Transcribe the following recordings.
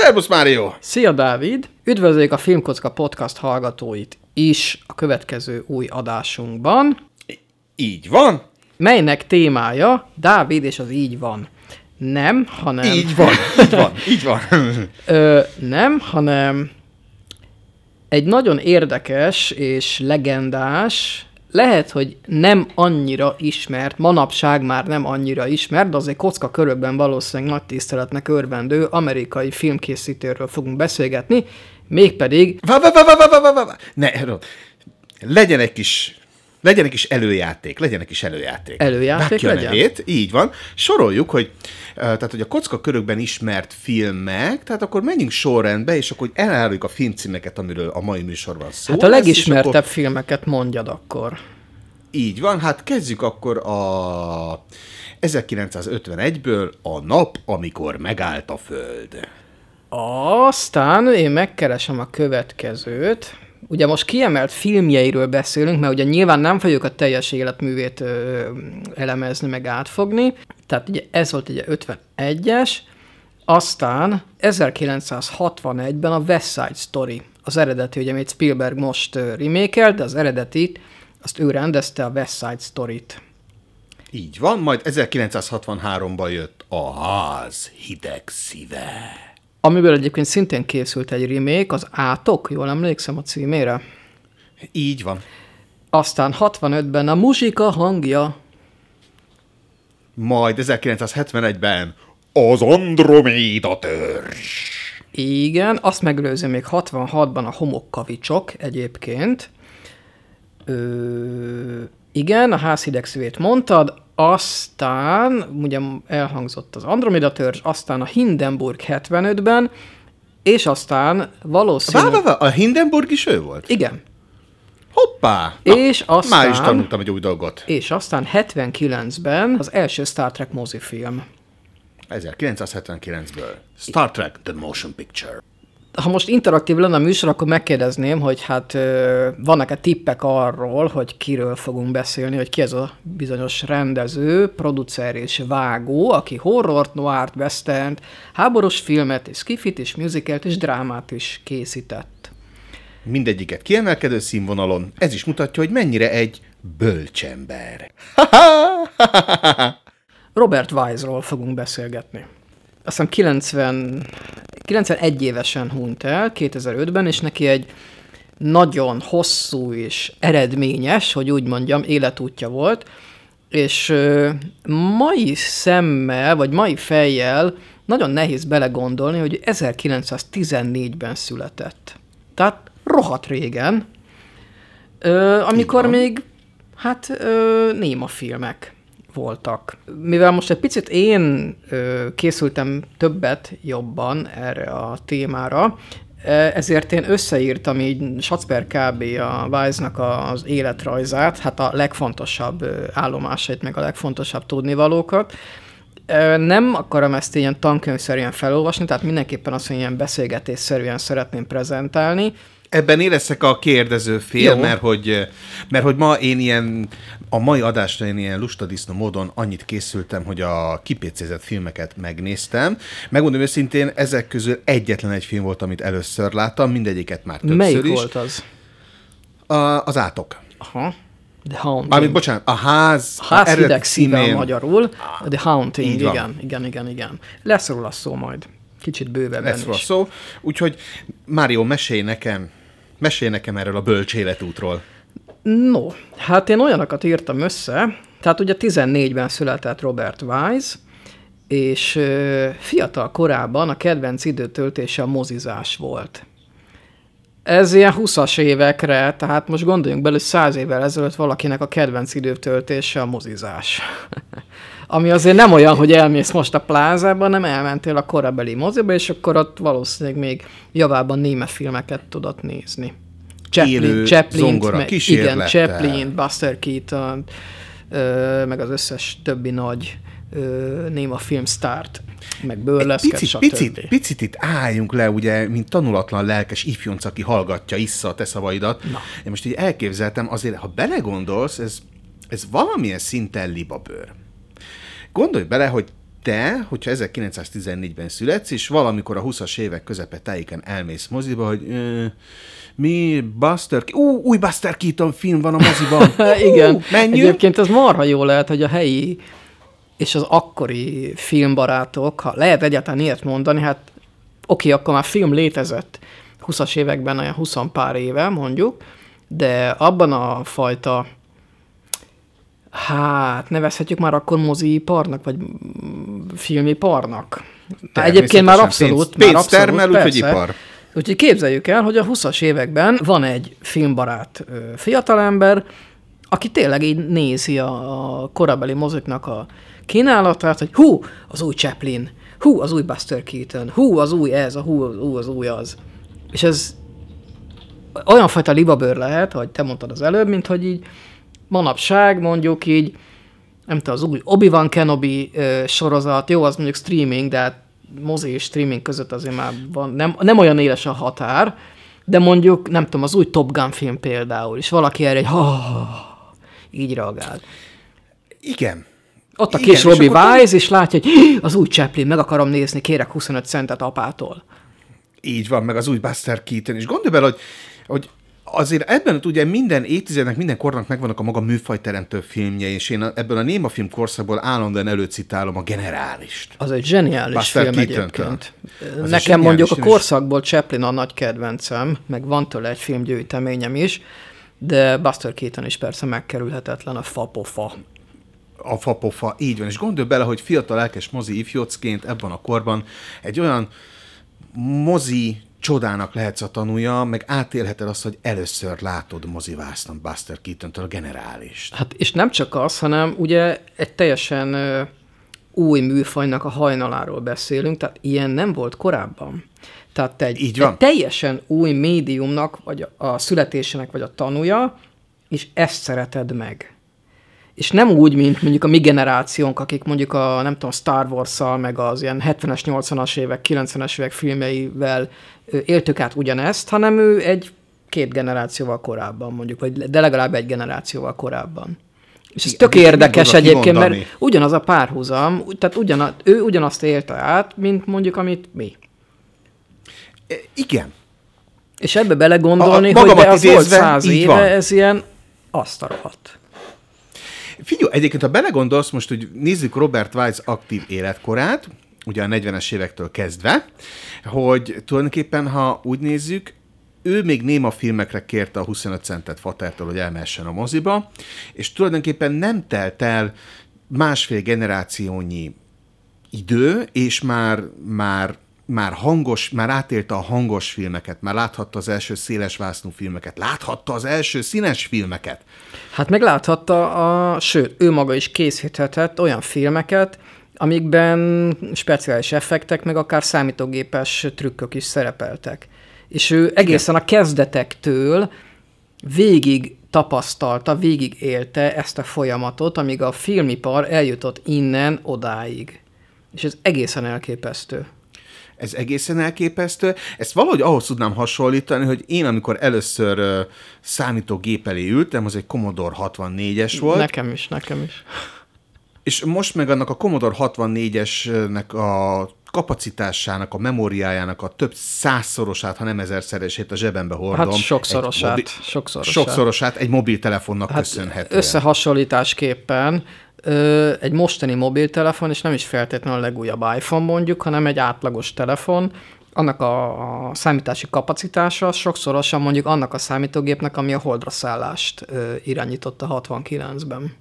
Szerbusz, Mário! Szia, Dávid! Üdvözöljük a Filmkocka Podcast hallgatóit is a következő új adásunkban. Így van. Melynek témája Dávid és az így van. Nem, hanem... Így van, így van. Nem, hanem egy nagyon érdekes és legendás, lehet, hogy nem annyira ismert, manapság már nem annyira ismert, de azért kocka körökben valószínűleg nagy tiszteletnek örvendő amerikai filmkészítőről fogunk beszélgetni, mégpedig... Legyen egy kis előjáték. Előjáték legyen? Nevét, így van. Soroljuk, hogy a kocka körökben ismert filmek, tehát akkor menjünk sorrendbe, és akkor eláruljuk a filmcímeket, amiről a mai műsorban szó. Hát a legismertebb filmeket mondjad akkor. Így van, hát kezdjük akkor a 1951-ből A nap, amikor megállt a föld. Aztán én megkeresem a következőt. Ugye most kiemelt filmjeiről beszélünk, mert ugye nyilván nem fogjuk a teljes életművét elemezni, meg átfogni. Tehát ugye ez volt ugye 51-es, aztán 1961-ben a West Side Story. Az eredeti, ugye amit Spielberg most remake-elt, de az eredetit, azt ő rendezte, a West Side Story-t. Így van, majd 1963-ban jött A ház hideg szíve. Amiből egyébként szintén készült egy remake, az Átok, jól emlékszem a címére? Így van. Aztán 65-ben a Muzsika hangja. Majd 1971-ben Az Androméda törzs. Igen, azt megelőzi még 66-ban a Homokkavicsok egyébként. Igen, a Ház hideg szívét mondtad, aztán ugye elhangzott az Andromeda törzs, aztán a Hindenburg 75-ben, és valószínűleg... A Hindenburg is ő volt? Igen. Hoppá! És aztán... Már is tanultam egy új dolgot. És aztán 79-ben az első Star Trek mozifilm. 1979-ből. Star Trek The Motion Picture. Ha most interaktív lenne a műsor, akkor megkérdezném, hogy hát vannak-e tippek arról, hogy kiről fogunk beszélni, hogy ki ez a bizonyos rendező, producer és vágó, aki horrort, noirt, westernt, háborús filmet, és skifit, és musicalt, és drámát is készített. Mindegyiket kiemelkedő színvonalon, ez is mutatja, hogy mennyire egy bölcsember. Robert Wise-ról fogunk beszélgetni. Azt hiszem 91 évesen hunyt el, 2005-ben, és neki egy nagyon hosszú és eredményes, hogy úgy mondjam, életútja volt, és mai szemmel, vagy mai fejjel nagyon nehéz belegondolni, hogy 1914-ben született. Tehát rohadt régen, amikor még néma filmek voltak. Mivel most egy picit én készültem többet jobban erre a témára, ezért én összeírtam így Sacper kb. A Wise-nak az életrajzát, hát a legfontosabb állomásait, meg a legfontosabb tudnivalókat. Nem akarom ezt ilyen tankönyvszerűen felolvasni, tehát mindenképpen azt, hogy ilyen beszélgetésszerűen szeretném prezentálni. Ebben éreztek a kérdező fél, mert hogy ma a mai adásra én ilyen lustadisznó módon annyit készültem, hogy a kipécézett filmeket megnéztem. Megmondom őszintén, ezek közül egyetlen egy film volt, amit először láttam, mindegyiket már többször Melyik is. Melyik volt az? Az Átok. Aha. The Haunting. Mármint, bocsánat, a ház hideg szíve magyarul. The Haunting, igen. Lesz róla szó majd. Kicsit bővebben lesz róla szó. Úgyhogy, Mário, mesélj nekem erről a bölcs életútról. No, hát én olyanokat írtam össze, tehát ugye 14-ben született Robert Wise, és fiatal korában a kedvenc időtöltése a mozizás volt. Ez ilyen 20-as évekre, tehát most gondoljunk bele, hogy 100 évvel ezelőtt valakinek a kedvenc időtöltése a mozizás. Ami azért nem olyan, hogy elmész most a plázába, nem elmentél a korabeli moziba, és akkor ott valószínűleg még javában néma filmeket tudott nézni. Chaplin, Buster Keaton, meg az összes többi nagy néma filmsztárt, meg Burlesque, stb. Picit itt álljunk le, ugye, mint tanulatlan lelkes ifjonc, aki hallgatja, issza a te szavaidat. Na. Én most így elképzeltem, azért, ha belegondolsz, ez valamilyen szinten libabőr. Gondolj bele, hogy te, hogyha 1914-ben születsz, és valamikor a 20-as évek közepe tájéken elmész moziba, hogy mi, új Buster Keaton film van a moziban. Igen, menjünk. Egyébként ez marha jó lehet, hogy a helyi és az akkori filmbarátok, ha lehet egyáltalán ilyet mondani, hát oké, akkor már film létezett 20-as években, olyan 20 pár éve mondjuk, de abban a fajta, hát nevezhetjük már akkor moziiparnak, vagy filmiparnak. Egyébként már abszolút. Pénzt termel, úgyhogy ipar. Úgyhogy képzeljük el, hogy a 20-as években van egy filmbarát fiatalember, aki tényleg így nézi a korabeli moziknak a kínálatát, hogy hú, az új Chaplin, hú, az új Buster Keaton, hú, az új ez, hú, az új az. És ez olyan fajta libabőr lehet, hogy te mondtad az előbb, mint hogy így manapság mondjuk így, nem tudom, az új Obi-Wan Kenobi sorozat, jó, az mondjuk streaming, de hát mozi és streaming között azért már van, nem olyan éles a határ, de mondjuk, nem tudom, az új Top Gun film például, és valaki erre így reagál. Igen. Ott a kis Robbie Wise, és látja, hogy az új Chaplin, meg akarom nézni, kérek 25 centet apától. Így van, meg az új Buster Keaton, és gondolj bele, hogy azért ebben ugye minden évtizednek, minden kornak megvannak a maga műfajteremtő filmje, és én ebből a némafilm korszakból állandóan előcitálom a Generálist. Az egy zseniális Buster film Keaton-től. egyébként. Nekem mondjuk a korszakból Chaplin a nagy kedvencem, meg van tőle egy filmgyűjteményem is, de Buster Keaton is persze megkerülhetetlen, a fapofa. A fapofa, így van. És gondolj bele, hogy fiatal lelkes mozi ifjócként ebben a korban egy olyan mozi csodának lehetsz a tanulja, meg átélheted azt, hogy először látod mozivásznon Buster Keatontől a Generálist. Hát és nem csak az, hanem ugye egy teljesen új műfajnak a hajnaláról beszélünk, tehát ilyen nem volt korábban. Tehát egy teljesen új médiumnak, vagy a születésének, vagy a tanúja, és ezt szereted meg. És nem úgy, mint mondjuk a mi generációnk, akik mondjuk a, nem tudom, Star Wars-szal, meg az ilyen 70-es, 80-as évek, 90-es évek filmjeivel éltük át ugyanezt, hanem ő két generációval korábban mondjuk, de legalább egy generációval korábban. És ez tök érdekes egyébként, mert ugyanaz a párhuzam, tehát ő ugyanazt élte át, mint mondjuk, amit mi. Igen. És ebbe belegondolni, hogy de az volt 100 éve, ez ilyen azt a rohadt. Figyelj, egyébként, ha belegondolsz, most, hogy nézzük Robert Wise aktív életkorát, ugye a 40-es évektől kezdve, hogy tulajdonképpen, ha úgy nézzük, ő még néma filmekre kérte a 25 centet Fatertől, hogy elmehessen a moziba, és tulajdonképpen nem telt el másfél generációnyi idő, és már átélte a hangos filmeket, már láthatta az első szélesvásznú filmeket, láthatta az első színes filmeket. Hát megláthatta, sőt, ő maga is készíthetett olyan filmeket, amikben speciális effektek, meg akár számítógépes trükkök is szerepeltek. És ő egészen a kezdetektől végig tapasztalta, végig élte ezt a folyamatot, amíg a filmipar eljutott innen odáig. És ez egészen elképesztő. Ez egészen elképesztő. Ezt valahogy ahhoz tudnám hasonlítani, hogy én, amikor először számítógép elé ültem, az egy Commodore 64-es volt. Nekem is. És most meg annak a Commodore 64-esnek a kapacitásának, a memóriájának a több százszorosát, ha nem ezerszeresét a zsebembe hordom. Hát sokszorosát. Sokszorosát egy mobiltelefonnak köszönhetően. Összehasonlításképpen egy mostani mobiltelefon, és nem is feltétlenül a legújabb iPhone mondjuk, hanem egy átlagos telefon, annak a számítási kapacitása sokszorosan mondjuk annak a számítógépnek, ami a holdra szállást irányította 69-ben.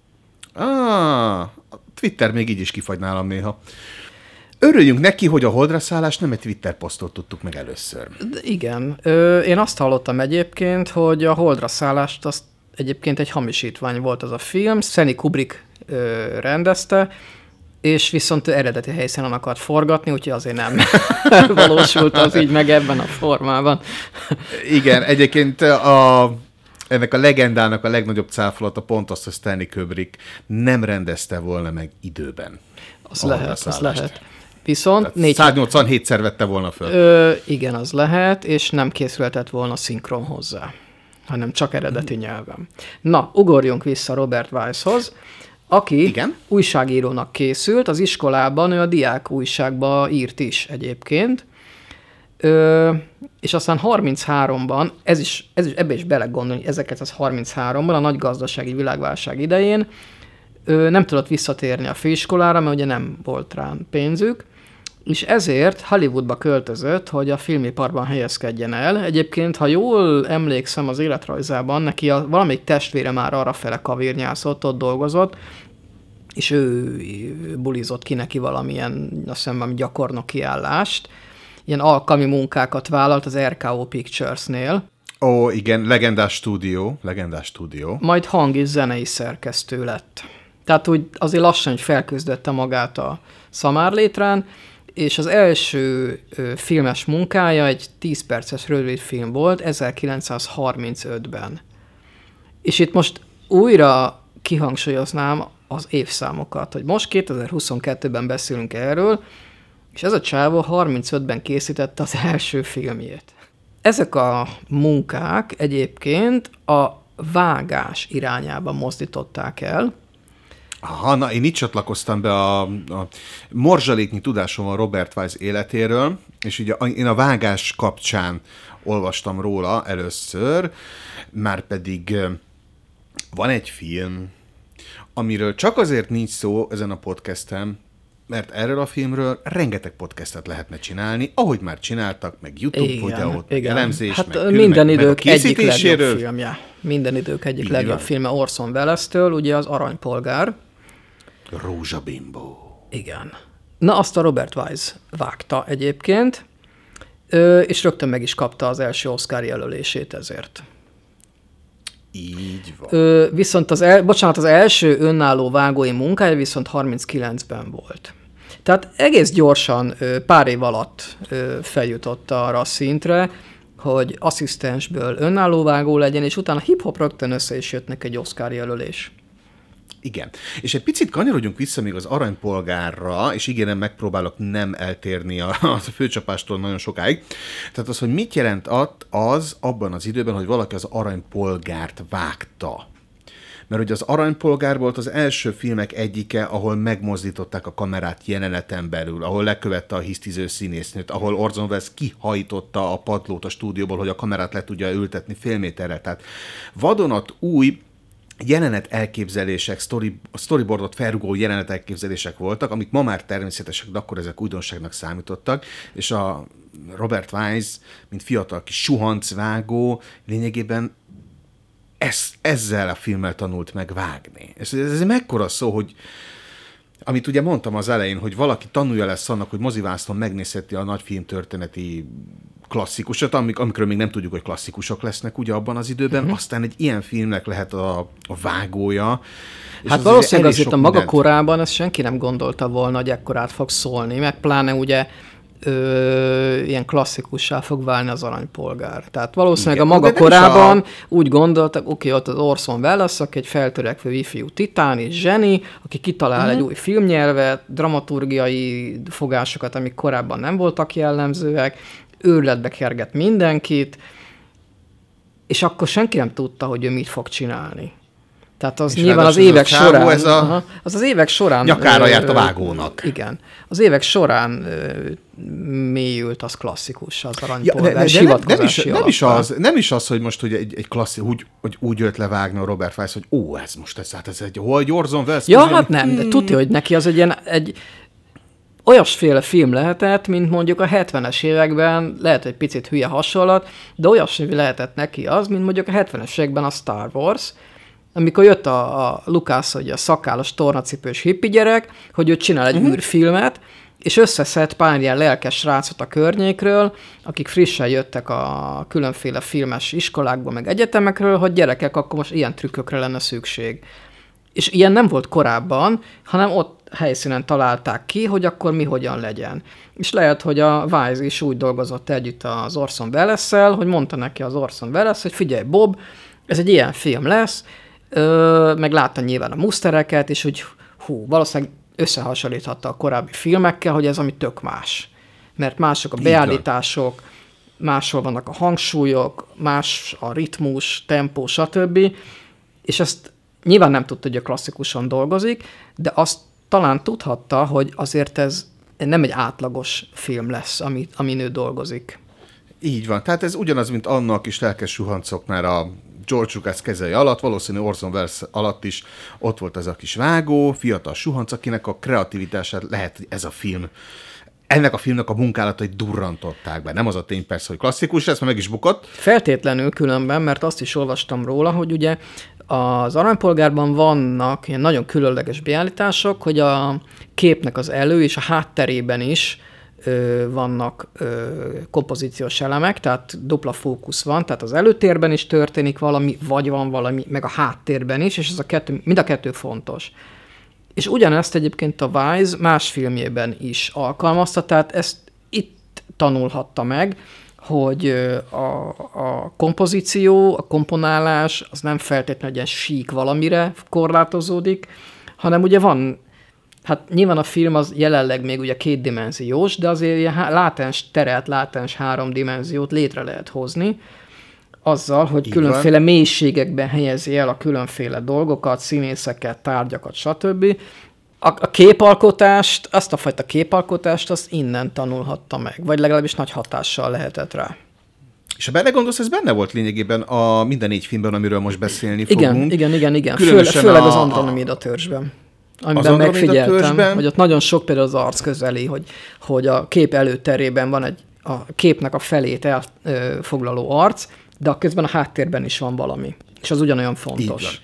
A Twitter még így is kifagy nálam néha. Örüljünk neki, hogy a holdra szállást nem egy Twitter posztot tudtuk meg először. De igen. Én azt hallottam egyébként, hogy a holdra szállást azt egyébként egy hamisítvány volt az a film, Stanley Kubrick rendezte, és viszont eredeti helyszínen akart forgatni, úgyhogy azért nem valósult az így meg ebben a formában. Igen, egyébként ennek a legendának a legnagyobb cáfolata pont az, hogy Stanley Kubrick nem rendezte volna meg időben. Az lehet. Viszont 187-szer vette volna föl. Igen, az lehet, és nem készülhetett volna szinkron hozzá, hanem csak eredeti nyelven. Na, ugorjunk vissza Robert Wise-hoz. aki Igen? újságírónak készült, az iskolában ő a diák újságba írt is egyébként, és aztán 33-ban, ebbe is belegondolni, 1933-ban a nagy gazdasági világválság idején nem tudott visszatérni a főiskolára, mert ugye nem volt rá pénzük, és ezért Hollywoodba költözött, hogy a filmiparban helyezkedjen el. Egyébként, ha jól emlékszem az életrajzában, neki valamelyik testvére már arrafele kavérnyászott, ott dolgozott, és ő bulizott ki neki valamilyen, azt hiszem, valami gyakornoki állást. Ilyen alkalmi munkákat vállalt az RKO Pictures-nél. Ó, igen, legendás stúdió. Majd hang- és zenei szerkesztő lett. Tehát úgy azért lassan, hogy felküzdötte magát a szamárlétrán, és az első filmes munkája egy 10 perces rövidfilm volt 1935-ben. És itt most újra kihangsúlyoznám az évszámokat, hogy most 2022-ben beszélünk erről, és ez a csávó 35-ben készítette az első filmjét. Ezek a munkák egyébként a vágás irányába mozdították el. Aha, na én itt csatlakoztam be a morzsaléknyi tudásom van Robert Wise életéről, és ugye én a vágás kapcsán olvastam róla először, már pedig van egy film, amiről csak azért nincs szó ezen a podcasten, mert erről a filmről rengeteg podcastet lehetne csinálni, ahogy már csináltak, meg YouTube videót, meg elemzés, hát meg minden meg idők egyik legjobb filmje. Minden idők egyik legjobb filme Orson Welles-től, ugye az Aranypolgár. Rózsabimbó. Igen. Na, azt a Robert Wise vágta egyébként, és rögtön meg is kapta az első Oscar jelölését ezért. Így van. Viszont az első önálló vágói munkája viszont 39-ben volt. Tehát egész gyorsan, pár év alatt feljutott arra a szintre, hogy asszisztensből önálló vágó legyen, és utána hip-hop rögtön össze is jött neki egy Oscar jelölés. Igen. És egy picit kanyarodjunk vissza még az Aranypolgárra, és ígérem, megpróbálok nem eltérni a főcsapástól nagyon sokáig. Tehát az, hogy mit jelent az abban az időben, hogy valaki az Aranypolgárt vágta. Mert ugye az Aranypolgár volt az első filmek egyike, ahol megmozdították a kamerát jeleneten belül, ahol lekövette a hisztiző színésznőt, ahol Orson Welles kihajtotta a padlót a stúdióból, hogy a kamerát le tudja ültetni fél méterre. Tehát vadonatúj jelenet elképzelések, storyboardot felrugó jelenet elképzelések voltak, amik ma már természetesek, de akkor ezek újdonságnak számítottak, és a Robert Wise, mint fiatal kis suhancvágó, lényegében ezzel a filmmel tanult meg vágni. És ez mekkora szó, hogy amit ugye mondtam az elején, hogy valaki tanulja lesz annak, hogy mozivászlón megnézheti a nagy filmtörténeti klasszikusot, amikről még nem tudjuk, hogy klasszikusok lesznek ugye abban az időben, aztán egy ilyen filmnek lehet a vágója. Hát valószínűleg azért a maga korában ezt senki nem gondolta volna, hogy ekkorát fog szólni, meg pláne ugye ilyen klasszikussá fog válni az Aranypolgár. Tehát valószínűleg igen, a maga korában úgy gondoltak, oké, ott az Orson Welles, aki egy feltörekvő ifjú titán és zseni, aki kitalál egy új filmnyelvet, dramaturgiai fogásokat, amik korábban nem voltak jellemzőek, őrületbe kerget mindenkit, és akkor senki nem tudta, hogy ő mit fog csinálni. Tehát az nyilván az évek során... az évek során... Nyakára járt a vágónak. Igen. Az évek során mélyült az klasszikus, az Aranypolgár, és hivatkozási nem is az, hogy most ugye egy klasszikus, hogy úgy jött levágni a Robert Wise, hogy ez egy Orson Welles... Ja, hát nem, de tudja, hogy neki az egy olyasféle film lehetett, mint mondjuk a 70-es években, lehet, hogy picit hülye hasonlat, de olyasmi lehetett neki az, mint mondjuk a 70-es években a Star Wars, amikor jött a Lucas, hogy a szakállas, tornacipős hippi gyerek, hogy ő csinál egy űrfilmet, és összeszed pár ilyen lelkes srácot a környékről, akik frissen jöttek a különféle filmes iskolákból, meg egyetemekről, hogy gyerekek, akkor most ilyen trükkökre lenne szükség. És ilyen nem volt korábban, hanem ott helyszínen találták ki, hogy akkor mi hogyan legyen. És lehet, hogy a Wise is úgy dolgozott együtt az Orson Welles-szel, hogy mondta neki az Orson Welles, hogy figyelj Bob, ez egy ilyen film lesz, meg látta nyilván a musztereket, és hogy valószínűleg összehasonlíthatta a korábbi filmekkel, hogy ez ami tök más. Mert mások a beállítások, máshol vannak a hangsúlyok, más a ritmus, tempó, stb. És ezt nyilván nem tudta, hogy a klasszikusan dolgozik, de azt talán tudhatta, hogy azért ez nem egy átlagos film lesz, amin ő dolgozik. Így van. Tehát ez ugyanaz, mint annak a kis lelkes suhancoknál a George Lucas kezei alatt, valószínű Orson Welles alatt is ott volt ez a kis vágó, fiatal suhanc, akinek a kreativitását lehet, hogy ez a film, ennek a filmnek a munkálatai durrantották be. Nem az a tény persze, hogy klasszikus, ezt már meg is bukott. Feltétlenül különben, mert azt is olvastam róla, hogy ugye az Aranypolgárban vannak ilyen nagyon különleges beállítások, hogy a képnek az elő és a hátterében is vannak kompozíciós elemek, tehát dupla fókusz van, tehát az előtérben is történik valami, vagy van valami, meg a háttérben is, és ez mind a kettő fontos. És ugyanezt egyébként a Wise más filmjében is alkalmazta, tehát ezt itt tanulhatta meg, hogy a kompozíció, a komponálás az nem feltétlenül egy ilyen sík valamire korlátozódik, hanem ugye van, hát nyilván a film az jelenleg még ugye kétdimenziós, de azért ilyen látens teret, látens háromdimenziót létre lehet hozni, azzal, hogy különféle mélységekben helyezi el a különféle dolgokat, színészeket, tárgyakat, stb. A képalkotást, azt a fajta képalkotást, azt innen tanulhatta meg, vagy legalábbis nagy hatással lehetett rá. És ha belegondolsz, ez benne volt lényegében a minden 4 filmben, amiről most beszélni fogunk. Igen. Főleg az Andromeda törzsben. Amiben megfigyeltem, hogy ott nagyon sok például az arc közeli, hogy a kép előterében van a képnek a felét elfoglaló arc, de közben a háttérben is van valami. És az ugyanolyan fontos.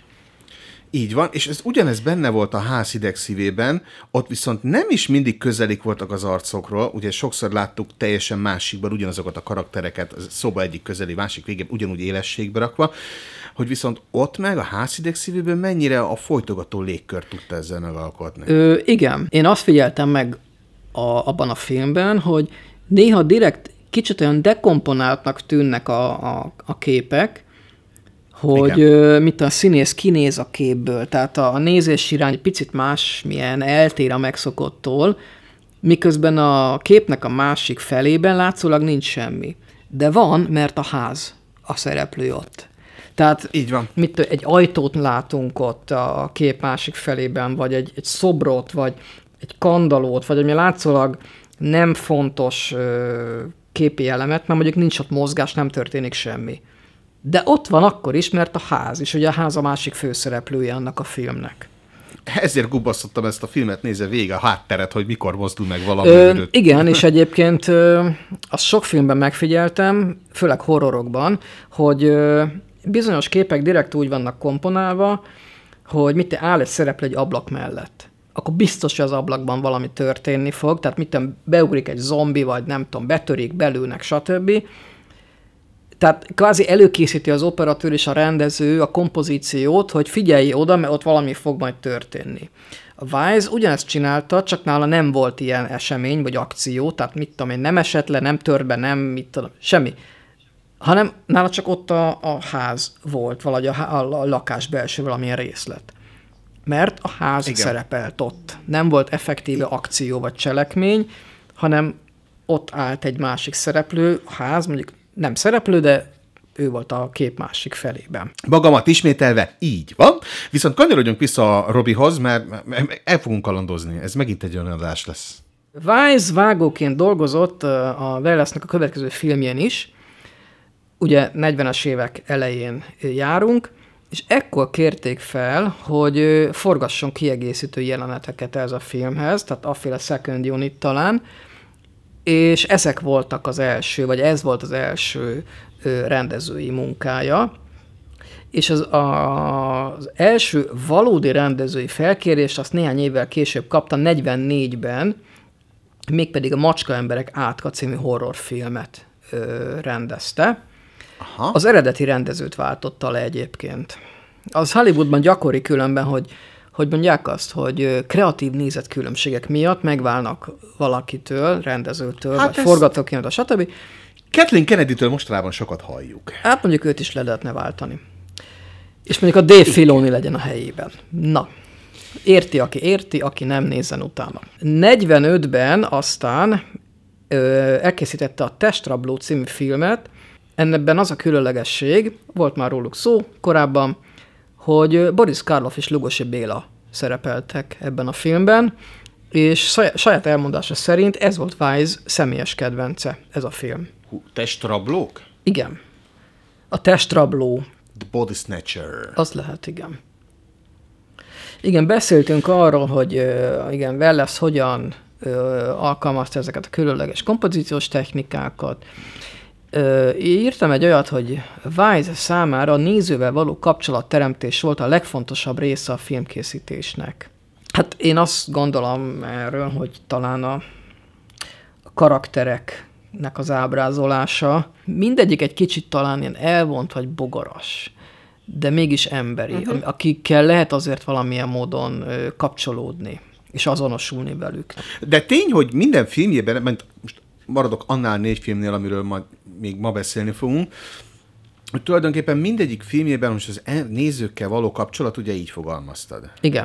Így van, és ez ugyanez benne volt a Ház hideg szívében, ott viszont nem is mindig közelik voltak az arcokról, ugye sokszor láttuk teljesen másikban ugyanazokat a karaktereket, a szoba egyik közeli, másik végén ugyanúgy élességbe rakva, hogy viszont ott meg a Ház hideg szívében mennyire a folytogató légkört tudta ezzel megalkotni. Igen, én azt figyeltem meg abban a filmben, hogy néha direkt kicsit olyan dekomponáltnak tűnnek a képek, hogy mit a színész kinéz a képből, tehát a nézés irány picit másmilyen eltér a megszokottól, miközben a képnek a másik felében látszólag nincs semmi. De van, mert a ház a szereplő ott. Tehát így van. Egy ajtót látunk ott a kép másik felében, vagy egy szobrot, vagy egy kandallót, vagy ami látszólag nem fontos képi elemet, mert mondjuk nincs ott mozgás, nem történik semmi. De ott van akkor is, mert a ház is, ugye a ház a másik főszereplője annak a filmnek. Ezért gubbasztottam ezt a filmet, nézze végig a hátteret, hogy mikor mozdul meg valami. Igen, és egyébként azt sok filmben megfigyeltem, főleg horrorokban, hogy bizonyos képek direkt úgy vannak komponálva, hogy áll egy szereplő egy ablak mellett. Akkor biztos, hogy az ablakban valami történni fog, tehát beugrik egy zombi, vagy nem tudom, betörik, belőnek, stb. Tehát kvázi előkészíti az operatőr és a rendező a kompozíciót, hogy figyelj oda, mert ott valami fog majd történni. A Wise ugyanezt csinálta, csak nála nem volt ilyen esemény vagy akció, tehát nem esett le, nem tört be, semmi. Hanem nála csak ott a ház volt, valahogy a lakás belső valamilyen részlet. Mert a ház szerepelt ott. Nem volt effektíve akció vagy cselekmény, hanem ott állt egy másik szereplő, a ház mondjuk nem szereplő, de ő volt a kép másik felében. Magamat ismételve, így van. Viszont kanyarodjunk vissza a Robihoz, mert el fogunk kalandozni. Ez megint egy olyan adás lesz. Wise vágóként dolgozott a Wellesnek a következő filmjén is. Ugye 40-es évek elején járunk, és ekkor kérték fel, hogy forgasson kiegészítő jeleneteket ez a filmhez, tehát afféle second unit talán, és ezek voltak az első, vagy ez volt az első rendezői munkája, és az első valódi rendezői felkérést azt néhány évvel később kapta, 44-ben, mégpedig a Macska emberek átka című horrorfilmet rendezte. Aha. Az eredeti rendezőt váltotta le egyébként. Az Hollywoodban gyakori különben, hogy mondják azt, hogy kreatív nézetkülönbségek miatt megválnak valakitől, rendezőtől, vagy forgatókönyvtől, stb. Kathleen Kennedy-től mostanában sokat halljuk. Hát mondjuk őt is le lehetne váltani. És mondjuk a Dave Filoni legyen a helyében. Na, érti, aki nem, nézzen utána. 45-ben aztán elkészítette a Testrabló című filmet. Ennek az a különlegesség, volt már róluk szó korábban, hogy Boris Karloff és Lugosi Béla szerepeltek ebben a filmben, és saját elmondása szerint ez volt Wise személyes kedvence, ez a film. Testrablók? Igen. A testrabló. The Body Snatcher. Az lehet, igen. Igen, beszéltünk arról, hogy igen, Welles hogyan alkalmazta ezeket a különleges kompozíciós technikákat. Írtam egy olyat, hogy Wise számára a nézővel való kapcsolatteremtés volt a legfontosabb része a filmkészítésnek. Hát én azt gondolom erről, hogy talán a karaktereknek az ábrázolása mindegyik egy kicsit talán ilyen elvont vagy bogaras, de mégis emberi, akikkel lehet azért valamilyen módon kapcsolódni, és azonosulni velük. De tény, hogy minden filmjében, most maradok annál 4 filmnél, amiről még ma beszélni fogunk, hogy tulajdonképpen mindegyik filmjében most az nézőkkel való kapcsolat, ugye így fogalmaztad. Igen.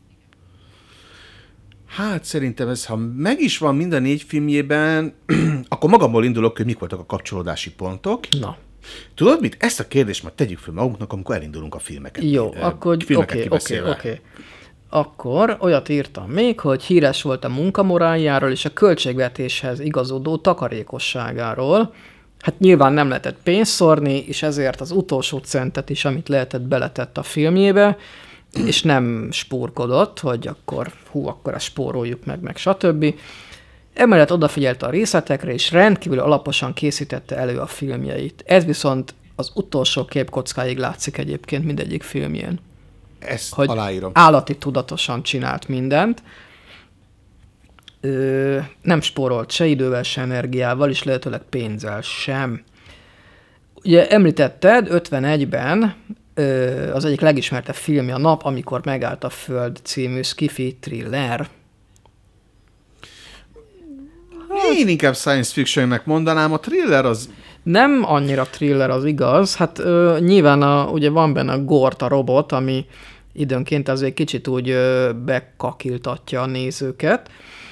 Hát szerintem ez, ha meg is van mind a 4 filmjében, akkor magamból indulok, hogy mik voltak a kapcsolódási pontok. Na. Tudod mit? Ezt a kérdést már tegyük fel magunknak, amikor elindulunk a filmeket. Jó, akkor oké. Akkor olyat írtam még, hogy híres volt a munkamoráljáról és a költségvetéshez igazodó takarékosságáról. Hát nyilván nem lehetett pénzt szórni, és ezért az utolsó centet is, amit lehetett, beletett a filmjébe, és nem spórkodott, hogy akkor ezt spóroljuk meg stb. Emellett odafigyelt a részletekre, és rendkívül alaposan készítette elő a filmjeit. Ez viszont az utolsó képkockáig látszik egyébként mindegyik filmjén. Ezt hogy aláírom. Állati tudatosan csinált mindent. Nem spórolt se idővel, se energiával, és lehetőleg pénzzel sem. Ugye említetted, 51-ben az egyik legismertebb filmje a Nap, amikor megállt a Föld című sci-fi thriller. Én inkább science fictionnek mondanám, a thriller az... Nem annyira thriller, az igaz. Hát nyilván ugye van benne a Gort, a robot, ami időnként azért kicsit úgy bekakiltatja a nézőket.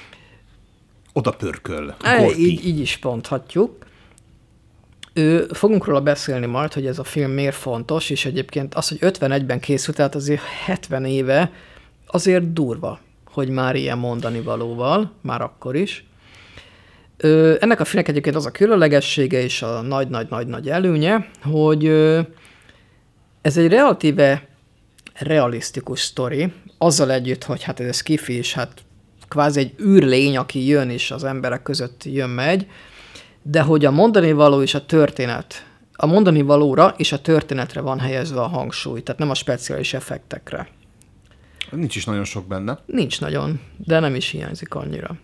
Oda pörköl. Így is ponthatjuk. Fogunk róla beszélni majd, hogy ez a film miért fontos, és egyébként az, hogy 51-ben készült, tehát azért 70 éve, azért durva, hogy már ilyen mondani valóval, már akkor is. Ennek a filmnek egyébként az a különlegessége és a nagy előnye, hogy ez egy relatíve realisztikus sztori, azzal együtt, hogy hát ez sci-fi, és hát kvázi egy űrlény, aki jön és az emberek között jön-megy, de hogy a mondani való és a történet, a mondani valóra és a történetre van helyezve a hangsúly, tehát nem a speciális effektekre. Nincs is nagyon sok benne. Nincs nagyon, de nem is hiányzik annyira.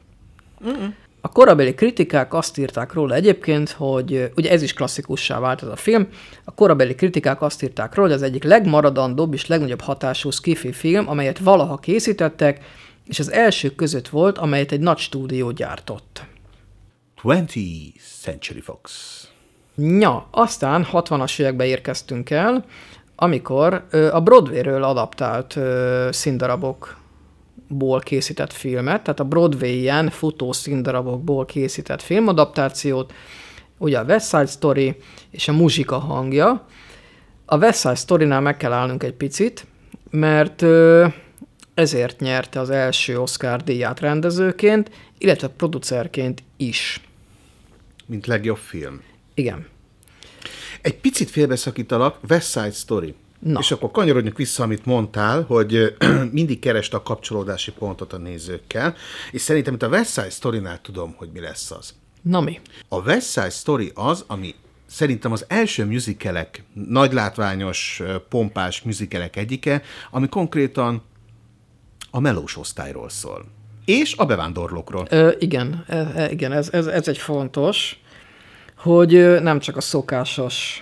A korabeli kritikák azt írták róla egyébként, hogy ugye ez is klasszikussá vált ez a film, a korabeli kritikák azt írták róla, hogy az egyik legmaradandóbb és legnagyobb hatású sci-fi film, amelyet valaha készítettek, és az elsők között volt, amelyet egy nagy stúdió gyártott. 20th Century Fox. Ja, aztán 60-as évekbe érkeztünk el, amikor a Broadway-ről adaptált színdarabokból készített filmet, tehát a Broadway-en futó színdarabokból készített filmadaptációt, ugye a West Side Story és a Muzsika hangja. A West Side Storynál meg kell állnunk egy picit, mert ezért nyerte az első Oscar díját rendezőként, illetve producerként is. Mint legjobb film. Igen. Egy picit félbeszakítalak, West Side Story. Na. És akkor kanyarodjunk vissza, amit mondtál, hogy mindig kereste a kapcsolódási pontot a nézőkkel, és szerintem itt a West Side Storynál tudom, hogy mi lesz az. Na mi? A West Side Story az, ami szerintem az első musicalek, nagy látványos, pompás musicalek egyike, ami konkrétan a melós osztályról szól. És a bevándorlókról. Igen, ez egy fontos, hogy nem csak a szokásos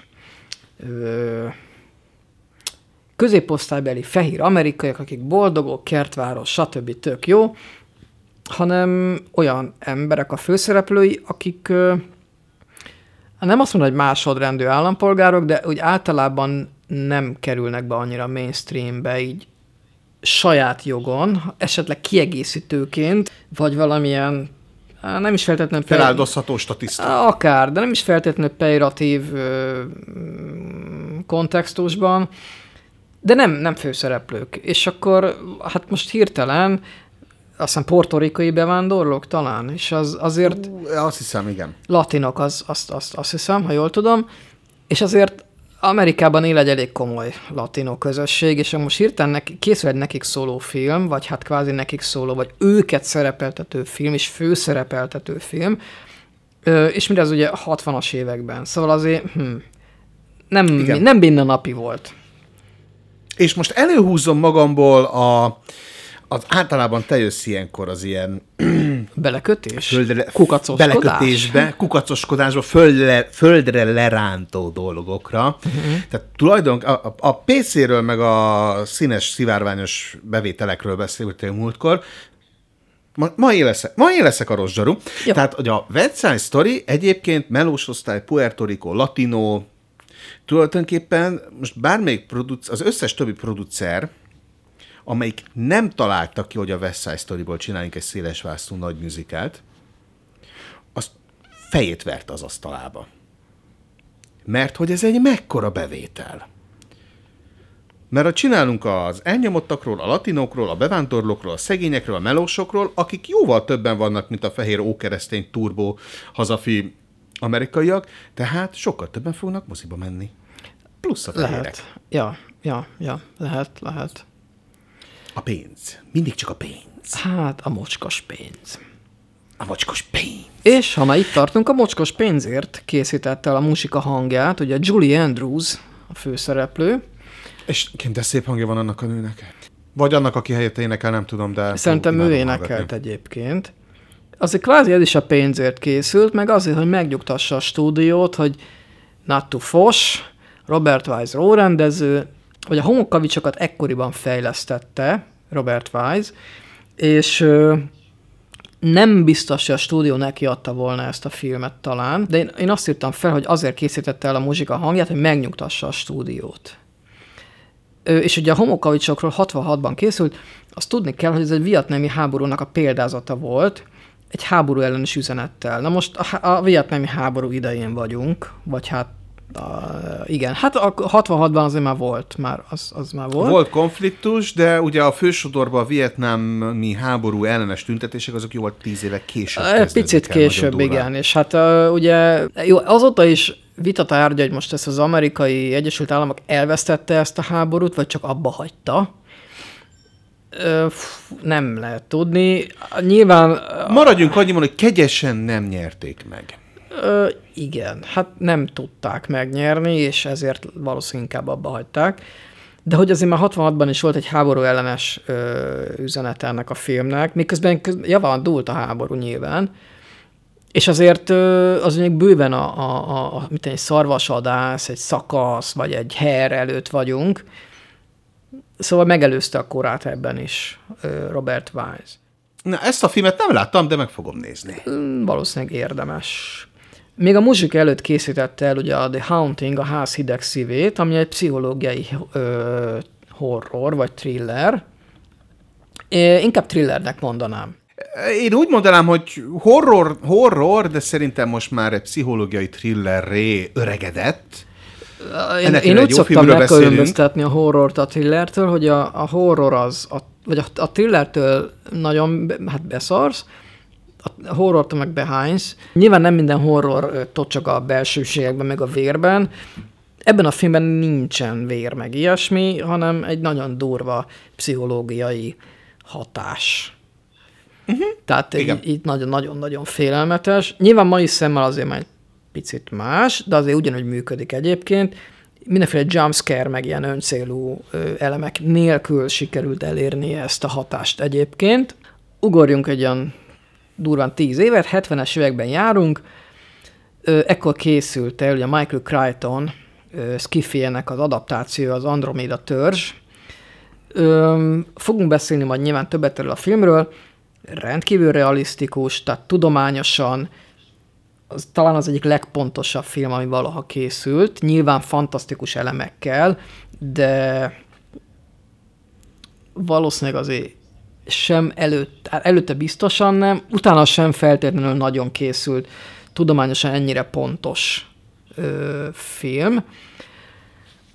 középosztálybeli fehér amerikaiak, akik boldogok, kertváros, stb. Tök jó, hanem olyan emberek a főszereplői, akik nem azt mondom, hogy másodrendű állampolgárok, de úgy általában nem kerülnek be annyira mainstreambe, így saját jogon, esetleg kiegészítőként, vagy valamilyen, nem is feltétlenül... Feláldozható statiszta. Akár, de nem is feltétlenül pejoratív kontextusban, De nem főszereplők. És akkor, hát most hirtelen, azt hiszem portorikai bevándorlók talán, és azért... Azt hiszem, igen. Latinok, azt hiszem, ha jól tudom, és azért Amerikában él egy elég komoly latino közösség, és most hirtelen készül egy nekik szóló film, vagy hát kvázi nekik szóló, vagy őket szerepeltető film, és főszerepeltető film, és mindez ugye 60-as években. Szóval azért nem mindennapi volt. És most előhúzom magamból az általában te jössz ilyenkor az ilyen belekötés? Kukacoskodás? Belekötésbe, kukacoskodásba, földre lerántó dolgokra. Tehát tulajdonképpen a PC-ről meg a színes, szivárványos bevételekről beszéltél múltkor, ma én leszek a rossz zsaru. Jó. Tehát, hogy a West Side Story egyébként melós osztály, Puerto Rico, latino, tulajdonképpen most bármelyik az összes többi producer, amelyik nem találta ki, hogy a West Side Storyból csináljunk egy szélesvászló nagy musicalt, azt fejét vert az asztalába. Mert hogy ez egy mekkora bevétel. Mert ha csinálunk az elnyomottakról, a latinokról, a bevándorlókról, a szegényekről, a melósokról, akik jóval többen vannak, mint a fehér ókeresztény turbó hazafi amerikaiak, tehát sokkal többen fognak moziba menni. Plusz a fehérek. Lehet. Lehet. A pénz. Mindig csak a pénz. Hát, a mocskos pénz. A mocskos pénz. És ha már itt tartunk, a mocskos pénzért készítette el a musika hangját, ugye Julie Andrews a főszereplő. És de szép hangja van annak a nőnek. Vagy annak, aki helyette énekel, nem tudom, de... Szerintem ő énekelt egyébként. Azért kvázi ez is a pénzért készült, meg azért, hogy megnyugtassa a stúdiót, hogy Nattu Foss, Robert Wise rórendező, vagy a Homokavicsokat ekkoriban fejlesztette Robert Wise, és nem biztos, hogy a stúdió neki adta volna ezt a filmet talán, de én azt írtam fel, hogy azért készítette el a muzsika hangját, hogy megnyugtassa a stúdiót. És ugye a Homokavicsokról 66-ban készült, azt tudni kell, hogy ez egy vietnámi háborúnak a példázata volt, egy háború ellenes üzenettel. Na most a vietnámi háború idején vagyunk, vagy hát igen, hát a 66-ban azért már volt, az már volt. Volt konfliktus, de ugye a fősodorban a vietnámi háború ellenes tüntetések, azok jóval 10 éve később kezdődnek. Picit később, igen, és hát ugye jó, azóta is vita tárgya, hogy most ezt az amerikai Egyesült Államok elvesztette ezt a háborút, vagy csak abba hagyta. Nem lehet tudni. Nyilván... Maradjunk annyiban, hogy kegyesen nem nyerték meg. Igen, hát nem tudták megnyerni, és ezért valószínűleg inkább abba hagyták. De hogy azért már 66-ban is volt egy háború ellenes üzenet ennek a filmnek, miközben javán dúlt a háború nyilván, és azért az még bőven egy szarvasadász, egy szakasz, vagy egy her előtt vagyunk. Szóval megelőzte a korát ebben is Robert Wise. Na, ezt a filmet nem láttam, de meg fogom nézni. Valószínűleg érdemes. Még a muzsika előtt készítette el ugye a The Haunting, a ház hideg szívét, ami egy pszichológiai horror, vagy thriller. Inkább thrillernek mondanám. Én úgy mondanám, hogy horror, de szerintem most már egy pszichológiai thrillerré öregedett. Én úgy szoktam megkülönböztetni a horrort a thrillertől, hogy a horror vagy a thrillertől nagyon beszarsz, a horrortól meg behánysz. Nyilván nem minden horror csak a belsőségekben, meg a vérben. Ebben a filmben nincsen vér, meg ilyesmi, hanem egy nagyon durva pszichológiai hatás. Tehát így nagyon-nagyon félelmetes. Nyilván mai szemmel azért már egy picit más, de azért ugyanúgy működik egyébként. Mindenféle jumpscare, meg ilyen öncélú elemek nélkül sikerült elérni ezt a hatást egyébként. Ugorjunk egy olyan durván 10 évet, 70-es években járunk, ekkor készült el ugye Michael Crichton Skiffy-nek az adaptáció, az Andromeda törzs. Fogunk beszélni majd nyilván többet erről a filmről, rendkívül realisztikus, tehát tudományosan, talán az egyik legpontosabb film, ami valaha készült, nyilván fantasztikus elemekkel, de valószínűleg azért sem előtte biztosan nem, utána sem feltétlenül nagyon készült tudományosan ennyire pontos film.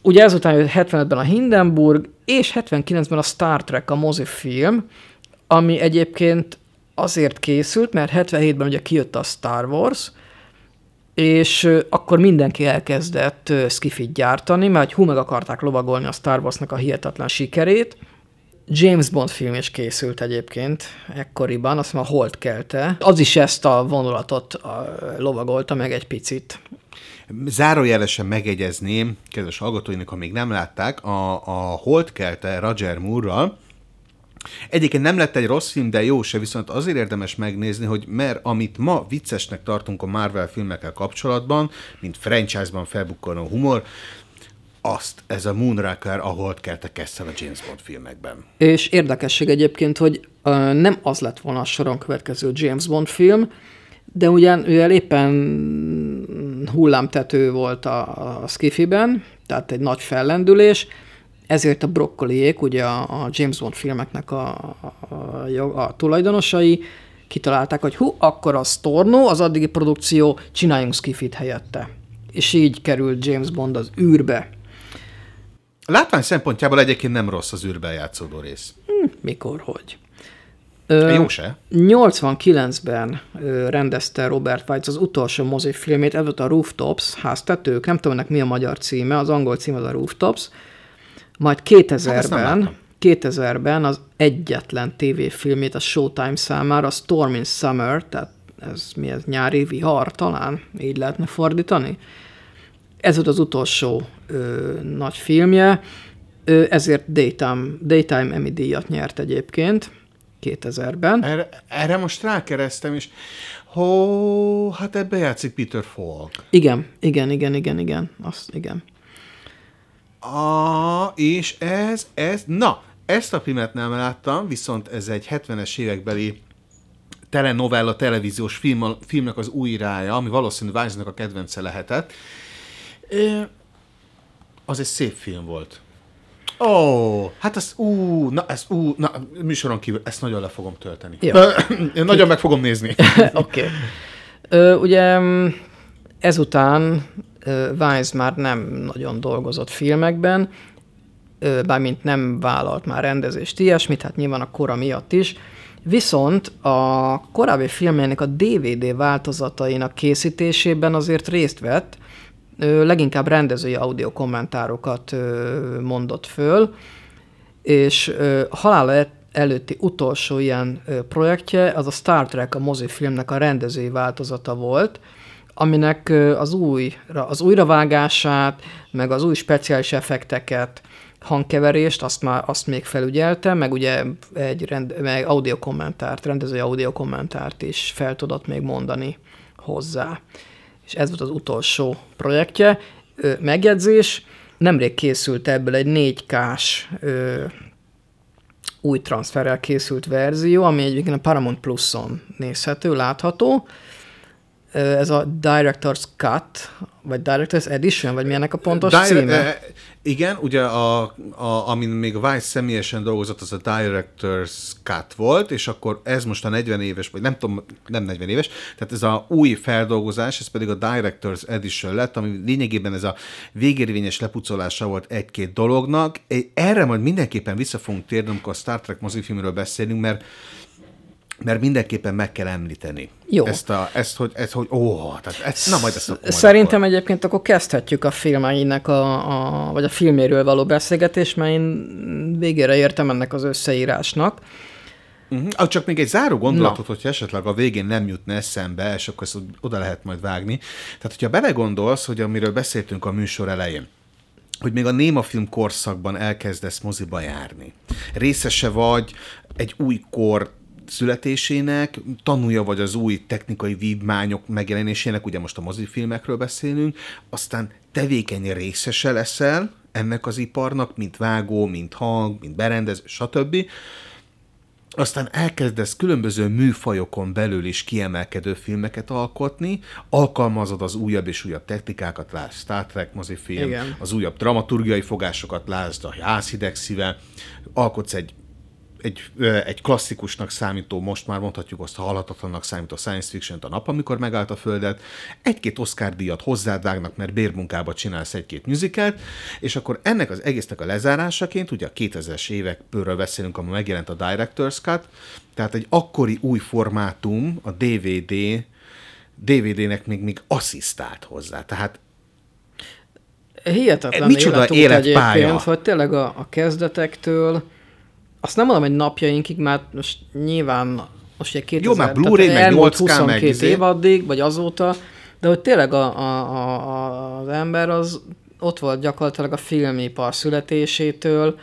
Ugye ezután jött 75-ben a Hindenburg, és 79-ben a Star Trek, a mozifilm, ami egyébként azért készült, mert 77-ben ugye kijött a Star Wars, és akkor mindenki elkezdett skifit gyártani, mert meg akarták lovagolni a Star Warsnak a hihetetlen sikerét. James Bond film is készült egyébként ekkoriban, azt mondom, a Holdkelte. Az is ezt a vonulatot lovagolta meg egy picit. Zárójelesen megegyezném, kedves hallgatóinak, ha még nem látták, a Holdkelte Roger Moore-ral. Egyébként nem lett egy rossz film, de jó se, viszont azért érdemes megnézni, hogy mert amit ma viccesnek tartunk a Marvel filmekkel kapcsolatban, mint franchise-ban felbukkanó humor, azt ez a Moonraker a Holdkelte kezdte a James Bond filmekben. És érdekesség egyébként, hogy nem az lett volna a soron következő James Bond film, de ugyan éppen hullámtető volt a skifiben, tehát egy nagy fellendülés, ezért a brokkoliék, ugye a James Bond filmeknek a tulajdonosai kitalálták, hogy akkor az tornó, az addigi produkció, csináljunk skifit helyette. És így került James Bond az űrbe. A látvány szempontjából egyébként nem rossz az űrben játszódó rész. Mikor, hogy? Jó se. 89-ben rendezte Robert Weitz az utolsó mozifilmét, ez volt a Rooftops, háztetők, nem tudom, ennek mi a magyar címe, az angol címe az a Rooftops, majd 2000-ben az egyetlen tévéfilmét a Showtime számára, a Storm in Summer, tehát ez nyári vihar talán, így lehetne fordítani. Ez volt az utolsó nagy filmje, ezért Daytime Emmy díjat nyert egyébként 2000-ben. Erre most rákeresztem, és hát ebbe játszik Peter Falk. Igen. Azt, igen. És ezt a filmet nem láttam, viszont ez egy 70-es évekbeli telenovella, televíziós filmnek az újrája, ami valószínűleg Weissnak a kedvence lehetett. Az egy szép film volt. Hát műsoron kívül, ezt nagyon le fogom tölteni. Nagyon meg fogom nézni. Oké. Ugye ezután Weiss már nem nagyon dolgozott filmekben, bármint nem vállalt már rendezést, ilyesmit, hát nyilván a kora miatt is, viszont a korábbi filmjének a DVD változatainak készítésében azért részt vett, leginkább rendezői audio kommentárokat mondott föl, és halála előtti utolsó ilyen projektje az a Star Trek, a mozifilmnek a rendezői változata volt, aminek az újravágását, meg az új speciális effekteket, hangkeverést, azt még felügyelte, meg ugye meg rendezői audiokommentárt is fel tudott még mondani hozzá. És ez volt az utolsó projektje. Megjegyzés, nemrég készült ebből egy 4K-s új transferrel készült verzió, ami egyébként a Paramount Plus-on nézhető, látható. Ez a Director's Cut, vagy Director's Edition, vagy milyennek a pontos címe? Igen, ugye amin még Weiss személyesen dolgozott, az a Director's Cut volt, és akkor ez most a 40 éves, vagy nem tudom, nem 40 éves, tehát ez a új feldolgozás, ez pedig a Director's Edition lett, ami lényegében ez a végérvényes lepucolása volt egy-két dolognak. Erre majd mindenképpen vissza fogunk térni, amikor a Star Trek mozifilmről beszélünk, mert mindenképpen meg kell említeni. Jó. Szerintem egyébként akkor kezdhetjük a filmeinek, vagy a filméről való beszélgetést, mert én végére értem ennek az összeírásnak. Csak még egy záró gondolatot, hogyha esetleg a végén nem jutna eszembe, és akkor ezt oda lehet majd vágni. Tehát, hogyha belegondolsz, hogy amiről beszéltünk a műsor elején, hogy még a némafilm korszakban elkezdesz moziba járni. Részese vagy egy új kor születésének, tanulja vagy az új technikai vívmányok megjelenésének, ugye most a mozifilmekről beszélünk, aztán tevékeny részese leszel ennek az iparnak, mint vágó, mint hang, mint berendező, stb. Aztán elkezdesz különböző műfajokon belül is kiemelkedő filmeket alkotni, alkalmazod az újabb és újabb technikákat, lásd Star Trek mozifilm, igen. Az újabb dramaturgiai fogásokat, lásd a Házhideg szíve, alkotsz egy klasszikusnak számító, most már mondhatjuk azt, halhatatlannak számító science fiction-t, a Nap, amikor megállt a Földet, egy-két Oscar-díjat hozzádágnak, mert bérmunkába csinálsz egy-két musicalt, és akkor ennek az egésznek a lezárásaként, ugye a 2000-es évekből beszélünk, amikor megjelent a Director's Cut, tehát egy akkori új formátum, a DVD-nek még asszisztált hozzá. Tehát hihetetlen micsoda életpálya. Egyébként, hogy tényleg a kezdetektől, azt nem mondom, hogy napjainkig, mert most nyilván most egy 2000, jó, már Blu-ray, meg 8K, meg 22 év addig, vagy azóta, de hogy tényleg az ember az ott volt gyakorlatilag a filmipar születésétől,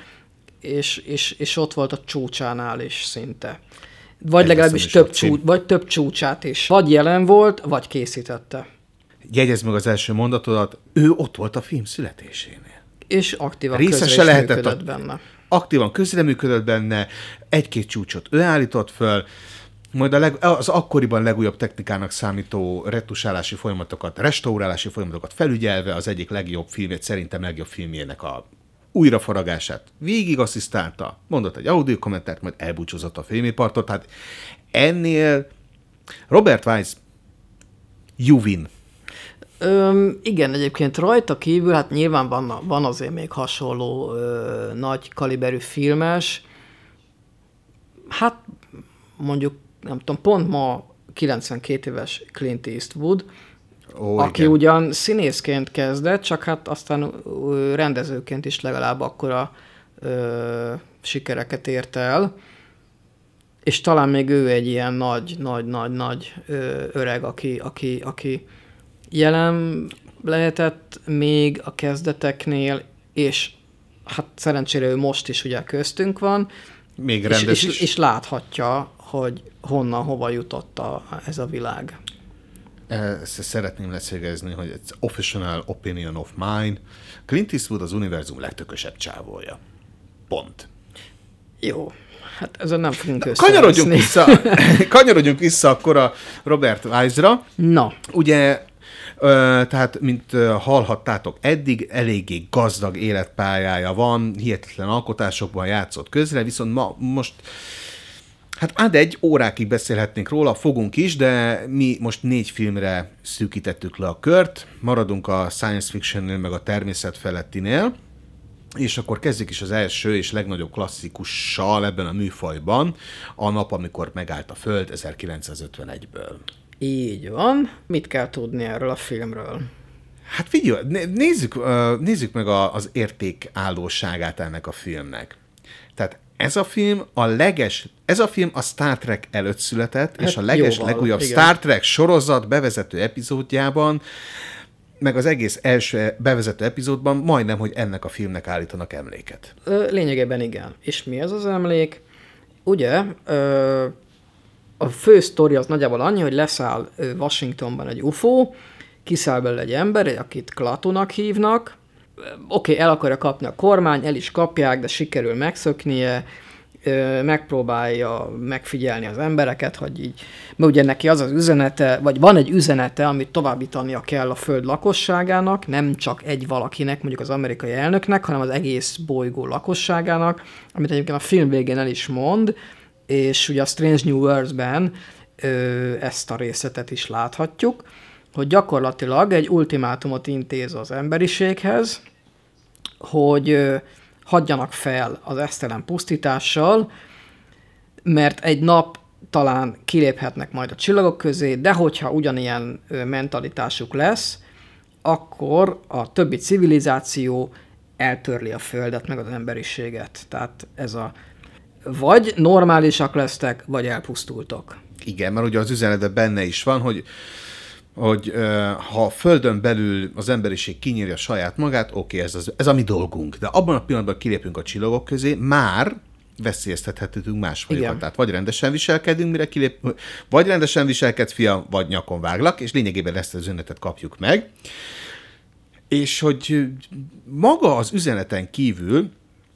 és ott volt a csúcsánál is szinte. Vagy legalábbis több csúcsát is. Vagy jelen volt, vagy készítette. Jegyezd meg az első mondatodat, ő ott volt a film születésénél. És aktívan közreműködött benne. Aktívan közreműködött benne, egy-két csúcsot ő állított föl, majd az akkoriban legújabb technikának számító retusálási folyamatokat, restaurálási folyamatokat felügyelve az egyik legjobb filmjét, szerintem legjobb filmjének a újrafaragását végig asszisztálta, mondott egy audio kommentárt, majd elbúcsúzott a filmipartól. Tehát ennél Robert Wise, you win. Igen, egyébként rajta kívül, hát nyilván van azért még hasonló nagy kaliberű filmes. Hát mondjuk, nem tudom, pont ma 92 éves Clint Eastwood, aki igen, ugyan színészként kezdett, csak hát aztán rendezőként is legalább akkora sikereket ért el, és talán még ő egy ilyen nagy öreg, aki jelen lehetett még a kezdeteknél, és hát szerencsére ő most is ugye köztünk van, még rendes is. És láthatja, hogy honnan, hova jutott ez a világ. Ezt szeretném leszögezni, hogy it's official opinion of mine. Clint Eastwood az univerzum legtökösebb csávója. Pont. Jó. Hát ezen nem fogunk Kanyarodjunk vissza akkor a Robert Wise-ra. Na. Ugye, tehát, mint hallhattátok, eddig eléggé gazdag életpályája van, hihetetlen alkotásokban játszott közre, viszont most hát egy órákig beszélhetnénk róla, fogunk is, de mi most 4 filmre szűkítettük le a kört, maradunk a science fictionnél, meg a természet felettinél, és akkor kezdjük is az első és legnagyobb klasszikussal ebben a műfajban, a Nap, amikor megállt a Föld 1951-ből. Így van. Mit kell tudni erről a filmről? Hát figyelj, nézzük meg az értékállóságát ennek a filmnek. Tehát ez a film a Star Trek előtt született, és a legújabb igen, Star Trek sorozat bevezető epizódjában, meg az egész első bevezető epizódban majdnem, hogy ennek a filmnek állítanak emléket. Lényegében igen. És mi ez az emlék? Ugye, a fő sztori az nagyjából annyi, hogy leszáll Washingtonban egy UFO, kiszáll belőle egy ember, akit Klatónak hívnak. Oké, el akarja kapni a kormány, el is kapják, de sikerül megszöknie, megpróbálja megfigyelni az embereket, hogy így, mert ugye neki az üzenete, vagy van egy üzenete, amit továbbítania kell a Föld lakosságának, nem csak egy valakinek, mondjuk az amerikai elnöknek, hanem az egész bolygó lakosságának, amit egyébként a film végén el is mond, és ugye a Strange New Worlds-ben ezt a részletet is láthatjuk, hogy gyakorlatilag egy ultimátumot intéz az emberiséghez, hogy hagyjanak fel az esztelen pusztítással, mert egy nap talán kiléphetnek majd a csillagok közé, de hogyha ugyanilyen mentalitásuk lesz, akkor a többi civilizáció eltörli a Földet, meg az emberiséget. Tehát ez vagy normálisak lesztek, vagy elpusztultok. Igen, mert ugye az üzenetben benne is van, hogy ha a Földön belül az emberiség kinyírja saját magát, oké, ez a mi dolgunk. De abban a pillanatban kilépünk a csillagok közé, már veszélyeztethetünk más fajokat. Tehát vagy rendesen viselkedünk, mire kilép, vagy rendesen viselkedsz, fiam, vagy nyakon váglak, és lényegében ezt az üzenetet kapjuk meg. És hogy maga az üzeneten kívül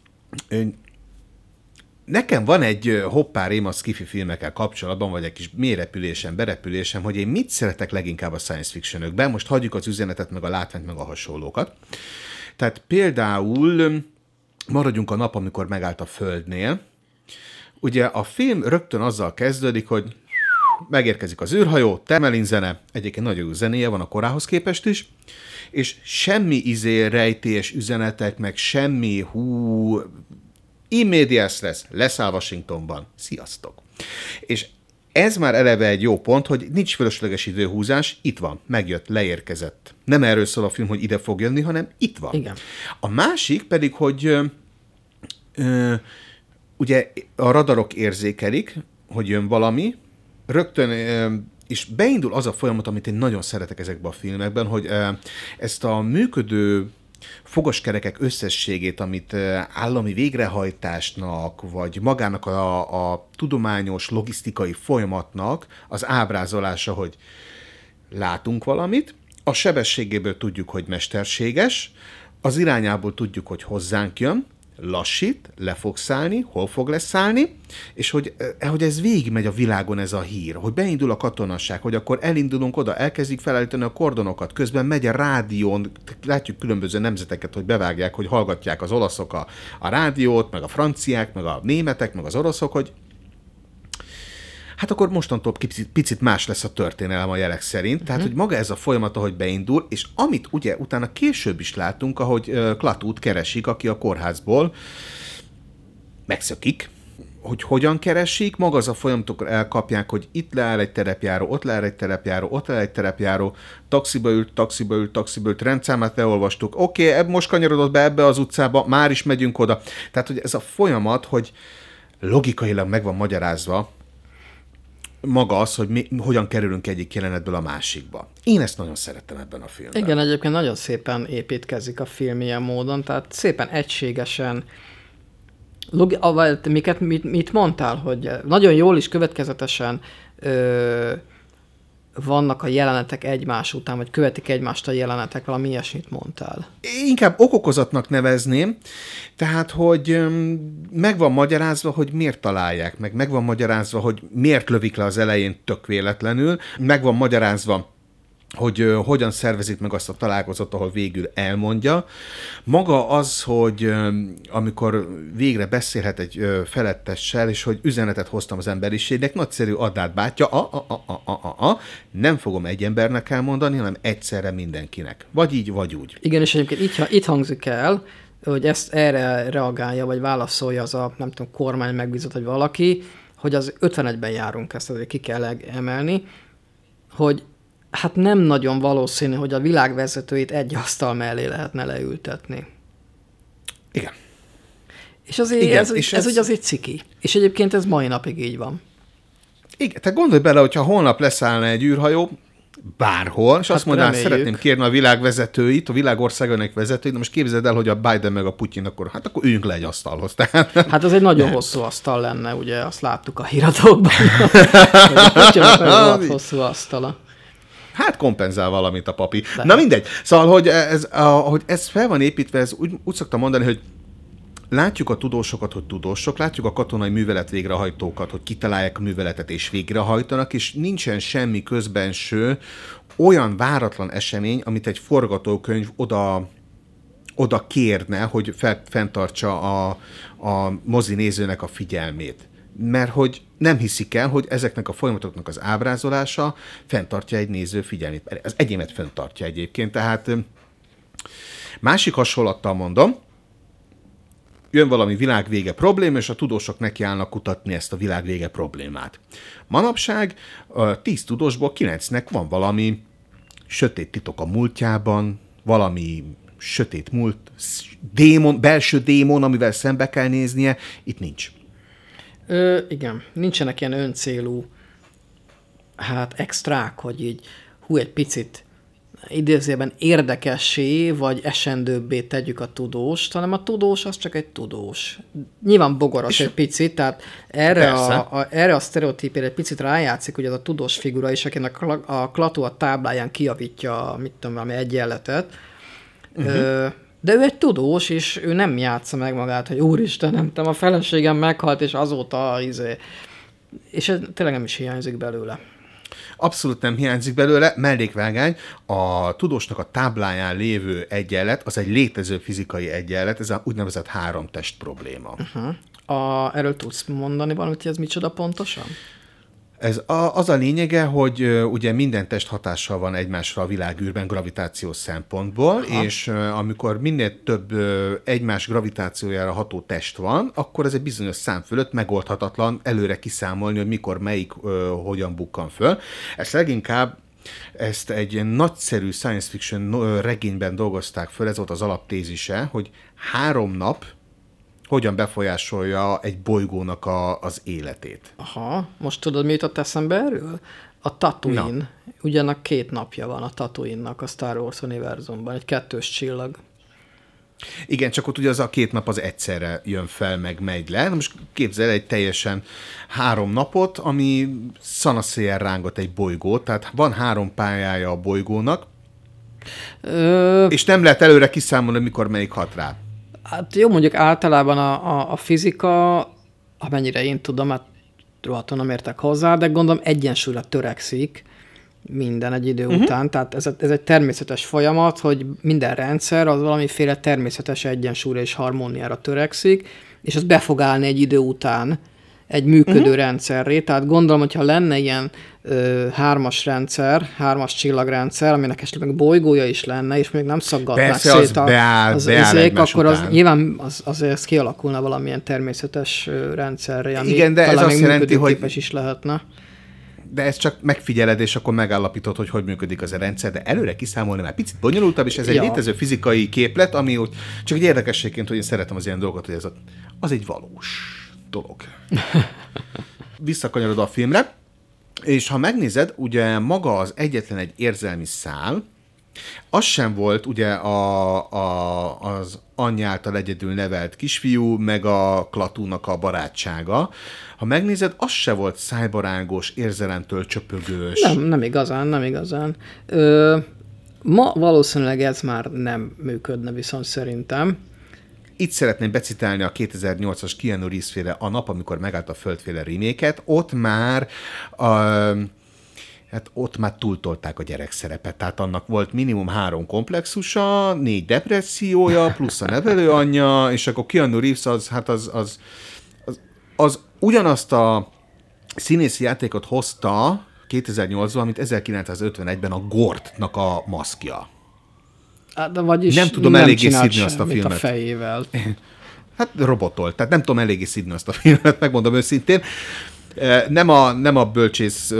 nekem van egy hoppárém a sci-fi filmekkel kapcsolatban, vagy egy kis mélyrepülésem, berepülésem, hogy én mit szeretek leginkább a science fictionökben. Most hagyjuk az üzenetet, meg a látványt, meg a hasonlókat. Tehát például maradjunk a Nap, amikor megállt a Földnél. ugye a film rögtön azzal kezdődik, hogy megérkezik az űrhajó, Temelin zene, egyébként nagyon jó zenéje van a korához képest is, és semmi rejtélyes üzenetek, meg semmi immediate leszáll Washingtonban. Sziasztok! És ez már eleve egy jó pont, hogy nincs fölösleges időhúzás, itt van, megjött, leérkezett. Nem erről szól a film, hogy ide fog jönni, hanem itt van. Igen. A másik pedig, hogy ugye a radarok érzékelik, hogy jön valami, rögtön, és beindul az a folyamat, amit én nagyon szeretek ezekben a filmekben, hogy ezt a működő fogaskerekek összességét, amit állami végrehajtásnak, vagy magának a tudományos, logisztikai folyamatnak az ábrázolása, hogy látunk valamit, a sebességéből tudjuk, hogy mesterséges, az irányából tudjuk, hogy hozzánk jön, lassít, le fog szállni, hol fog leszállni, és hogy ez végigmegy a világon ez a hír, hogy beindul a katonasság, hogy akkor elindulunk oda, elkezdik felállítani a kordonokat, közben megy a rádión, látjuk különböző nemzeteket, hogy bevágják, hogy hallgatják az olaszok a rádiót, meg a franciák, meg a németek, meg az oroszok, hogy hát akkor mostantól picit más lesz a történelem a jelek szerint. Tehát, hogy maga ez a folyamat, ahogy beindul, és amit ugye utána később is látunk, ahogy Klatút keresik, aki a kórházból megszökik, hogy hogyan keresik, maga az a folyamatok elkapják, hogy itt leáll egy terepjáró, ott leáll egy terepjáró, ott leáll egy terepjáró, taxiba ült, rendszámát leolvastuk, oké, most kanyarodott be ebbe az utcába, már is megyünk oda. Tehát, hogy ez a folyamat, hogy logikailag meg van magyarázva, maga az, hogy hogyan kerülünk egyik jelenetből a másikba. Én ezt nagyon szerettem ebben a filmben. Igen, egyébként nagyon szépen építkezik a film ilyen módon, tehát szépen egységesen. Mit mondtál, hogy nagyon jól is következetesen vannak a jelenetek egymás után, vagy követik egymást a jelenetek, valami ilyesmit mondtál. Inkább okokozatnak nevezném, tehát, hogy meg van magyarázva, hogy miért találják meg van magyarázva, hogy miért lövik le az elején tök véletlenül, meg van magyarázva, hogy hogyan szervezik meg azt a találkozót, ahol végül elmondja. Maga az, hogy amikor végre beszélhet egy felettessel, és hogy üzenetet hoztam az emberiségnek, nagyszerű, add át bátya, nem fogom egy embernek elmondani, hanem egyszerre mindenkinek. Vagy így, vagy úgy. Igen, és egyébként itt hangzik el, hogy ezt erre reagálja, vagy válaszolja az a, nem tudom, kormány megbízott, vagy valaki, hogy az 51-ben járunk, ezt azért ki kell emelni, hogy hát nem nagyon valószínű, hogy a világvezetőit egy asztal mellé lehetne leültetni. Igen. És azért ez ugye azért ciki. És egyébként ez mai napig így van. Igen, tehát gondolj bele, hogyha holnap leszállna egy űrhajó, bárhol, és azt mondaná, szeretném kérni a világvezetőit, a világországainak vezetőit, de most képzeld el, hogy a Biden meg a Putyin, akkor üljünk le egy asztalhoz. Hát az egy nagyon hosszú asztal lenne, ugye, azt láttuk a híradókban. A Putyinnak nagyon hosszú asztala. Hát kompenzál valamit a papi. De. Na mindegy. Szóval, hogy ez fel van építve, ez úgy szoktam mondani, hogy látjuk a tudósokat, hogy tudósok, látjuk a katonai művelet végrehajtókat, hogy kitalálják a műveletet és végrehajtanak, és nincsen semmi közbenső olyan váratlan esemény, amit egy forgatókönyv oda kérne, hogy fenntartsa a mozi nézőnek a figyelmét. Mert hogy nem hiszik el, hogy ezeknek a folyamatoknak az ábrázolása fenntartja egy néző figyelmét. Az egyémet fenntartja egyébként, tehát másik hasonlattal mondom, jön valami világvége probléma, és a tudósok nekiállnak kutatni ezt a világvége problémát. Manapság 10 tudósból 9-nek van valami sötét titok a múltjában, valami sötét múlt, belső démon, amivel szembe kell néznie, itt nincs. Igen, nincsenek ilyen öncélú extrák, hogy így egy picit idézőjelben érdekessé, vagy esendőbbé tegyük a tudóst, hanem a tudós az csak egy tudós. Nyilván bogaras egy picit, tehát erre a sztereotípére egy picit rájátszik, hogy az a tudós figura is, akinek a Klató a tábláján kijavítja, mit tudom, valami egyenletet, de ő egy tudós, és ő nem játsza meg magát, hogy úristen, nem tudom, a feleségem meghalt, és azóta és ez tényleg nem is hiányzik belőle. Abszolút nem hiányzik belőle. Mellékvágány, a tudósnak a tábláján lévő egyenlet, az egy létező fizikai egyenlet, ez a úgynevezett háromtest probléma. Erről tudsz mondani valamit, hogy ez micsoda pontosan? Ez az a lényege, hogy ugye minden test hatással van egymásra a világűrben gravitációs szempontból, és amikor minél több egymás gravitációjára ható test van, akkor ez egy bizonyos szám fölött megoldhatatlan előre kiszámolni, hogy mikor melyik hogyan bukkan föl. Ezt egy nagyszerű science fiction regényben dolgozták föl, ez volt az alaptézise, hogy 3 nap hogyan befolyásolja egy bolygónak az életét. Aha, most tudod, mi jutott eszembe erről? A Tatooine. Ugyanak 2 napja van a Tatooine-nak a Star Wars univerzumban, egy 2 csillag. Igen, csak ott ugye az a 2 nap az egyszerre jön fel, meg megy le. Na most képzel egy teljesen 3 napot, ami szanaszéjjel rángat egy bolygót, tehát van 3 pályája a bolygónak, és nem lehet előre kiszámolni, mikor melyik hat rá. Hát jó, mondjuk általában a fizika, amennyire én tudom, hát rohadtul nem értek hozzá, de gondolom egyensúlyra törekszik minden egy idő után. Tehát ez egy természetes folyamat, hogy minden rendszer az valamiféle természetes egyensúlyra és harmóniára törekszik, és az be fog állni egy idő után egy működő rendszerré. Tehát gondolom, hogyha lenne ilyen 3-as rendszer, 3-as csillagrendszer, aminek esetleg bolygója is lenne, és még nem szaggatnák szét az izék, akkor az nyilván azért kialakulna valamilyen természetes rendszerre, ami igen, de talán ez még azt jelenti, működőképes is lehetne. De ezt csak megfigyeled, és akkor megállapítod, hogy működik az a rendszer, de előre kiszámolni már picit bonyolultabb, és ez egy létező fizikai képlet, ami úgy, csak egy érdekességként, hogy én szeretem az ilyen dolgokat, hogy ez az egy valós dolog. Visszakanyarod a filmre, és ha megnézed, ugye maga az egyetlen egy érzelmi szál, az sem volt ugye az anyja által egyedül nevelt kisfiú, meg a Klatúnak a barátsága. Ha megnézed, az se volt szájbarágos, érzelemtől csöpögős. Nem igazán. Ma valószínűleg ez már nem működne, viszont szerintem. Itt szeretném becitálni a 2008-as Keanu Reeves-féle A nap, amikor megállt a földféle reméket. Ott már túltolták a gyerekszerepet, tehát annak volt minimum 3 komplexusa, 4 depressziója, plusz a nevelőanyja, és akkor Keanu Reeves az ugyanazt a színészi játékot hozta 2008-ban, mint 1951-ben a Gortnak a maszkja. De vagyis nem tudom eléggé szidni azt a filmet. A fejével. Hát robotolt, tehát nem tudom eléggé szidni azt a filmet, megmondom őszintén. Nem a bölcsész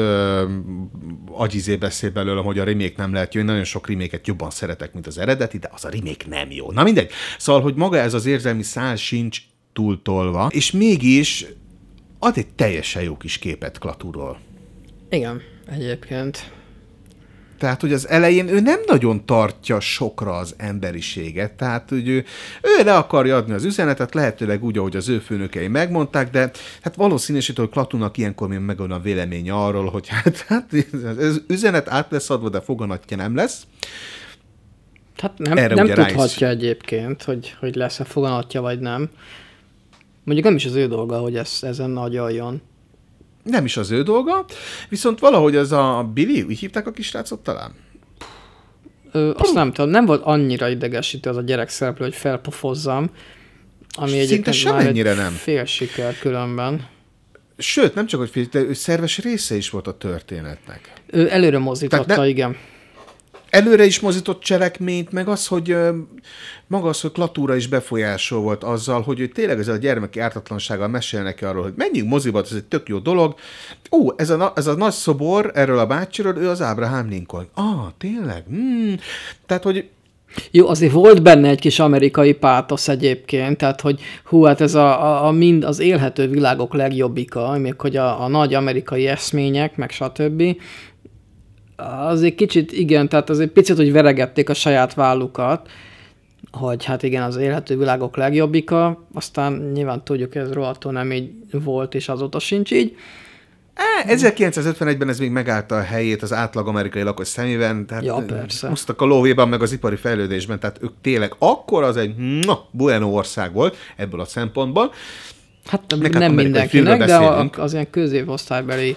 agyizé beszél belőlem, hogy a remake nem lehet jó. Én nagyon sok remake-et jobban szeretek, mint az eredeti, de az a remake nem jó. Na mindegy. Szóval, hogy maga ez az érzelmi szál sincs túltolva, és mégis ad egy teljesen jó kis képet Klatúról. Igen, egyébként. Tehát, hogy az elején ő nem nagyon tartja sokra az emberiséget, tehát, hogy ő le akarja adni az üzenetet, lehetőleg úgy, ahogy az ő főnökei megmondták, de hát valószínűsítő, hogy Klatúnak ilyenkor még megvan a véleménye arról, hogy hát az üzenet át lesz adva, de foganatja nem lesz. Hát nem tudhatja egyébként, hogy lesz-e foganatja, vagy nem. Mondjuk nem is az ő dolga, hogy ezen nagyaljon. Nem is az ő dolga, viszont valahogy az a Billy, úgy hívták a kisrácot talán? Azt nem tudom, nem volt annyira idegesítő az a gyerek szereplő, hogy felpofozzam, ami egyébként már egy fél siker különben. Sőt, nem csak, hogy fél, de ő szerves része is volt a történetnek. Ő előre mozdította, igen. Előre is mozdított cselekményt, meg az, hogy maga az, hogy Klatúra is befolyásol volt azzal, hogy ő tényleg ezzel a gyermeki ártatlansággal mesél neki arról, hogy menjünk moziba, ez egy tök jó dolog. Ez a nagy szobor erről a bácsiról, ő az Abraham Lincoln. Tényleg? Tehát, hogy jó, azért volt benne egy kis amerikai pátosz egyébként, tehát, hogy hát ez mind az élhető világok legjobbika, még hogy a nagy amerikai eszmények, meg stb. Azért kicsit, igen, tehát azért picit, hogy veregették a saját vállukat, hogy hát igen, az élhető világok legjobbika, aztán nyilván tudjuk, ez rohadtul nem így volt, és azóta sincs így. 1951-ben ez még megállta a helyét az átlag amerikai lakos szemében, tehát ja, persze. Húztak a lóvéban, meg az ipari fejlődésben, tehát ők tényleg akkor az egy bueno ország volt ebből a szempontból. Hát nem mindenkinek, de az ilyen középosztálybeli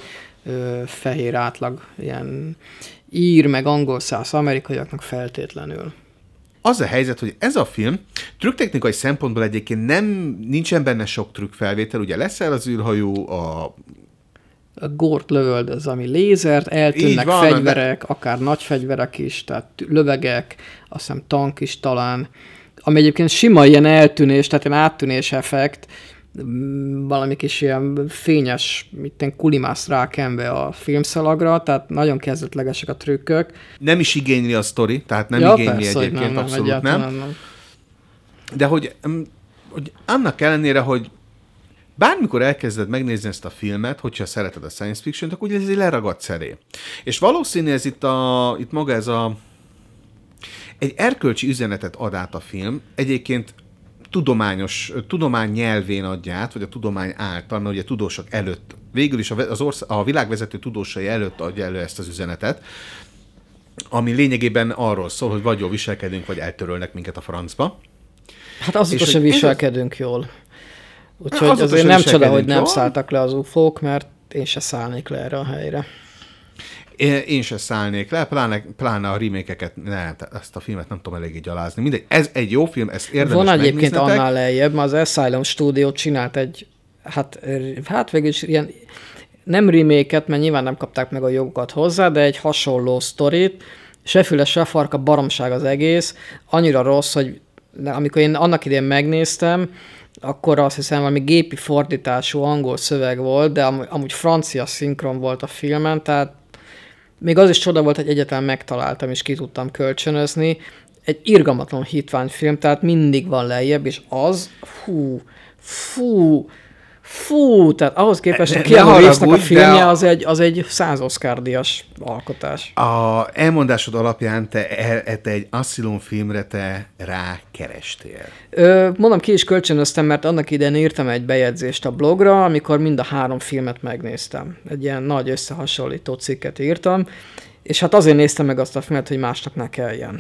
fehér átlag, ilyen ír, meg angol száz amerikaiaknak feltétlenül. Az a helyzet, hogy ez a film trükktechnikai szempontból egyébként nincsen benne sok trükkfelvétel, ugye leszáll az űrhajó, a Gort lövöldöz, ami lézert, eltűnnek fegyverek, akár nagy fegyverek is, tehát lövegek, azt hiszem tank is talán, ami egyébként sima ilyen eltűnés, tehát ilyen áttűnés effekt, valami kis ilyen fényes, mitten kulimász rákenve a filmszalagra, tehát nagyon kezdetlegesek a trükkök. Nem is igényli a sztori, tehát nem igényli persze, egyébként, nem, abszolút nem. De hogy annak ellenére, hogy bármikor elkezded megnézni ezt a filmet, hogyha szereted a science fiction-t, akkor ugye ez egy leragadt szeré. És valószínű ez itt maga ez egy erkölcsi üzenetet ad át a film, egyébként tudomány nyelvén adja át, vagy a tudomány által, mert ugye tudósok előtt, végül is a világvezető tudósai előtt adja elő ezt az üzenetet, ami lényegében arról szól, hogy vagy jól viselkedünk, vagy eltörölnek minket a francba. Hát azóta se viselkedünk jól. Úgyhogy azért nem csoda, hogy nem szálltak le az UFO-k, mert én se szállnék le erre a helyre. Én se szállnék le, pláne a remake-eket, ezt a filmet nem tudom eléggé gyalázni. Mindegy, ez egy jó film, ezt érdemes megnéznetek. Van egyébként annál lejjebb, mert az Asylum Studio csinált egy, hát végül is ilyen, nem remake-et, mert nyilván nem kapták meg a jogokat hozzá, de egy hasonló sztorit, se füle, se farka, baromság az egész, annyira rossz, hogy amikor én annak idején megnéztem, akkor azt hiszem, valami gépi fordítású angol szöveg volt, de amúgy francia szinkron volt a filmen, tehát még az is csoda volt, hogy egyáltalán megtaláltam, és ki tudtam kölcsönözni. Egy irgalmatlan hitványfilm, tehát mindig van lejjebb, és az, tehát ahhoz képest, hogy Keanu Reevesnek a filmje, az egy 100 Oscar-díjas alkotás. A elmondásod alapján te egy Asylum filmre te rákerestél. Mondom, ki is kölcsönöztem, mert annak idején írtam egy bejegyzést a blogra, amikor mind a 3 filmet megnéztem. Egy ilyen nagy összehasonlító cikket írtam, és hát azért néztem meg azt a filmet, hogy másnak ne kelljen.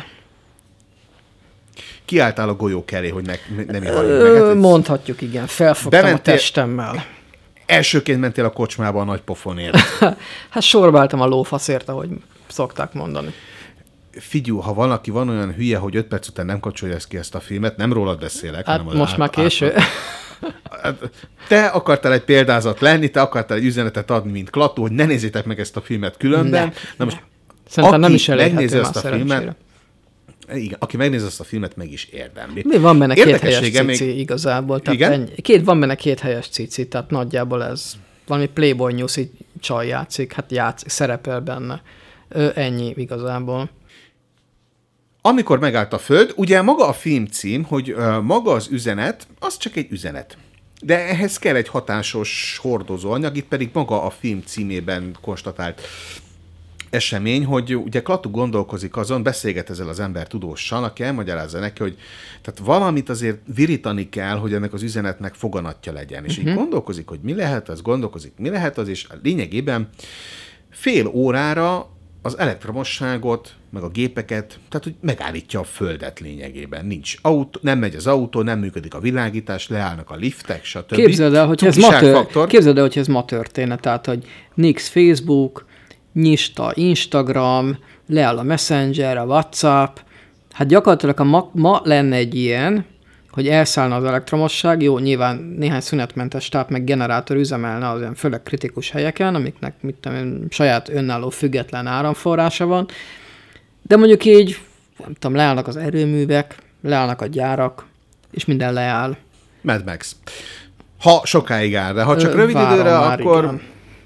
Kiálltál a golyók elé, hogy nem halljuk meg. Mondhatjuk, igen. Felfogtam a testemmel. Elsőként mentél a kocsmába a nagy pofonért. Hát sorbáltam a lófaszért, ahogy szokták mondani. Figyú, ha van olyan hülye, hogy 5 perc után nem kapcsolja ki ezt a filmet, nem rólad beszélek. Hát hanem most már késő. Te akartál egy példázat lenni, te akartál egy üzenetet adni, mint Klató, hogy ne nézzétek meg ezt a filmet különben. Na most, szerintem nem is elérhető ezt a filmet, igen, aki megnézi azt a filmet, meg is érdemli. Mi van benne 2 helyes cici igazából. Tehát van benne 2 helyes cici, tehát nagyjából ez valami Playboy News-i csaj játszik, szerepel benne. Ennyi igazából. Amikor megállt a Föld, ugye maga a filmcím, hogy maga az üzenet, az csak egy üzenet. De ehhez kell egy hatásos hordozóanyag, itt pedig maga a film címében konstatált esemény, hogy ugye Klaatu gondolkozik azon, beszélget ezzel az ember tudóssal, aki elmagyarázza neki, hogy tehát valamit azért virítani kell, hogy ennek az üzenetnek foganatja legyen. És így gondolkozik, hogy mi lehet az, és lényegében fél órára az elektromosságot, meg a gépeket, tehát hogy megállítja a Földet lényegében. Nincs autó, nem megy az autó, nem működik a világítás, leállnak a liftek, stb. Képzeld el, hogy ez ma történne, tehát hogy nix Facebook, nyista Instagram, leáll a Messenger, a WhatsApp. Hát gyakorlatilag ma lenne egy ilyen, hogy elszállna az elektromosság, jó, nyilván néhány szünetmentes táp meg generátor üzemelne az olyan főleg kritikus helyeken, amiknek saját önálló független áramforrása van, de mondjuk így, nem tudom, leállnak az erőművek, leállnak a gyárak, és minden leáll. Mad Max. Ha sokáig áll, de ha csak rövid időre, akkor... Igen.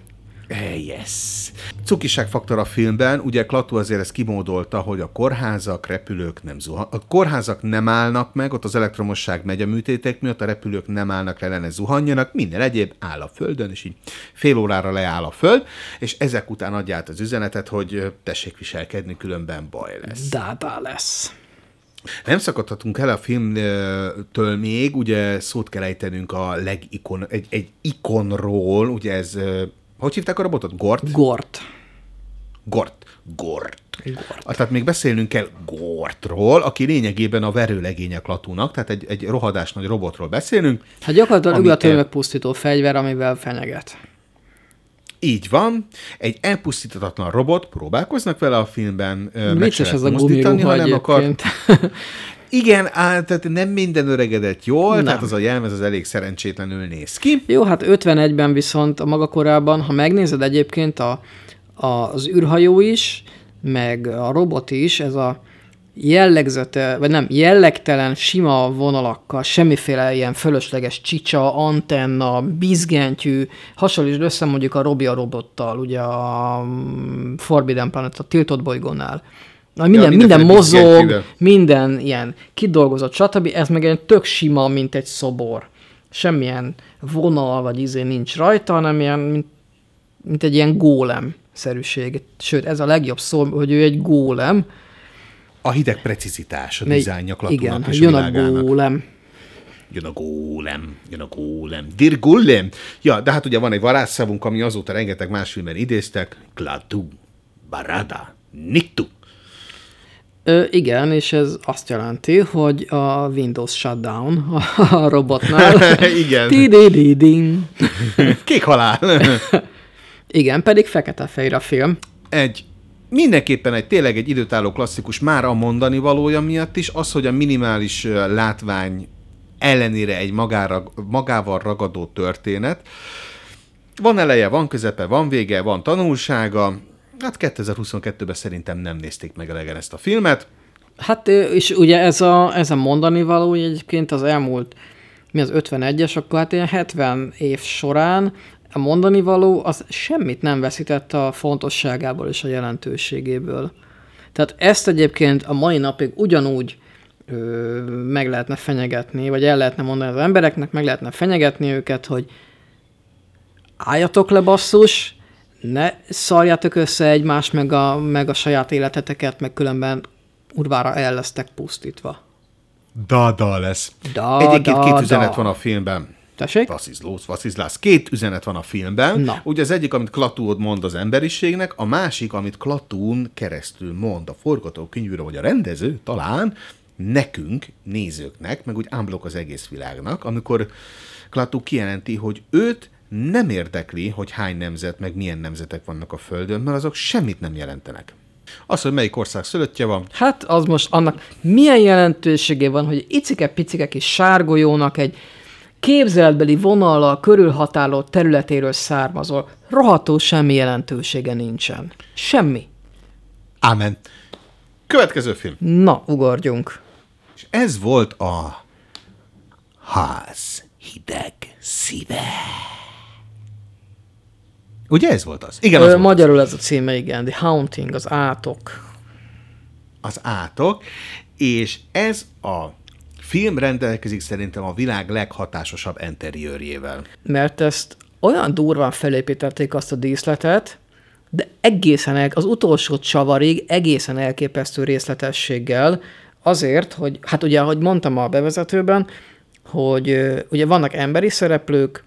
Yes. Cukiságfaktor a filmben, ugye Klaatu azért ezt kimódolta, hogy a kórházak, repülők nem a kórházak nem állnak meg, ott az elektromosság megy a műtétek miatt, a repülők nem állnak le, ne zuhanjanak, minden egyéb áll a Földön, és így fél órára leáll a Föld, és ezek után adja át az üzenetet, hogy tessék viselkedni, különben baj lesz. Dáda lesz. Nem szakadhatunk el a filmtől még, ugye szót kell ejtenünk egy ikonról, ugye ez... Hogy hívták a robotot? Gort. Tehát még beszélnünk kell Gortról, aki lényegében a verőlegénye Klaatunak, tehát egy rohadás nagy robotról beszélünk. Hát gyakorlatilag ő a tömegpusztító fegyver, amivel fenyeget. Így van. Egy elpusztítatlan robot, próbálkoznak vele a filmben. Vicces ez a gumiruha egyébként. Igen, tehát nem minden öregedett jól, nem. Tehát az a jelmez az elég szerencsétlenül néz ki. Jó, hát 51-ben viszont a maga korában, ha megnézed egyébként az űrhajó is, meg a robot is, ez a jellegzete, vagy nem, jellegtelen, sima vonalakkal, semmiféle ilyen fölösleges csicsa, antenna, bizgentyű, hasonlítsd össze mondjuk a Robbie a robottal, ugye a Forbidden Planet, a Tiltott bolygónál. Minden mozog, minden ilyen kidolgozott, stb. Ez meg egy tök sima, mint egy szobor. Semmilyen vonal, vagy nincs rajta, hanem ilyen, mint egy ilyen gólem-szerűség. Sőt, ez a legjobb szó, hogy ő egy gólem. A hideg precizitás a dizájnja Klatónak és jön a gólem. Jön a gólem. Dir Gullem. Ja, de hát ugye van egy varázsszavunk, ami azóta rengeteg más filmben idéztek. Klaatu, Barada, Niktu. Igen, és ez azt jelenti, hogy a Windows shutdown a robotnál. Igen. Kék halál. Igen, pedig fekete-fehér a film. Mindenképpen tényleg egy időtálló klasszikus, már a mondani valója miatt is, az, hogy a minimális látvány ellenére egy magával ragadó történet. Van eleje, van közepe, van vége, van tanulsága. Hát 2022-ben szerintem nem nézték meg elegen ezt a filmet. Hát, és ugye ez a mondani való egyébként az elmúlt, mi az 51-es, akkor hát ilyen 70 év során a mondani való az semmit nem veszített a fontosságából és a jelentőségéből. Tehát ezt egyébként a mai napig ugyanúgy meg lehetne fenyegetni, vagy el lehetne mondani az embereknek, meg lehetne fenyegetni őket, hogy álljatok le basszus, ne szarjátok össze egymást, meg a saját életeteket, meg különben urvára el lesztek pusztítva. Da lesz. Egyébként két üzenet van a filmben. Tessék? Vasszizlász. Két üzenet van a filmben. Na. Ugye az egyik, amit Klaatu mond az emberiségnek, a másik, amit Klaatún keresztül mond a forgatókönyvűrő, vagy a rendező talán nekünk, nézőknek, meg úgy ámblok az egész világnak, amikor Klaatu kijelenti, hogy őt nem érdekli, hogy hány nemzet, meg milyen nemzetek vannak a Földön, mert azok semmit nem jelentenek. Az, hogy melyik ország szülöttje van. Hát az most annak milyen jelentősége van, hogy icike-picike kis sárgolyónak egy képzeletbeli vonallal körülhatárolt területéről származol. Rohadtul semmi jelentősége nincsen. Semmi. Ámen. Következő film. Na, ugorjunk. És ez volt a Ház hideg szíve. Ugye ez volt az? Igen, az magyarul volt ez a címe, igen. The Haunting, az átok. Az átok, és ez a film rendelkezik szerintem a világ leghatásosabb enteriőrjével. Mert ezt olyan durván felépítették azt a díszletet, de egészen az utolsó csavarig egészen elképesztő részletességgel, azért, hogy, hát ugye, ahogy mondtam a bevezetőben, hogy ugye vannak emberi szereplők,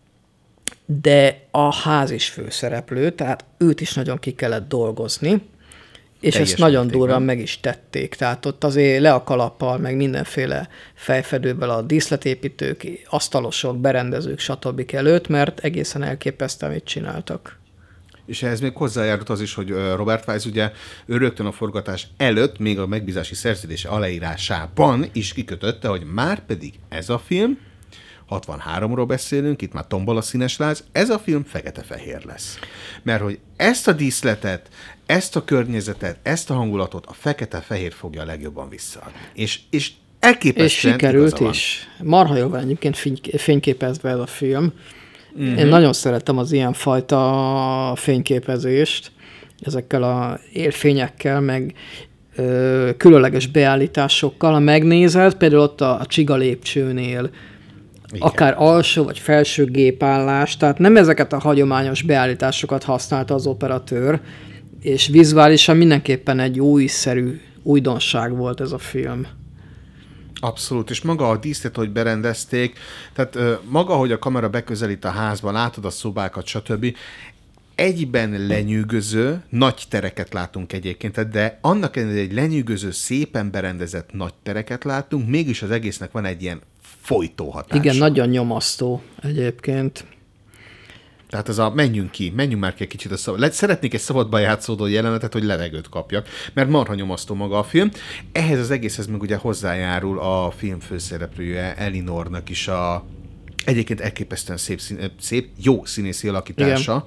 de a ház is főszereplő, tehát őt is nagyon ki kellett dolgozni, és ezt nagyon durván meg is tették. Tehát ott azért le a kalappal, meg mindenféle fejfedővel a díszletépítők, asztalosok, berendezők, stb. Előtt, mert egészen elképesztően mit csináltak. És ehhez még hozzájárult az is, hogy Robert Wise ugye ő rögtön a forgatás előtt, még a megbízási szerződése aláírásában is kikötötte, hogy már pedig ez a film, 63-ról beszélünk, itt már tombol a színes láz, ez a film fekete-fehér lesz. Mert hogy ezt a díszletet, ezt a környezetet, ezt a hangulatot a fekete-fehér fogja a legjobban visszaadni. És elképesztően és sikerült is. Marha jól van egyébként fényképezve ez a film. Mm-hmm. Én nagyon szeretem az ilyenfajta fényképezést, ezekkel a élfényekkel, meg különleges beállításokkal. Ha megnézed, például ott a Csiga lépcsőnél, igen, akár alsó vagy felső gépállás, tehát nem ezeket a hagyományos beállításokat használta az operatőr, és vizuálisan mindenképpen egy újszerű újdonság volt ez a film. Abszolút, és maga a díszlet, hogy berendezték, tehát maga, hogy a kamera beközelít a házba, látod a szobákat, stb., egyben lenyűgöző, nagy tereket látunk egyébként, de annak ellenére egy lenyűgöző, szépen berendezett nagy tereket látunk, mégis az egésznek van egy ilyen folytó hatása. Igen, nagyon nyomasztó egyébként. Tehát ez a menjünk már ki egy kicsit a szabad. Szeretnék egy szabadban játszódó jelenetet, hogy levegőt kapjak, mert marha nyomasztó maga a film. Ehhez az egészhez meg ugye hozzájárul a film főszereplője Elinornak is egyébként elképesztően szép, jó színészi alakítása.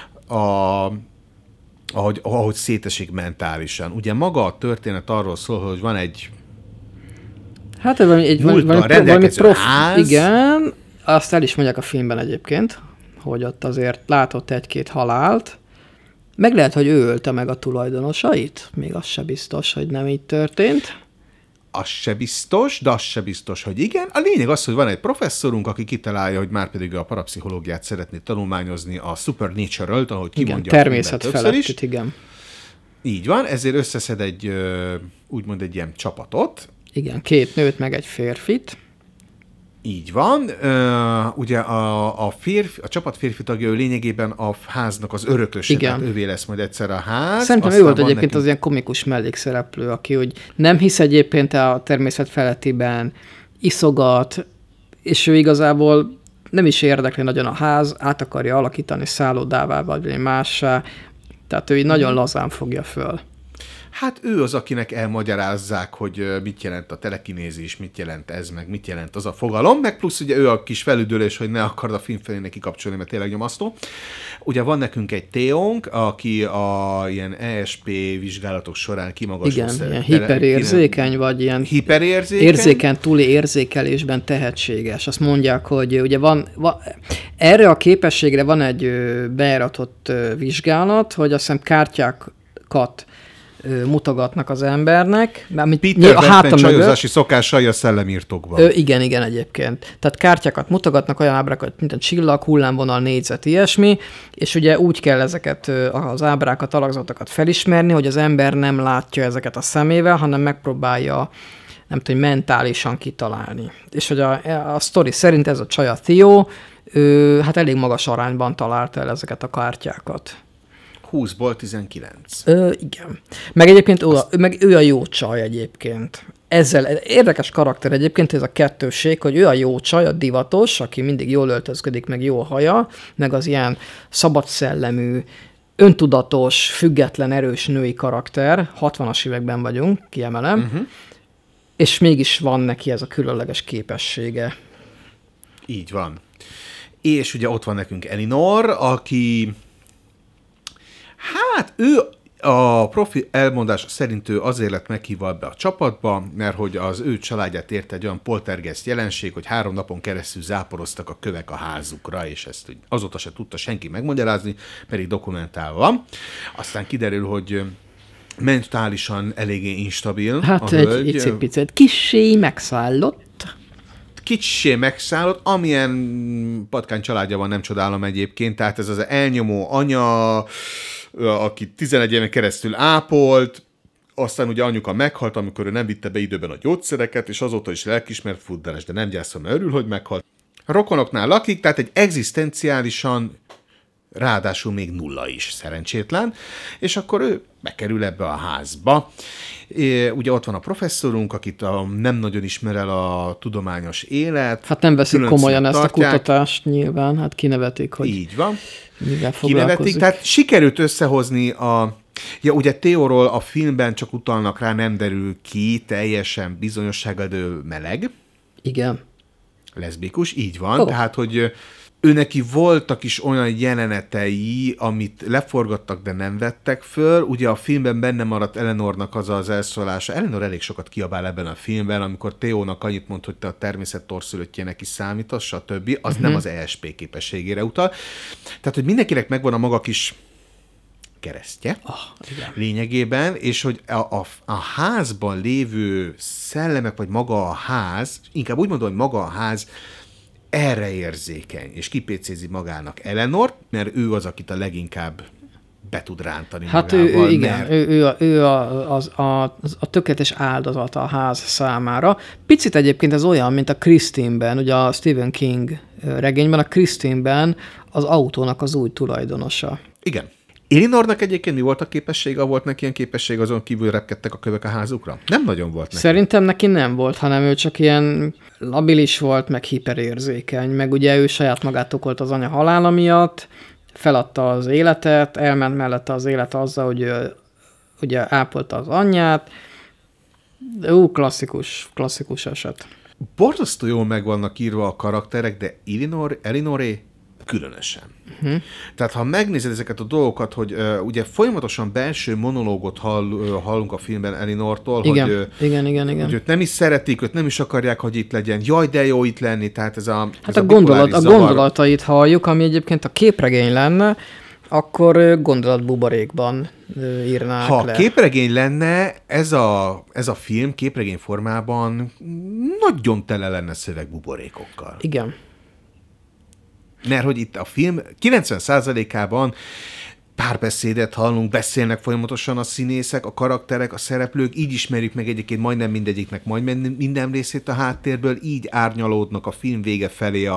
Ahogy szétesik mentálisan. Ugye maga a történet arról szól, hogy van egy hát valami ház. Igen, azt el is mondják a filmben egyébként, hogy ott azért látott egy-két halált. Meg lehet, hogy ő ölte meg a tulajdonosait. Még az se biztos, hogy nem így történt. Az se biztos, de az se biztos, hogy igen. A lényeg az, hogy van egy professzorunk, aki kitalálja, hogy már pedig a parapszichológiát szeretné tanulmányozni, a supernatural-t, ahogy kimondja. Igen, természetfelettit, igen. Így van, ezért összeszed úgymond egy ilyen csapatot. Igen, 2 nőt, meg egy férfit. Így van. Ugye a csapat férfi tagja, ő lényegében a háznak az örököse, tehát ővé lesz majd egyszer a ház. Szerintem ő volt egyébként az ilyen komikus mellékszereplő, aki hogy nem hisz egyébként a természet felettiben, iszogat, és ő igazából nem is érdekli nagyon a ház, át akarja alakítani szállodává, vagy mássá, tehát ő így nagyon lazán fogja föl. Hát ő az, akinek elmagyarázzák, hogy mit jelent a telekinézis, mit jelent ez, meg mit jelent az a fogalom, meg plusz ugye ő a kis felüdülés, hogy ne akard a film felé neki kapcsolni, mert tényleg nyomasztó. Ugye van nekünk egy Theónk, aki a ilyen ESP vizsgálatok során kimagasló. Igen, ilyen hiperérzékeny, vagy ilyen érzékeny, túli érzékelésben tehetséges. Azt mondják, hogy ugye van erre a képességre van egy bejáratott vizsgálat, hogy azt hiszem kártyákat mutogatnak az embernek. Peter Venkman csajozási szokásai a szellemírtokban. Igen, egyébként. Tehát kártyákat mutogatnak, olyan ábrákat, mint a csillag, hullámvonal, négyzet, ilyesmi, és ugye úgy kell ezeket az ábrákat, alakzatokat felismerni, hogy az ember nem látja ezeket a szemével, hanem megpróbálja, nem tudom, mentálisan kitalálni. És hogy a sztori szerint ez a csaj, a Theo, hát elég magas arányban találta el ezeket a kártyákat. 20-ból 19. Igen. Meg egyébként ő a jó csaj egyébként. Ezzel érdekes karakter egyébként ez a kettősség, hogy ő a jó csaj, a divatos, aki mindig jól öltözködik, meg jó haja, meg az ilyen szabadszellemű, öntudatos, független, erős női karakter. 60-as években vagyunk, kiemelem. Uh-huh. És mégis van neki ez a különleges képessége. Így van. És ugye ott van nekünk Elinor, aki hát ő a profi elmondás szerint ő azért lett meghívva be a csapatba, mert hogy az ő családját érte egy olyan poltergeist jelenség, hogy 3 napon keresztül záporoztak a kövek a házukra, és ezt azóta se tudta senki megmagyarázni, pedig dokumentálva van. Aztán kiderül, hogy mentálisan eléggé instabil hát a hölgy. Hát egy picit kissé megszállott. Kicsi megszállott, amilyen patkány családja van, nem csodálom egyébként, tehát ez az elnyomó anya, aki 11 éven keresztül ápolt, aztán ugye anyuka meghalt, amikor ő nem vitte be időben a gyógyszereket, és azóta is lelkismert futdares, de nem gyászol, mert örül, hogy meghalt. A rokonoknál lakik, tehát egy egzisztenciálisan, ráadásul még 0 is szerencsétlen, és akkor ő bekerül ebbe a házba. Ugye ott van a professzorunk, akit nem nagyon ismer el a tudományos élet. Hát nem veszik komolyan ezt a kutatást nyilván, hát kinevetik, hogy így van. Mivel foglalkozik. Tehát sikerült összehozni ugye Theóról a filmben csak utalnak rá, nem derül ki teljesen bizonyossággal, de ő meleg. Igen. Leszbikus, így van. Tehát, hogy ő neki voltak is olyan jelenetei, amit leforgattak, de nem vettek föl. Ugye a filmben benne maradt Eleanornak az elszólása. Eleanor elég sokat kiabál ebben a filmben, amikor Theónak annyit mond, hogy te a természet torszülöttjének is számítasz, stb. Az nem az ESP képességére utal. Tehát, hogy mindenkinek megvan a maga kis keresztje lényegében, és hogy a házban lévő szellemek, vagy maga a ház, inkább úgy mondom, hogy maga a ház erre érzékeny, és kipécézi magának Eleanort, mert ő az, akit a leginkább be tud rántani hát magával. Igen, ő a tökéletes áldozata a ház számára. Picit egyébként ez olyan, mint a Christine-ben, ugye a Stephen King regényben, a Christine-ben az autónak az új tulajdonosa. Igen. Elinornak egyébként mi volt a képessége? Volt neki ilyen képesség, azon kívül repkedtek a kövek a házukra? Nem nagyon volt neki. Szerintem neki nem volt, hanem ő csak ilyen labilis volt, meg hiperérzékeny, meg ugye ő saját magát okolt az anya halála miatt, feladta az életet, elment mellette az élet azzal, hogy ugye ápolta az anyját. Klasszikus eset. Borzasztó jól meg vannak írva a karakterek, de Elinoré különösen. Tehát ha megnézed ezeket a dolgokat, hogy ugye folyamatosan belső monológot hallunk a filmben Elinortól, igen. hogy őt nem is szeretik, őt nem is akarják, hogy itt legyen. Jaj, de jó itt lenni. Tehát ez a gondolatait halljuk, ami egyébként a képregény lenne, akkor gondolatbuborékban írnák le. Ha le. képregény lenne, ez a film képregény formában nagyon tele lenne szövegbuborékokkal. Igen. Mert hogy itt a film 90%-ában párbeszédet hallunk, beszélnek folyamatosan a színészek, a karakterek, a szereplők, így ismerjük meg egyébként majdnem mindegyiknek minden részét a háttérből, így árnyalódnak a film vége felé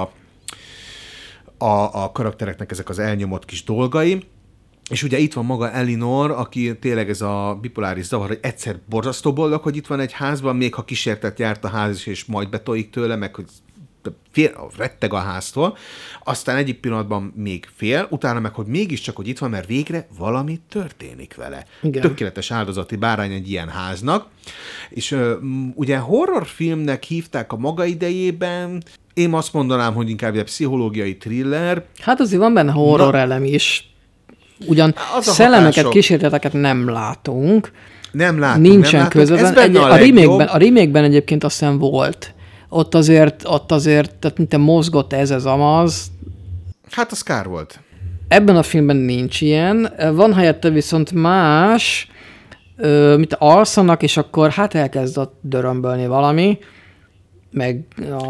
a karaktereknek ezek az elnyomott kis dolgai. És ugye itt van maga Elinor, aki tényleg ez a bipoláris zavar, hogy egyszer borzasztó boldog, hogy itt van egy házban, még ha kísértett járt a ház is, és majd betojik tőle, meg hogy retteg a háztól, aztán egyik pillanatban még fél, utána meg, hogy mégiscsak, hogy itt van, mert végre valami történik vele. Igen. Tökéletes áldozati bárány egy ilyen háznak, és ugye horrorfilmnek hívták a maga idejében, én azt mondanám, hogy inkább egy pszichológiai thriller. Hát azért van benne horror elem is. Ugyan szellemeket, kísérleteket nem látunk. Nem látunk. Nincsen közben. A remake-ben egyébként azt hiszem volt. Ott azért, tehát mint mozgott ez az amaz. Hát az kár volt. Ebben a filmben nincs ilyen. Van helyette viszont más, mint alszanak, és akkor hát elkezd ott dörömbölni valami, meg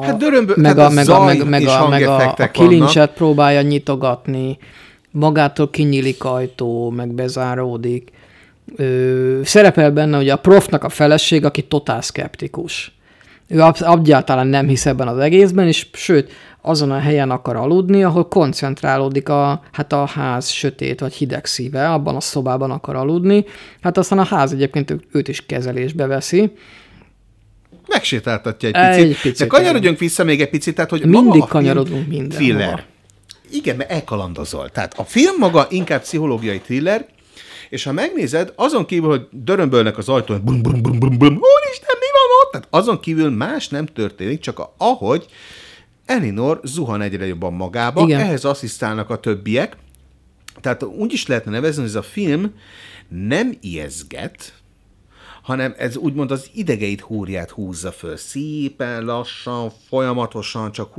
a kilincset próbálja nyitogatni, magától kinyílik ajtó, meg bezáródik. Szerepel benne ugye a profnak a feleség, aki totál szkeptikus. Ő egyáltalán nem hisz ebben az egészben, és sőt, azon a helyen akar aludni, ahol koncentrálódik a ház sötét vagy hideg szíve, abban a szobában akar aludni. Hát aztán a ház egyébként őt is kezelésbe veszi. Megsétáltatja egy picit. De kanyarodjunk vissza még egy picit, tehát hogy mindig kanyarodunk mindenhova. Igen, mert elkalandozol. Tehát a film maga inkább pszichológiai thriller, és ha megnézed, azon kívül, hogy dörömbölnek az ajtón, bum, bum, bum, bum, bum, úristen, mi van ott? Tehát azon kívül más nem történik, csak ahogy Elinor zuhan egyre jobban magába, igen. Ehhez asszisztálnak a többiek. Tehát úgy is lehetne nevezni, hogy ez a film nem ijeszget, hanem ez úgymond az idegeit húrját húzza föl. Szépen, lassan, folyamatosan, csak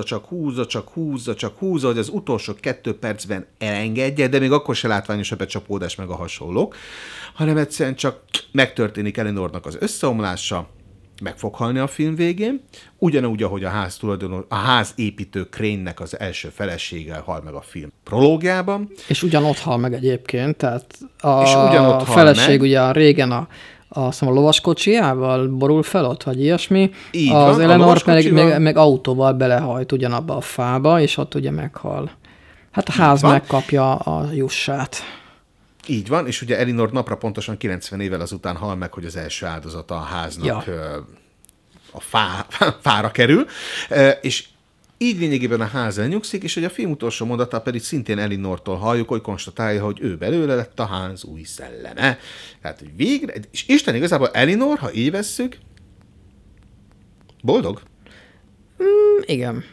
húzza, hogy az utolsó 2 percben elengedje, de még akkor se látványos a becsapódás meg a hasonlók, hanem egyszerűen csak megtörténik Elinornak az összeomlása, meg fog halni a film végén, ugyanúgy, ahogy a házépítő Crane-nek az első felesége hal meg a film prológiában. És ugyanott hal meg egyébként, tehát a feleség ugye régen a lovaskocsijával borul fel ott, vagy ilyesmi. Így az Eleanor meg autóval belehajt ugyanabba a fába, és ott ugye meghal. Hát a ház megkapja a jussát. Így van, és ugye Elinor napra pontosan 90 évvel azután hal meg, hogy az első áldozata a háznak a fára kerül, és így lényegében a ház elnyugszik, és hogy a film utolsó mondata pedig szintén Elinortól halljuk, hogy konstatálja, hogy ő belőle lett a ház új szelleme. Tehát, hogy végre, és Isten igazából Elinor, ha így vesszük, boldog? Igen.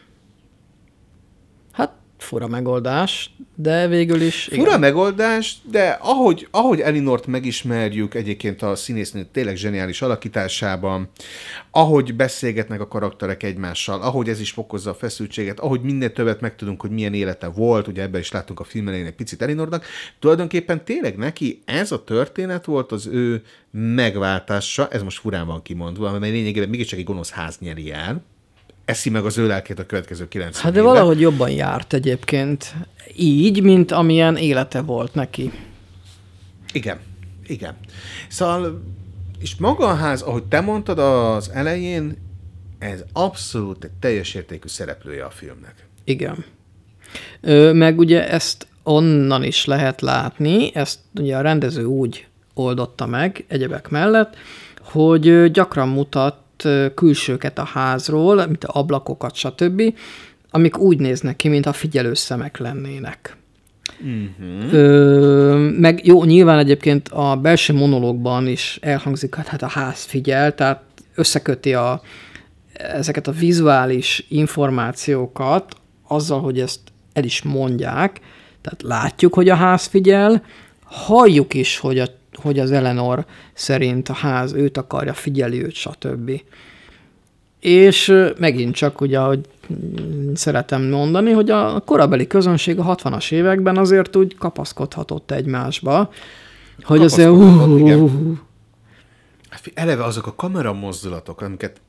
Hát fura megoldás, de végül is... Fura igen. Megoldás, de ahogy Elinort megismerjük egyébként a színésznő tényleg zseniális alakításában, ahogy beszélgetnek a karakterek egymással, ahogy ez is fokozza a feszültséget, ahogy minden többet megtudunk, hogy milyen élete volt, ugye ebben is láttunk a film elején egy picit Elinornak, tulajdonképpen tényleg neki ez a történet volt az ő megváltása, ez most furán van kimondva, mert lényegében mégiscsak egy gonosz ház nyeri el, eszi meg az ő lelkét a következő 90 Hát de évben. valahogy jobban járt egyébként így, mint amilyen élete volt neki. Igen. Szóval, és maga a ház, ahogy te mondtad az elején, ez abszolút egy teljes értékű szereplője a filmnek. Igen. Meg ugye ezt onnan is lehet látni, ezt ugye a rendező úgy oldotta meg egyebek mellett, hogy gyakran mutat külsőket a házról, mint ablakokat, stb., amik úgy néznek ki, mintha figyelőszemek lennének. Meg jó, nyilván egyébként a belső monológban is elhangzik, hát a ház figyel, tehát összeköti ezeket a vizuális információkat azzal, hogy ezt el is mondják, tehát látjuk, hogy a ház figyel, halljuk is, hogy az Eleanor szerint a ház őt akarja, figyeli őt, stb. És megint csak ugye, ahogy szeretem mondani, hogy a korabeli közönség a 60-as években azért úgy kapaszkodhatott egymásba, hogy azért eleve azok a kameramozdulatok,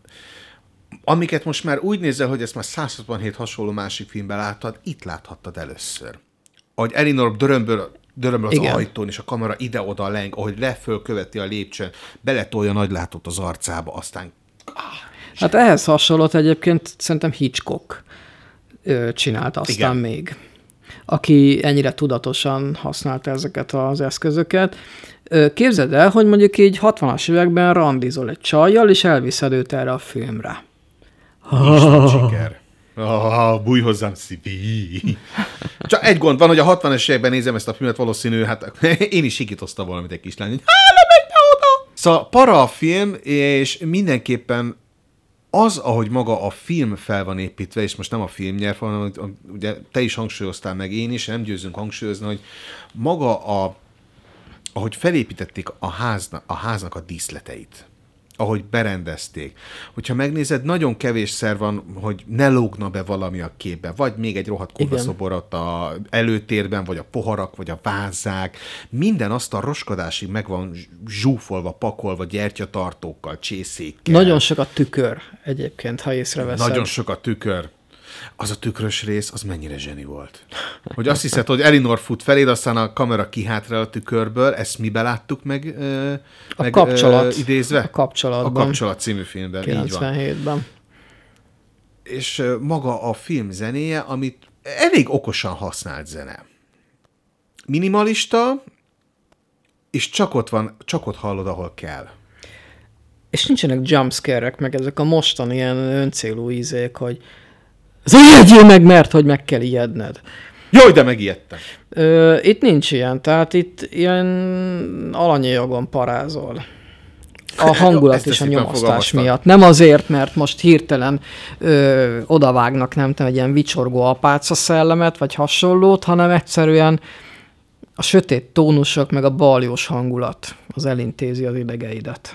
amiket most már úgy nézel, hogy ezt már 167 hasonló másik filmben láttad, itt láthattad először. Ahogy Elinor dörömböl az ajtón, és a kamera ide-oda leng, ahogy leföl követi a lépcsőn, beletolja nagylátót az arcába, aztán... Hát ehhez hasonlót egyébként szerintem Hitchcock csinálta aztán még, aki ennyire tudatosan használta ezeket az eszközöket. Képzeld el, hogy mondjuk így 60-as években randizol egy csajjal, és elviszed őt erre a filmre. Isten siker. Bújj hozzám, szívi. Csak egy gond van, hogy a 60-as években nézem ezt a filmet, valószínű, hát én is sikítoztam valamit egy kislány, hogy lemegy be oda! Szóval para a film, és mindenképpen az, ahogy maga a film fel van építve, és most nem a film nyer, hanem ugye te is hangsúlyoztál meg, én is, nem győzünk hangsúlyozni, hogy maga ahogy felépítették a háznak a díszleteit, ahogy berendezték. Hogyha megnézed, nagyon kevésszer van, hogy ne lógna be valami a képbe, vagy még egy rohadt kódaszoborat a előtérben, vagy a poharak, vagy a vázzák. Minden azt a roskadásig meg van zsúfolva, pakolva gyertyatartókkal, csészékkel. Nagyon sok a tükör egyébként, ha észreveszed. Nagyon sok a tükör. Az a tükrös rész, az mennyire zseni volt. Hogy azt hiszed, hogy Elinor fut feléd, aztán a kamera kihátrál a tükörből, ezt mibe láttuk meg, idézve? A Kapcsolatban. A Kapcsolat című filmben. 97-ben. És maga a film zenéje, amit elég okosan használt zene. Minimalista, és csak ott hallod, ahol kell. És nincsenek jumpscare-ek, meg ezek a mostani ilyen öncélú ízék, hogy ijedjél meg, mert hogy meg kell ijedned. Jaj, de megijedtem. Itt nincs ilyen, tehát itt ilyen alanyi jogon parázol. A hangulat és a nyomasztás miatt. Nem azért, mert most hirtelen odavágnak, nem tudom, egy ilyen vicsorgó apáca szellemet, vagy hasonlót, hanem egyszerűen a sötét tónusok, meg a baljós hangulat az elintézi az idegeidet.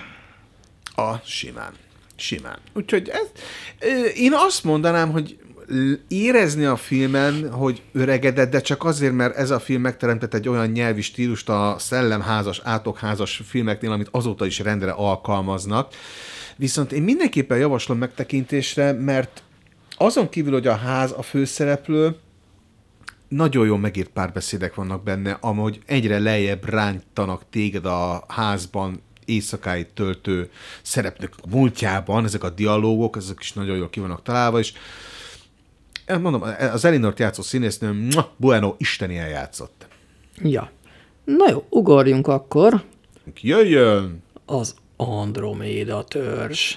Simán. Úgyhogy én azt mondanám, hogy érezni a filmen, hogy öregedett, de csak azért, mert ez a film megteremtett egy olyan nyelvi stílust a szellemházas, átokházas filmeknél, amit azóta is rendre alkalmaznak. Viszont én mindenképpen javaslom megtekintésre, mert azon kívül, hogy a ház a főszereplő, nagyon jól megírt párbeszédek vannak benne, amúgy egyre lejjebb rántanak téged a házban éjszakáit töltő szereplők múltjában, ezek a dialógok, ezek is nagyon jól ki vannak találva, és mondom, az Elinort játszó színésznő, bueno, isteni eljátszott. Ja. Na jó, ugorjunk akkor. Jöjjön! Az Androméda törzs.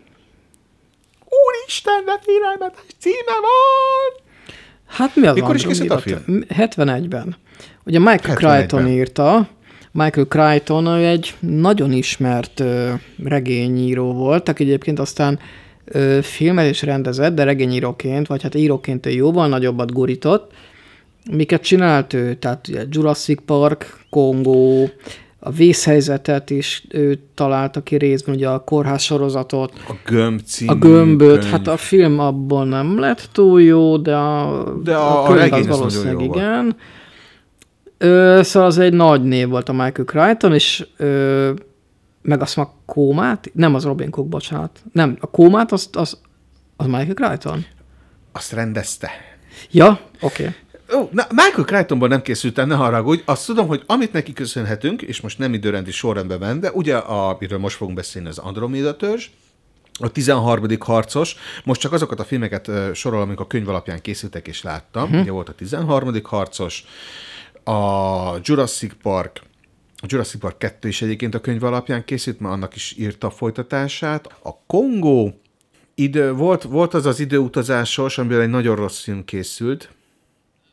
Úristen, de félelmetes címe volt! Hát mi az mikor is készült a film? 71-ben. Ugye Michael Crichton írta. Michael Crichton egy nagyon ismert regényíró volt, aki egyébként aztán filmet is rendezett, de regényíróként, vagy hát íróként ő jóval nagyobbat gurított. Miket csinált ő? Tehát Jurassic Park, Kongó, a Vészhelyzetet is ő találta ki részben, ugye a kórház sorozatot. A Gömb című A Gömböt, hát a film abból nem lett túl jó, de a könyv az valószínűleg igen. Szóval az egy nagy név volt a Michael Crichton, és meg azt a Kómát, nem az Robin Cook, bocsánat. Nem, a Kómát az Michael Crichton? Azt rendezte. Ja, oké. Michael Crichtonból nem készültem, ne haragudj. Azt tudom, hogy amit neki köszönhetünk, és most nem időrendi sorrendben van, de ugye, amiről most fogunk beszélni, az Andromeda törzs, a 13. harcos, most csak azokat a filmeket sorolom, amik a könyv alapján készültek, és láttam. Ugye volt a 13. harcos, a Jurassic Park 2 is egyébként a könyv alapján készült, mert annak is írta a folytatását. A Kongó, volt az időutazásos, amiből egy nagyon rossz film készült.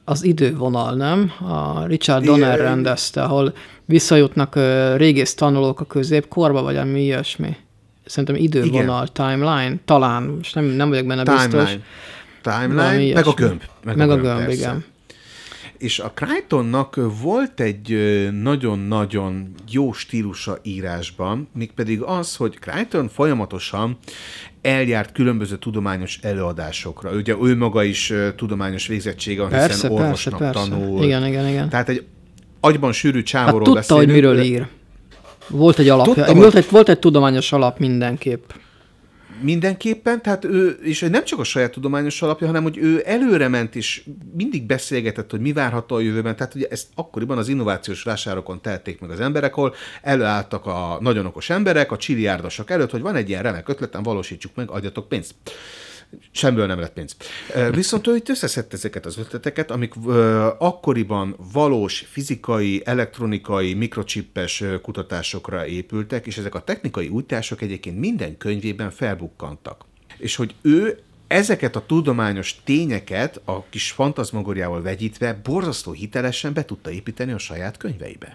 az idővonal, nem? A Richard Donner rendezte, ahol visszajutnak régész tanulók a középkorba, vagy ami ilyesmi. Szerintem idővonal, timeline, talán, most nem vagyok benne biztos. Timeline, meg a gömb. Meg a gömb, igen. És a Crichtonnak volt egy nagyon-nagyon jó stílusa írásban, mégpedig az, hogy Crichton folyamatosan eljárt különböző tudományos előadásokra. Ugye ő maga is tudományos végzettsége, hiszen orvosnak tanul. Igen. Tehát egy agyban sűrű csávóról tudta, beszélünk. Hogy miről ír. Volt egy alapja. Volt egy tudományos alap mindenképp. Mindenképpen, tehát ő, és nem csak a saját tudományos alapja, hanem hogy ő előrement és mindig beszélgetett, hogy mi várható a jövőben. Tehát ugye ezt akkoriban az innovációs vásárokon tették meg az emberek, ahol előálltak a nagyon okos emberek, a csiliárdosok előtt, hogy van egy ilyen remek ötletem, valósítsuk meg, adjatok pénzt. Semből nem lett pénz. Viszont ő itt összeszedte ezeket az ötleteket, amik akkoriban valós fizikai, elektronikai, mikrocsippes kutatásokra épültek, és ezek a technikai újítások egyébként minden könyvében felbukkantak. És hogy ő ezeket a tudományos tényeket a kis fantazmagóriával vegyítve borzasztó hitelesen be tudta építeni a saját könyveibe.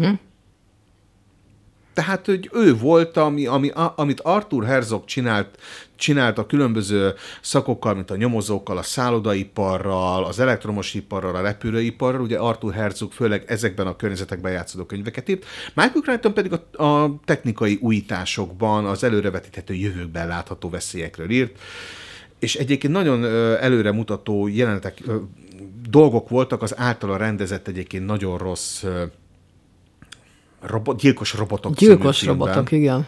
Tehát, hogy ő volt, amit Arthur Herzog csinált a különböző szakokkal, mint a nyomozókkal, a szállodaiparral, az elektromos iparral, a repülőiparral. Ugye Arthur Herzog főleg ezekben a környezetekben játszódó könyveket írt. Michael Crichton pedig a technikai újításokban, az előrevetíthető jövőkben látható veszélyekről írt. És egyébként nagyon előremutató jelenetek, dolgok voltak az általa rendezett egyébként nagyon rossz gyilkos robotok. Gyilkos robotok, igen.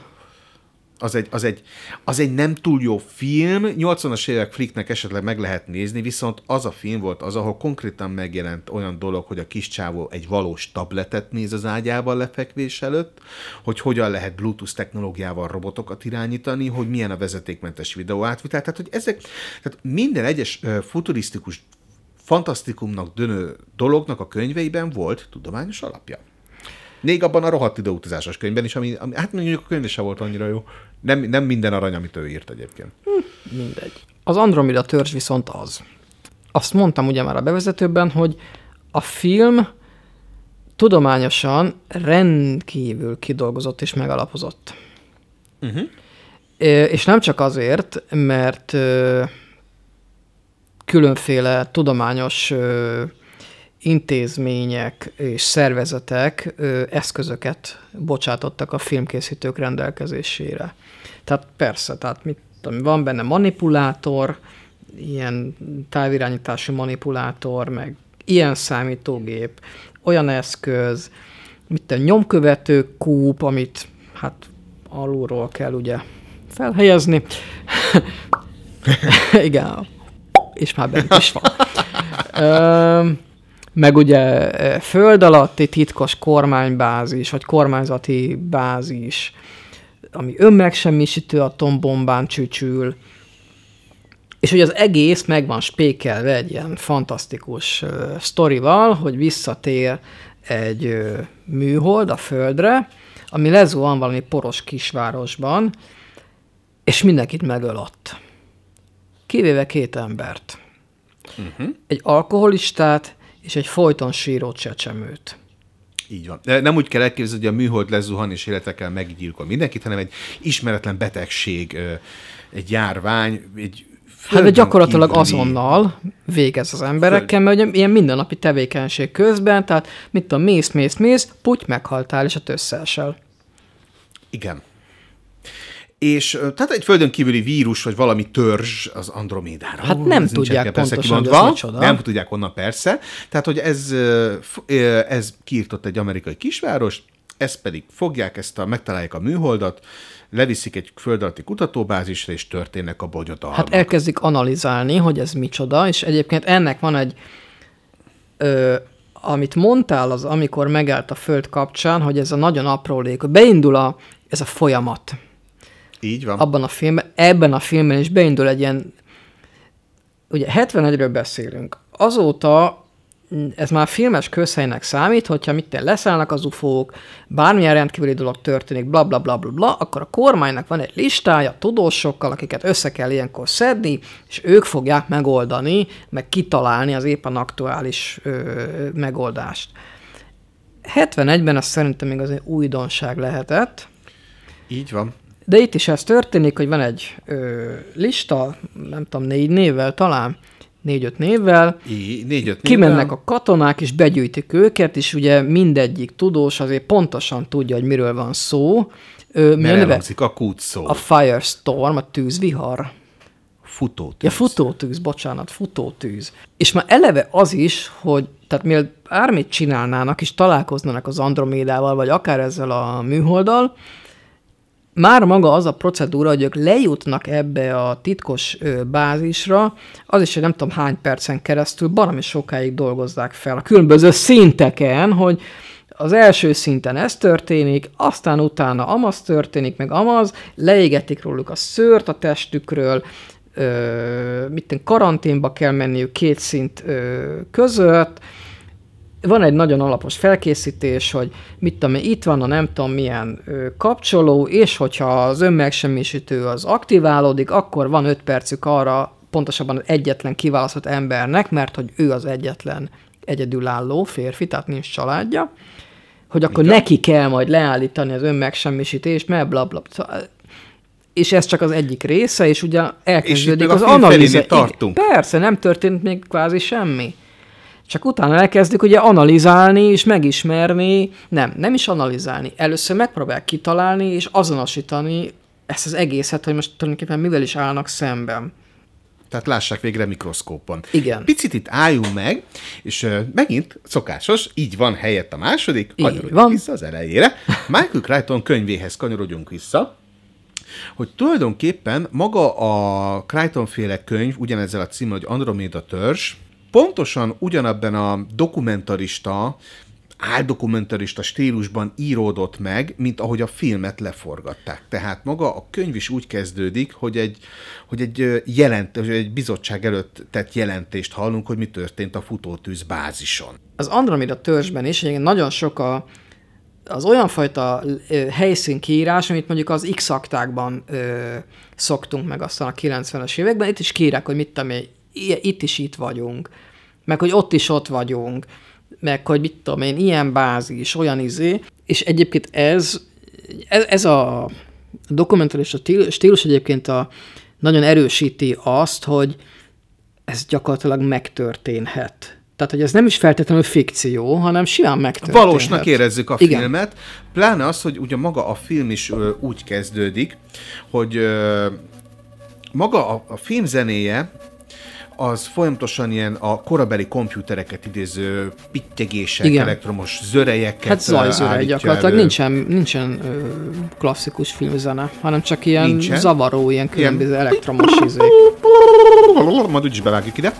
Az egy nem túl jó film, 80-as évek flicknek esetleg meg lehet nézni, viszont az a film volt az, ahol konkrétan megjelent olyan dolog, hogy a kis csávó egy valós tabletet néz az ágyában lefekvés előtt, hogy hogyan lehet Bluetooth technológiával robotokat irányítani, hogy milyen a vezetékmentes videó átvitel. Tehát minden egyes futurisztikus, fantasztikumnak dönő dolognak a könyveiben volt tudományos alapja. Még abban a rohadt időutazásos könyvben is, ami hát mondjuk a könyv sem volt annyira jó. Nem minden arany, amit ő írt egyébként. Mindegy. Az Andromeda törzs viszont az. Azt mondtam ugye már a bevezetőben, hogy a film tudományosan rendkívül kidolgozott és megalapozott. És nem csak azért, mert különféle tudományos intézmények és szervezetek eszközöket bocsátottak a filmkészítők rendelkezésére. Tehát persze, van benne manipulátor, ilyen távirányítású manipulátor, meg ilyen számítógép, olyan eszköz, nyomkövető kúp, amit hát alulról kell ugye felhelyezni. Igen, és már bent is van. Meg ugye föld alatti titkos kormánybázis, vagy kormányzati bázis, ami önmegsemmisítő atombombán csücsül, és hogy az egész meg van spékelve egy ilyen fantasztikus sztorival, hogy visszatér egy műhold a Földre, ami lezuhan valami poros kisvárosban, és mindenkit megöl ott. Kivéve 2 embert. Egy alkoholistát, és egy folyton síró csecsemőt. Így van. De nem úgy kell elképzelni, hogy a műhold lezuhan, és életekkel meggyilkol mindenkit, hanem egy ismeretlen betegség, egy járvány, egy hát de gyakorlatilag azonnal végez az emberekkel, mert ugye ilyen mindennapi tevékenység közben, tehát mit tudom, mész, puty, meghaltál, és a összeesel. Igen. És tehát egy földön kívüli vírus, vagy valami törzs az Andromédára. Hát nem tudják pontosan, hogy ez micsoda. Nem tudják honnan, persze. Tehát, hogy ez kiirtott egy amerikai kisváros, ezt pedig fogják, megtalálják a műholdat, leviszik egy föld alatti kutatóbázisra, és történnek a bonyodalmak. Hát elkezdik analizálni, hogy ez micsoda, és egyébként ennek van egy, amit mondtál, az amikor megállt a föld kapcsán, hogy ez a nagyon aprólék, hogy beindul ez a folyamat. Így van. Ebben a filmben is beindul egy ilyen, ugye 71-ről beszélünk. Azóta ez már filmes közhelynek számít, hogyha leszállnak az UFO-k, bármilyen rendkívüli dolog történik, bla bla bla bla bla, akkor a kormánynak van egy listája tudósokkal, akiket össze kell ilyenkor szedni, és ők fogják megoldani, meg kitalálni az éppen aktuális megoldást. 71-ben ez szerintem még az egy újdonság lehetett. Így van. De itt is ez történik, hogy van egy lista, nem tudom, 4 névvel talán, 4-5 névvel, 4-5 névvel. Kimennek a katonák, és begyűjtik őket, és ugye mindegyik tudós azért pontosan tudja, hogy miről van szó. Mert elhangzik a kútszó. A firestorm, a tűzvihar. Futótűz. Ja, futótűz, bocsánat, futótűz. És már eleve az is, hogy tehát mielőtt bármit csinálnának, és találkoznának az Andromédával, vagy akár ezzel a műholddal, már maga az a procedúra, hogy ők lejutnak ebbe a titkos bázisra, az is, hogy nem tudom hány percen keresztül baromi sokáig dolgozzák fel a különböző szinteken, hogy az első szinten ez történik, aztán utána amaz történik, meg amaz, leégetik róluk a szőrt a testükről, karanténba kell menniük 2 szint között, van egy nagyon alapos felkészítés, hogy itt van a nem tudom milyen kapcsoló, és hogyha az önmegsemmisítő az aktiválódik, akkor van 5 percük arra, pontosabban az egyetlen kiválasztott embernek, mert hogy ő az egyetlen egyedülálló férfi, tehát nincs családja, hogy akkor neki kell majd leállítani az önmegsemmisítést, mert blablabla. És ez csak az egyik része, és ugye elkezdődik és az analíze. Persze, nem történt még kvázi semmi. Csak utána elkezdik ugye analizálni és megismerni, nem is analizálni. Először megpróbálják kitalálni és azonosítani ezt az egészet, hogy most tulajdonképpen mivel is állnak szemben. Tehát lássák végre mikroszkópon. Igen. Picit itt álljunk meg, és megint szokásos, így van helyett a második, kanyarodjunk vissza az elejére. Michael Crichton könyvéhez kanyarodjunk vissza, hogy tulajdonképpen maga a Crichton-féle könyv, ugyanezzel a címmel, hogy Androméda törzs, pontosan ugyanabban a dokumentarista, áldokumentarista stílusban íródott meg, mint ahogy a filmet leforgatták. Tehát maga a könyv is úgy kezdődik, hogy egy bizottság előtt tett jelentést hallunk, hogy mi történt a futótűz bázison. Az Andromeda törzsben is nagyon sok az olyan fajta helyszínkiírás, amit mondjuk az X-aktákban szoktunk meg aztán a 90-es években, itt is kiírják, hogy itt is itt vagyunk, meg hogy ott is ott vagyunk, meg hogy ilyen bázis, olyan és egyébként ez a dokumentarista stílus egyébként nagyon erősíti azt, hogy ez gyakorlatilag megtörténhet. Tehát, hogy ez nem is feltétlenül fikció, hanem simán megtörténhet. Valósnak érezzük a filmet, pláne az, hogy ugye maga a film is úgy kezdődik, hogy maga a film zenéje az folyamatosan ilyen a korabeli kompjútereket idéző pittyegések, elektromos zörejekkel. Hát zajzörej gyakorlatilag, nincsen klasszikus filmzene, hanem csak ilyen zavaró, ilyen különböző elektromos izék. Majd úgyis bevágjuk ide.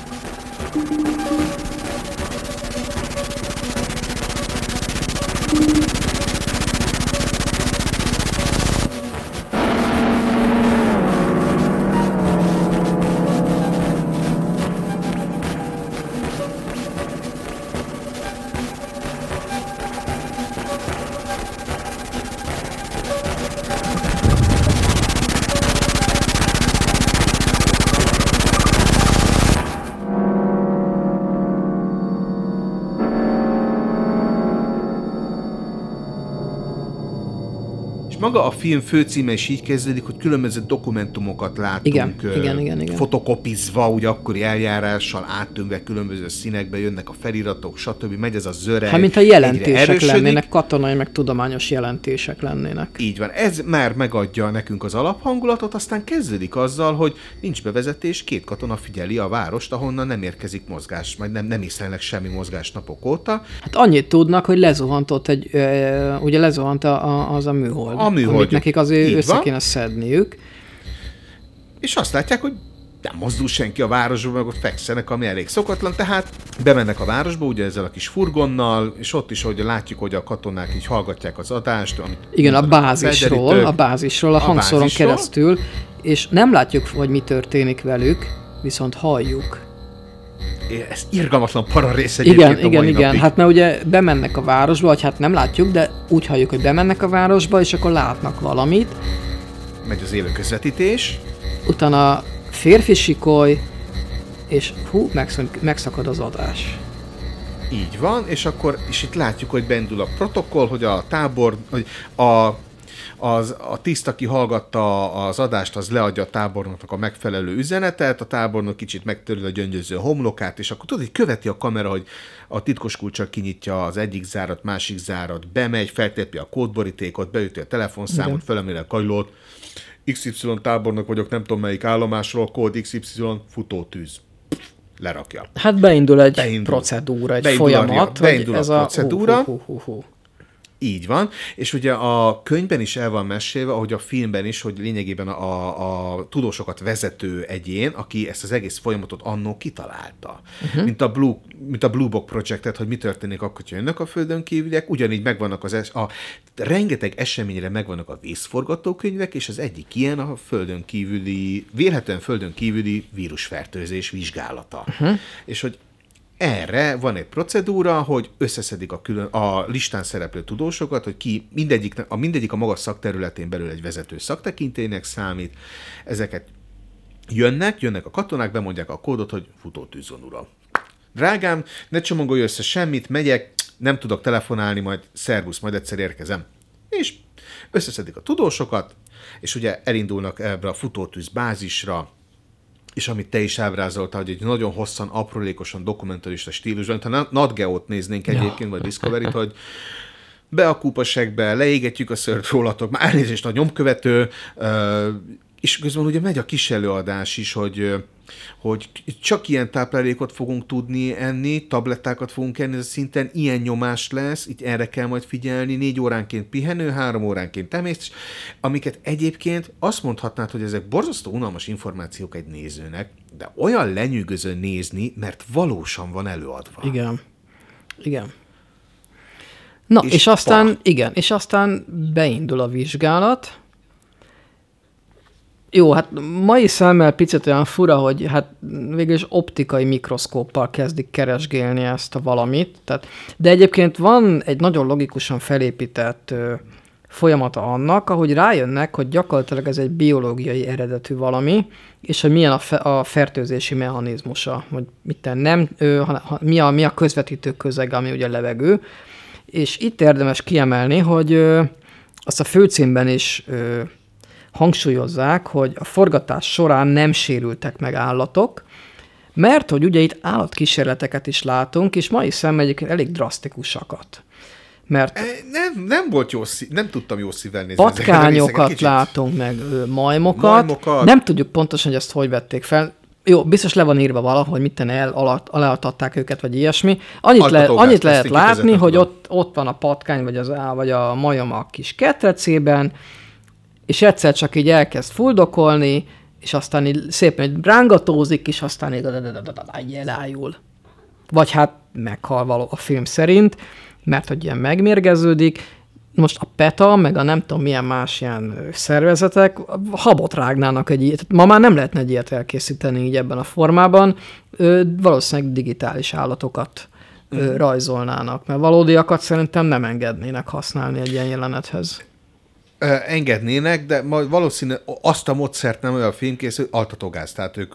Maga a film főcíme is így kezdődik, hogy különböző dokumentumokat látunk igen. fotokopizva, ugye akkori eljárással áttömve különböző színekbe jönnek a feliratok, stb. Megy ez a zörej. Hát mint a jelentések lennének, katonai meg tudományos jelentések lennének. Így van, ez már megadja nekünk az alaphangulatot, aztán kezdődik azzal, hogy nincs bevezetés, 2 katona figyeli a várost, ahonnan nem érkezik mozgás, majd nem észlelnek semmi mozgás napok óta. Hát annyit tudnak, hogy lezuhant az a műhold. Amit nekik azért össze kéne szedniük. És azt látják, hogy nem mozdul senki a városba, meg ott fekszenek, ami elég szokatlan, tehát bemennek a városba, ugye ezzel a kis furgonnal, és ott is, hogy látjuk, hogy a katonák így hallgatják az adást. Igen, a bázisról, a hangszoron keresztül, és nem látjuk, hogy mi történik velük, viszont halljuk. ez irgalmatlan para rész egyébként Igen. Hát mert ugye bemennek a városba, vagy hát nem látjuk, de úgy halljuk, hogy bemennek a városba, és akkor látnak valamit. Megy az élő közvetítés. Utána férfi sikoly, és megszakad az adás. Így van, és akkor is itt látjuk, hogy beindul a protokoll, hogy a tábor, hogy a tiszt, aki hallgatta az adást, az leadja a tábornoknak a megfelelő üzenetet, a tábornok kicsit megtörli a gyöngyöző homlokát, és akkor tudod, hogy követi a kamera, hogy a titkos kulccsal kinyitja az egyik zárat, másik zárat, bemegy, feltépi a kódborítékot, beüti a telefonszámot, felemeli a kagylót, XY tábornok vagyok, nem tudom melyik állomásról, kód XY, futótűz. Lerakja. Hát beindul egy procedúra, egy folyamat. Beindul a procedúra. Így van, és ugye a könyvben is el van mesélve, ahogy a filmben is, hogy lényegében a tudósokat vezető egyén, aki ezt az egész folyamatot annó kitalálta. Mint a Blue Book Projectet, hogy mi történik akkor, hogy jönnek a földön kívüliek, ugyanígy megvannak rengeteg eseményre megvannak a vészforgatókönyvek, és az egyik ilyen a vélhetően földön kívüli vírusfertőzés vizsgálata. És hogy erre van egy procedúra, hogy összeszedik a listán szereplő tudósokat, hogy mindegyik a maga szakterületén belül egy vezető szaktekintélynek számít. Ezeket jönnek a katonák, bemondják a kódot, hogy futótűz van, uram. Drágám, ne csomagolj össze semmit, megyek, nem tudok telefonálni, majd szervusz, majd egyszer érkezem. És összeszedik a tudósokat, és ugye elindulnak ebbe a futótűz bázisra, és amit te is ábrázoltál, hogy egy nagyon hosszan, aprólékosan dokumentarista stílusban, ha Nat Geo-t néznénk egyébként, vagy Discovery-t, hogy be a kúpasekbe, leégetjük a szőrt rólatok, már elnézést a nyomkövető, és közben ugye megy a kis előadás is, hogy csak ilyen táplálékot fogunk tudni enni, tablettákat fogunk enni, ez a szinten ilyen nyomás lesz, így erre kell majd figyelni, 4 óránként pihenő, 3 óránként emésztés, amiket egyébként azt mondhatnád, hogy ezek borzasztó unalmas információk egy nézőnek, de olyan lenyűgöző nézni, mert valósan van előadva. Igen. Na, és aztán beindul a vizsgálat. Jó, hát mai szemmel picit olyan fura, hogy hát végülis optikai mikroszkóppal kezdik keresgélni ezt a valamit. De egyébként van egy nagyon logikusan felépített folyamata annak, ahogy rájönnek, hogy gyakorlatilag ez egy biológiai eredetű valami, és hogy milyen a fertőzési mechanizmusa, hogy mi a közvetítő közeg, ami ugye a levegő. És itt érdemes kiemelni, hogy azt a főcímben is hangsúlyozzák, hogy a forgatás során nem sérültek meg állatok, mert hogy ugye itt állatkísérleteket is látunk, és mai szemmel egyébként elég drasztikusakat. Mert nem volt jó nem tudtam jó szívvel nézni. Patkányokat látunk, meg majmokat. Nem tudjuk pontosan, hogy ezt hogy vették fel. Jó, biztos le van írva valahogy, mitten lealtatták őket, vagy ilyesmi. Annyit lehet látni, hogy ott van a patkány, vagy a majom a kis ketrecében, és egyszer csak így elkezd fuldokolni, és aztán így szépen rángatózik, és aztán így elájul. Vagy hát meghal a film szerint, mert hogy ilyen megmérgeződik. Most a PETA, meg a nem tudom milyen más ilyen szervezetek habot rágnának egy ilyet. Ma már nem lehetne egy ilyet elkészíteni így ebben a formában. Valószínűleg digitális állatokat rajzolnának, mert valódiakat szerintem nem engednének használni egy ilyen jelenethez. Engednének, de valószínűleg azt a módszert nem olyan filmkészül, altatógáz, tehát ők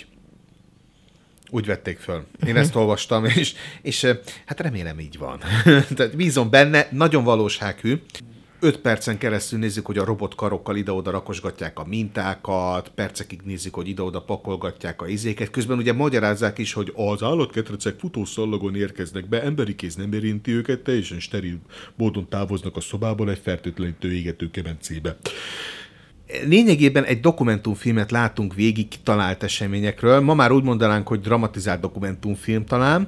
úgy vették föl. Én ezt olvastam, és hát remélem így van. Tehát bízom benne, nagyon valósághű. 5 percen keresztül nézzük, hogy a robotkarokkal ide-oda rakosgatják a mintákat, percekig nézzük, hogy ide-oda pakolgatják a izéket. Közben ugye magyarázzák is, hogy az állatketrecek futószallagon érkeznek be, emberi kéz nem érinti őket, teljesen steril módon távoznak a szobából egy fertőtlenítő égető kemencébe. Lényegében egy dokumentumfilmet látunk végig kitalált eseményekről. Ma már úgy mondanánk, hogy dramatizált dokumentumfilm talán.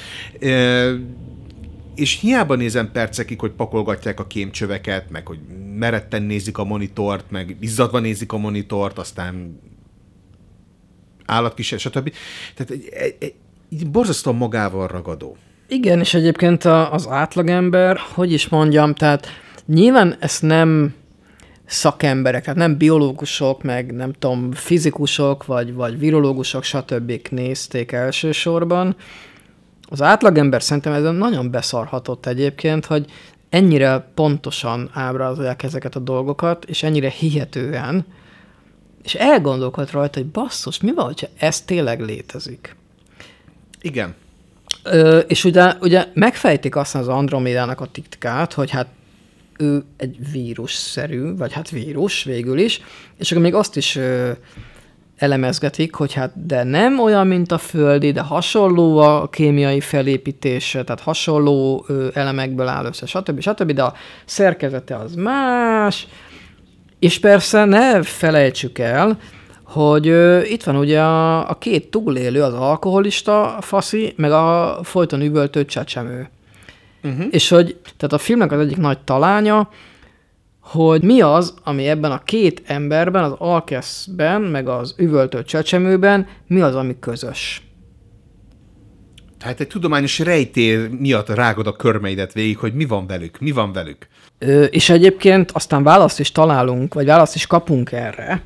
És hiába nézem percekig, hogy pakolgatják a kémcsöveket, meg hogy meretten nézik a monitort, meg izzadva nézik a monitort, aztán állatkísérlet, stb. Tehát egy borzasztóan magával ragadó. Igen, és egyébként az átlagember, hogy is mondjam, tehát nyilván ezt nem szakemberek, tehát nem biológusok, meg nem tudom, fizikusok, vagy virológusok, stb. Nézték elsősorban. Az átlagember szerintem ezen nagyon beszarhatott egyébként, hogy ennyire pontosan ábrázolják ezeket a dolgokat, és ennyire hihetően, és elgondolkodt rajta, hogy basszus, mi van, hogyha ez tényleg létezik? Igen. És ugye megfejtik aztán az Andromédának a titkát, hogy hát ő egy vírusszerű, vagy hát vírus végül is, és akkor még azt is elemezgetik, hogy hát de nem olyan, mint a Földi, de hasonló a kémiai felépítése, tehát hasonló elemekből áll össze, stb., de a szerkezete az más, és persze ne felejtsük el, hogy itt van ugye a két túlélő, az alkoholista faszi, meg a folyton üvöltő csecsemő. És hogy, tehát a filmnek az egyik nagy talánya, hogy mi az, ami ebben a két emberben, az Alkeszben, meg az üvöltő csecsemőben, mi az, ami közös. Tehát egy tudományos rejtély miatt rágod a körmeidet végig, hogy mi van velük. És egyébként aztán választ is találunk, vagy választ is kapunk erre,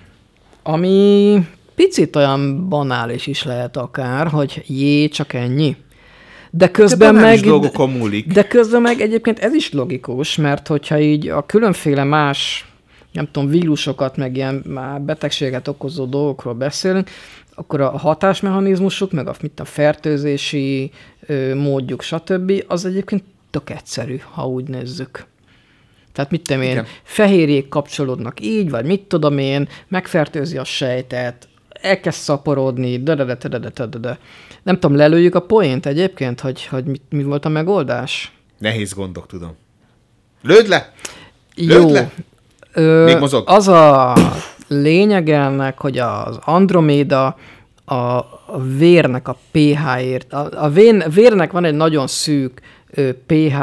ami picit olyan banális is lehet akár, hogy csak ennyi. De közben múlik. meg egyébként ez is logikus, mert hogyha így a különféle más, nem tudom, vírusokat, meg ilyen már betegséget okozó dolgokról beszélünk, akkor a hatásmechanizmusuk, meg a fertőzési módjuk, stb., az egyébként tök egyszerű, ha úgy nézzük. Tehát mit tudom én, fehérjék kapcsolódnak így, vagy mit tudom én, megfertőzi a sejtet, elkezd szaporodni, de. Nem tudom, lelőjük a poént egyébként, hogy mi volt a megoldás? Nehéz gondok, tudom. Lőd le! Jó. Még mozog. Az a lényeg ennek, hogy az Androméda a vérnek a pH-ért, a vérnek van egy nagyon szűk pH,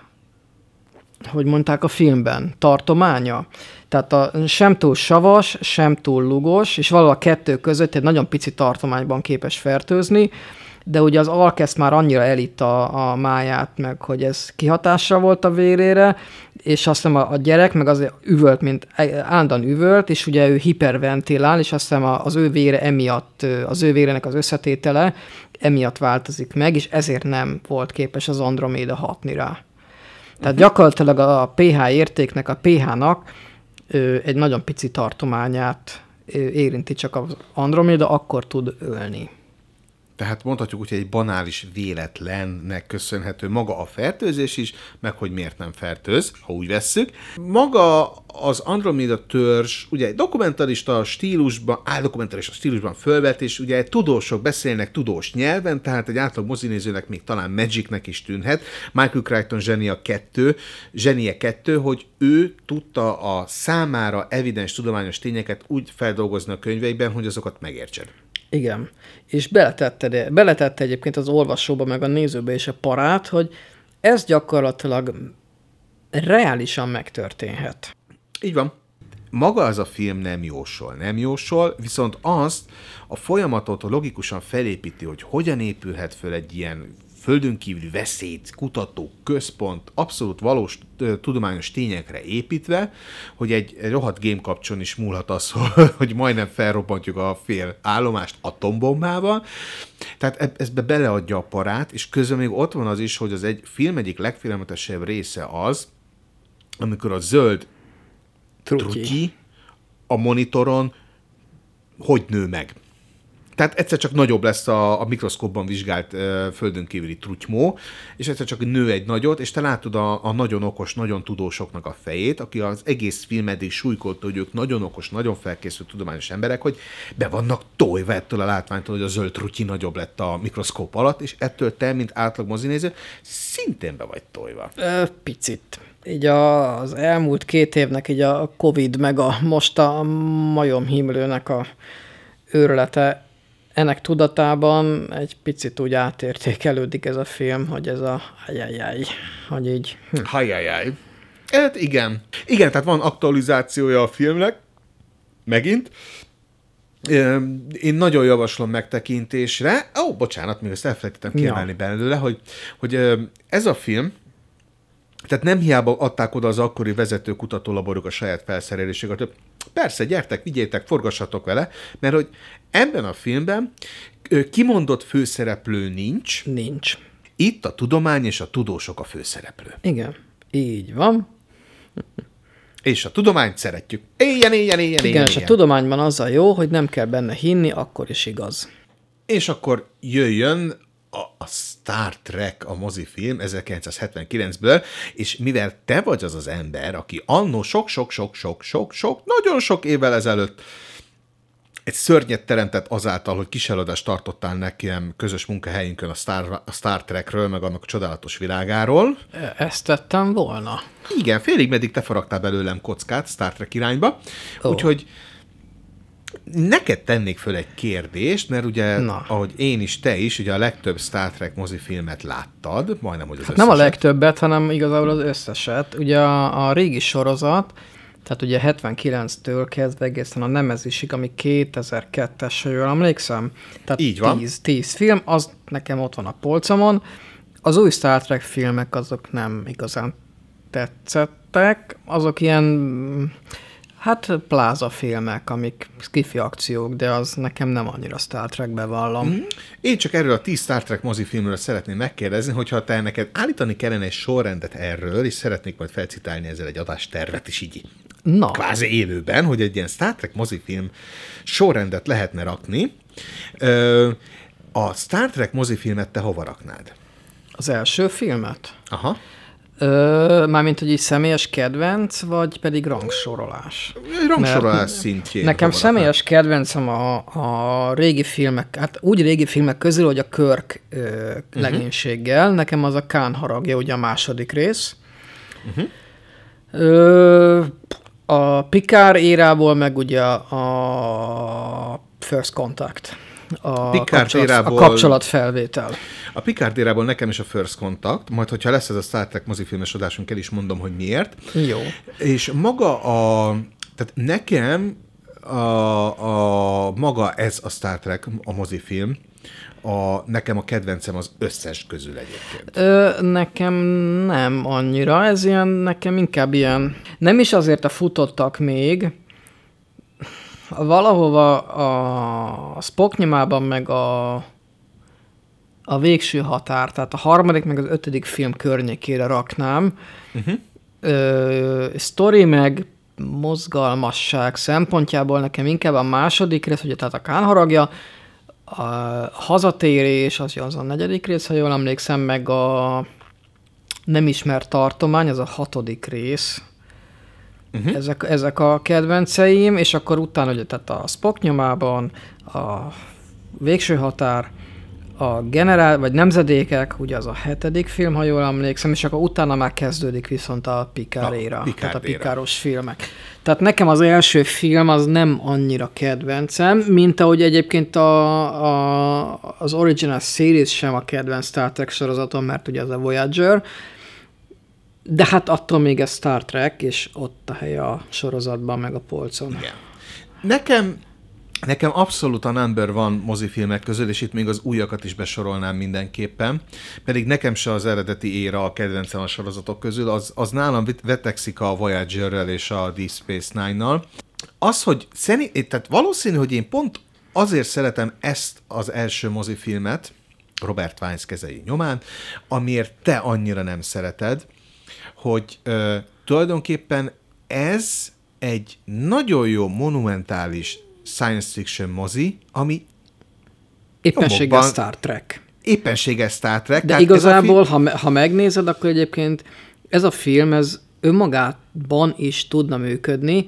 hogy mondták a filmben, tartománya. Tehát sem túl savas, sem túl lugos, és valahol a kettő között egy nagyon pici tartományban képes fertőzni, de ugye az Alkesz már annyira elitta a máját meg, hogy ez kihatással volt a vérére, és azt hiszem a gyerek meg az üvölt, mint állandóan üvölt, és ugye ő hiperventilál, és azt hiszem az ő vére emiatt, az ő vérének az összetétele emiatt változik meg, és ezért nem volt képes az Androméda hatni rá. Tehát gyakorlatilag a pH értéknek, a pH-nak egy nagyon pici tartományát érinti csak az Androméda, akkor tud ölni. Tehát mondhatjuk úgy, hogy egy banális véletlennek köszönhető maga a fertőzés is, meg hogy miért nem fertőz, ha úgy vesszük. Maga az Andromeda törzs, ugye egy dokumentarista stílusban fölvett, és ugye tudósok beszélnek tudós nyelven, tehát egy átlag mozinézőnek még talán Magicnek is tűnhet. Michael Crichton zsenie 2, hogy ő tudta a számára evidens tudományos tényeket úgy feldolgozni a könyveiben, hogy azokat megértsed. Igen, és beletette egyébként az olvasóba, meg a nézőbe is a parát, hogy ez gyakorlatilag reálisan megtörténhet. Így van. Maga az a film nem jósol, viszont azt a folyamatot logikusan felépíti, hogy hogyan épülhet föl egy ilyen földön kívüli veszélyt kutató központ abszolút valós tudományos tényekre építve, hogy egy rohadt game kapcson is múlhat az, hogy majdnem felrobbantjuk a fél állomást atombombával. Tehát ezbe beleadja a parát, és közben még ott van az is, hogy az film egyik legfélelmetesebb része az, amikor a zöld trutyi a monitoron hogy nő meg. Tehát egyszer csak nagyobb lesz a mikroszkópban vizsgált földön kívüli trutymó, és egyszer csak nő egy nagyot, és te látod a nagyon okos, nagyon tudósoknak a fejét, aki az egész film eddig súlykolta, hogy ők nagyon okos, nagyon felkészült tudományos emberek, hogy be vannak tojva ettől a látványtól, hogy a zöld trutyi nagyobb lett a mikroszkóp alatt, és ettől te, mint átlag mozinéző, szintén be vagy tojva. Picit. Így az elmúlt 2 évnek így a Covid, meg most a majomhimlőnek a őrülete, ennek tudatában egy picit úgy átértékelődik ez a film, hogy ez a hogy így. Hát igen. Igen, tehát van aktualizációja a filmnek, megint. Én nagyon javaslom megtekintésre. Bocsánat, még ezt elfelejtettem kiemelni belőle, hogy ez a film Tehát nem hiába adták oda az akkori vezető kutatólaborok a saját felszerelésüket. Persze, gyertek, vigyétek, forgassatok vele, mert hogy ebben a filmben kimondott főszereplő nincs. Nincs. Itt a tudomány és a tudósok a főszereplő. Igen, így van. És a tudományt szeretjük. Éljen. Igen, és a tudományban az a jó, hogy nem kell benne hinni, akkor is igaz. És akkor jöjjön a Star Trek, a mozifilm 1979-ből, és mivel te vagy az az ember, aki annó nagyon sok évvel ezelőtt egy szörnyet teremtett azáltal, hogy kiseladást tartottál nekem közös munkahelyünkön a Star Trekről, meg annak a csodálatos világáról. Ezt tettem volna. Igen, félig meddig te faragtál belőlem kockát Star Trek irányba, úgyhogy neked tennék föl egy kérdést, mert ugye, ahogy én is, te is, ugye a legtöbb Star Trek mozifilmet láttad, majdnem, hogy az összeset. Nem a legtöbbet, hanem igazából az összeset. Ugye a régi sorozat, tehát ugye 79-től kezdve egészen a Nemezisig, ami 2002-es, ha jól emlékszem. Tehát így van. 10 film, az nekem ott van a polcomon. Az új Star Trek filmek azok nem igazán tetszettek, azok ilyen, pláza filmek, amik sci-fi akciók, de az nekem nem annyira Star Trek, bevallom. Én csak erről a 10 Star Trek mozifilmről szeretném megkérdezni, hogyha te neked állítani kellene egy sorrendet erről, és szeretnék majd felcitálni ezzel egy adástervet is így kvázi élőben, hogy egy ilyen Star Trek mozifilm sorrendet lehetne rakni. A Star Trek mozifilmet te hova raknád? Az első filmet? Aha. Mármint, hogy így személyes kedvenc, vagy pedig rangsorolás? Rangsorolás szintjén. Nekem személyes kedvencem a régi filmek, hát úgy régi filmek közül, hogy a Kirk legénységgel, nekem az a Khan haragja, ugye a második rész. A Picard érából, meg ugye a First Contact. A kapcsolatfelvétel. A Picard érából nekem is a First Contact, majd hogyha lesz ez a Star Trek mozifilmes adásunk, el is mondom, hogy miért. Jó. És maga tehát nekem maga ez a Star Trek, a mozifilm, nekem a kedvencem az összes közül egyébként. Nekem nem annyira, ez ilyen, nekem inkább ilyen, nem is azért a futottak még, valahova a Spock nyomában meg a végső határ, tehát a harmadik meg az 5. film környékére raknám. Sztori meg mozgalmasság szempontjából nekem inkább a második rész, ugye tehát a Khan haragja, a hazatérés, az a 4. rész, ha jól emlékszem, meg a nem ismert tartomány, az a 6. rész. Ezek a kedvenceim, és akkor utána ugye, tehát a Spock nyomában, a végső határ, a generál, vagy nemzedékek, ugye az a 7. film, ha jól emlékszem, és akkor utána már kezdődik viszont a Picard éra, tehát a Picardos filmek. Tehát nekem az első film az nem annyira kedvencem, mint ahogy egyébként az Original Series sem a kedvenc Star Trek sorozatom, mert ugye az a Voyager, de hát attól még ez Star Trek, és ott a helye a sorozatban, meg a polcon. Igen. Nekem abszolút a number one mozifilmek közül, és itt még az újakat is besorolnám mindenképpen, pedig nekem se az eredeti éra a kedvencem a sorozatok közül, az nálam vetekszik a Voyager-rel és a Deep Space Nine-nal. Az, hogy tehát valószínű, hogy én pont azért szeretem ezt az első mozifilmet, Robert Wise kezei nyomán, amiért te annyira nem szereted, hogy tulajdonképpen ez egy nagyon jó, monumentális science fiction mozi, ami éppenséggel Star Trek. Éppenséggel Star Trek. De igazából, ha megnézed, akkor egyébként ez a film, ez önmagában is tudna működni.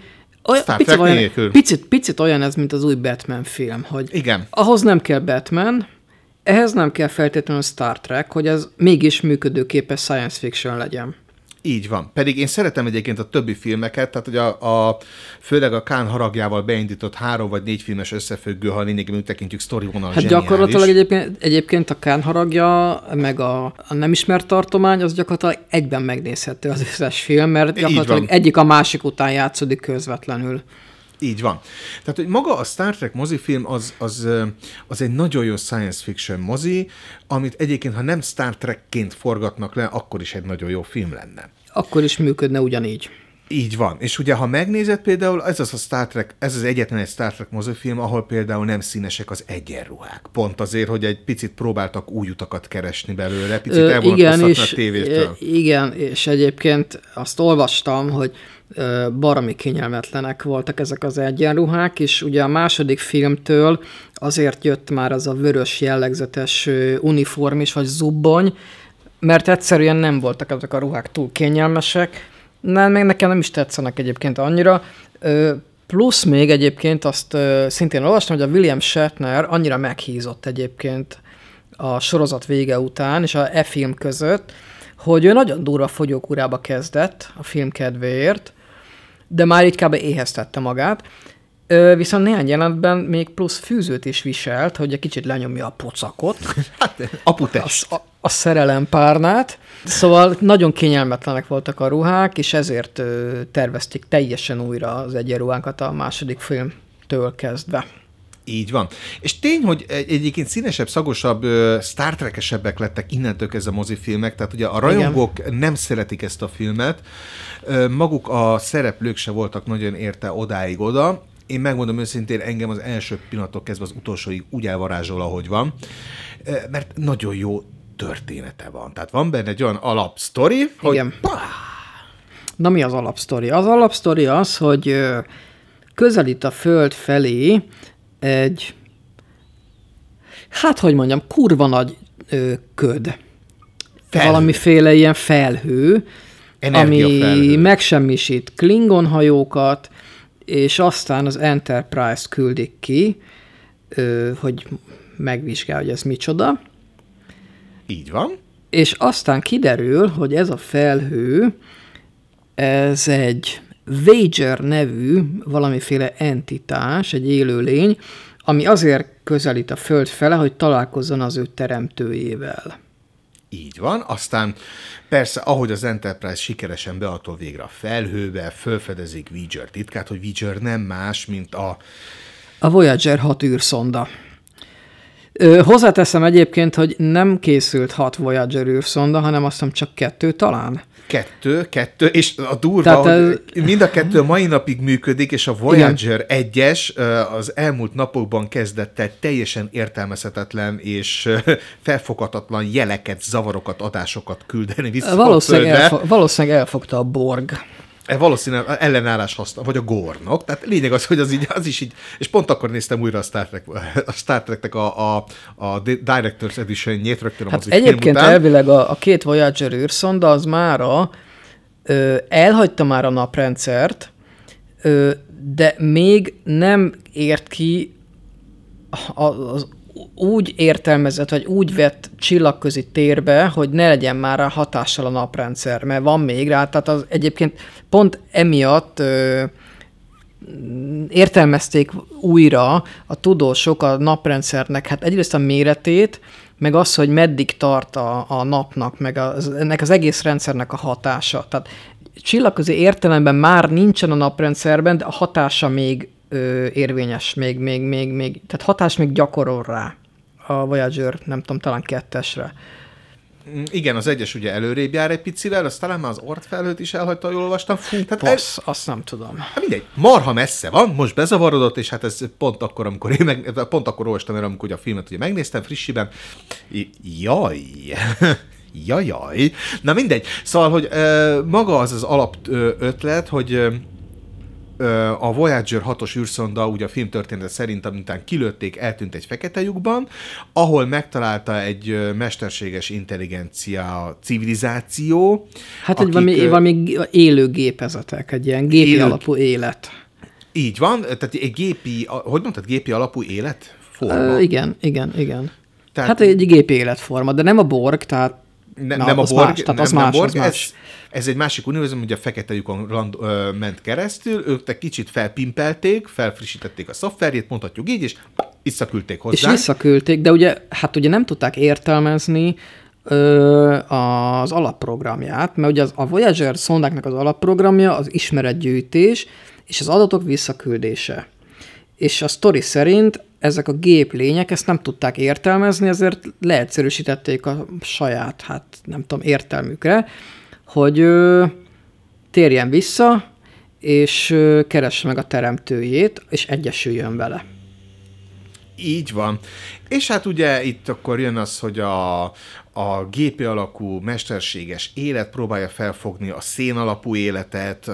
Picit olyan ez, mint az új Batman film, hogy igen. Ahhoz nem kell Batman, ehhez nem kell feltétlenül Star Trek, hogy ez mégis működőképes science fiction legyen. Így van. Pedig én szeretem egyébként a többi filmeket, tehát hogy főleg a Khan haragjával beindított 3 vagy 4 filmes összefüggő, ha lényegében tekintjük sztori vonal zseniális. Gyakorlatilag egyébként a Khan haragja, meg a nem ismert tartomány, az gyakorlatilag egyben megnézhető az összes film, mert gyakorlatilag egyik a másik után játszódik közvetlenül. Így van. Tehát, hogy maga a Star Trek mozifilm az egy nagyon jó science fiction mozi, amit egyébként, ha nem Star Trekként forgatnak le, akkor is egy nagyon jó film lenne. akkor is működne ugyanígy. Így van. És ugye, ha megnézed például, ez az egyetlen egy Star Trek mozifilm, ahol például nem színesek az egyenruhák. Pont azért, hogy egy picit próbáltak új utakat keresni belőle, picit elvonatkoztatni a tévétől. Igen, és egyébként azt olvastam, hogy baromi kényelmetlenek voltak ezek az egyenruhák, és ugye a második filmtől azért jött már az a vörös jellegzetes uniform is, vagy zubbony, mert egyszerűen nem voltak ezek a ruhák túl kényelmesek. Még nekem nem is tetszenek egyébként annyira. Plusz még egyébként azt szintén olvastam, hogy a William Shatner annyira meghízott egyébként a sorozat vége után, és a film között, hogy ő nagyon durva fogyókúrába kezdett a film kedvéért, de már így kb. Éheztette magát. Viszont néhány jelenetben még plusz fűzőt is viselt, hogy egy kicsit lenyomja a pocakot. Hát, aputest. A szerelempárnát. Szóval nagyon kényelmetlenek voltak a ruhák, és ezért tervezték teljesen újra az egyenruhánkat a második filmtől kezdve. Így van. És tény, hogy egyébként színesebb, szagosabb, Star Trek-esebbek lettek innentől kezdve a mozifilmek, tehát ugye a rajongók nem szeretik ezt a filmet, maguk a szereplők se voltak nagyon érte odáig oda. Én megmondom őszintén, engem az első pillanattól kezdve az utolsóig úgy elvarázsol, ahogy van, mert nagyon jó története van. Tehát van benne egy olyan alapsztori, hogy... Igen. Na mi az alapsztori? Az alapsztori az, hogy közelít a Föld felé egy, hát hogy mondjam, kurva nagy köd. Felhő. Valamiféle ilyen felhő, ami megsemmisít Klingon hajókat, és aztán az Enterprise küldik ki, hogy megvizsgálja, hogy ez micsoda. Így van. És aztán kiderül, hogy ez a felhő, ez egy Voyager nevű valamiféle entitás, egy élőlény, ami azért közelít a Föld fele, hogy találkozzon az ő teremtőjével. Így van. Aztán persze, ahogy az Enterprise sikeresen behatol végre a felhőbe, felfedezik Voyager titkát, hogy Voyager nem más, mint a Voyager 6 űrszonda. Hozzáteszem egyébként, hogy nem készült 6 Voyager űrszonda, hanem azt hiszem csak 2 talán. Kettő, és a durva, hogy mind a kettő mai napig működik, és a Voyager 1-es az elmúlt napokban kezdett el teljesen értelmezhetetlen és felfoghatatlan jeleket, zavarokat, adásokat küldeni vissza a Földre. Valószínűleg elfogta a Borg. Valószínűleg ellenállás használ, vagy a Gornok. Tehát lényeg az, hogy az is így, és pont akkor néztem újra a Star Trek-nek a Director's Edition-jét rögtön a mozifilm után. Egyébként elvileg a 2 Voyager űrszonda az mára elhagyta már a naprendszert, de még nem ért ki az úgy értelmezett, vagy úgy vett csillagközi térbe, hogy ne legyen már hatással a naprendszer, mert van még rá, tehát az egyébként pont emiatt értelmezték újra a tudósok a naprendszernek, hát egyrészt a méretét, meg az, hogy meddig tart a napnak, meg ennek az egész rendszernek a hatása. Tehát csillagközi értelemben már nincsen a naprendszerben, de a hatása még érvényes, még, tehát hatás még gyakorol rá a Voyager, nem tudom, talán 2-esre. Igen, az 1-es ugye előrébb jár egy picivel, azt talán már az Oort felhőt is elhagyta, jól olvastam. Azt nem tudom. Hát mindegy, marha messze van, most bezavarodott, és hát ez pont akkor, amikor pont akkor olvastam el, amikor a filmet ugye megnéztem frissiben. Jajjaj. Na mindegy. Szóval, hogy maga az alap ötlet, hogy a Voyager 6-os űrszonda, ugye a film története szerint, amintán kilőtték, eltűnt egy fekete lyukban, ahol megtalálta egy mesterséges intelligencia civilizáció. Hát valami élő gépezetek, egy ilyen gépi alapú élet. Így van, tehát egy gépi, hogy mondtad, gépi alapú életforma? Igen. Tehát, hát egy gépi életforma, de nem a Borg, tehát nem a Borg, az más. Ez egy másik univerzum, ugye a fekete lyukon ment keresztül, ők egy kicsit felpimpelték, felfrissítették a szoftverjét, mondhatjuk így, és visszaküldték hozzá. És visszaküldték, de ugye nem tudták értelmezni az alapprogramját, mert ugye a Voyager szondáknak az alapprogramja az ismeretgyűjtés és az adatok visszaküldése. És a sztori szerint ezek a géplények ezt nem tudták értelmezni, ezért leegyszerűsítették a saját, értelmükre, hogy térjen vissza, és keresse meg a teremtőjét, és egyesüljön vele. Így van. És hát ugye itt akkor jön az, hogy a gépi alakú mesterséges élet próbálja felfogni a szén alapú életet,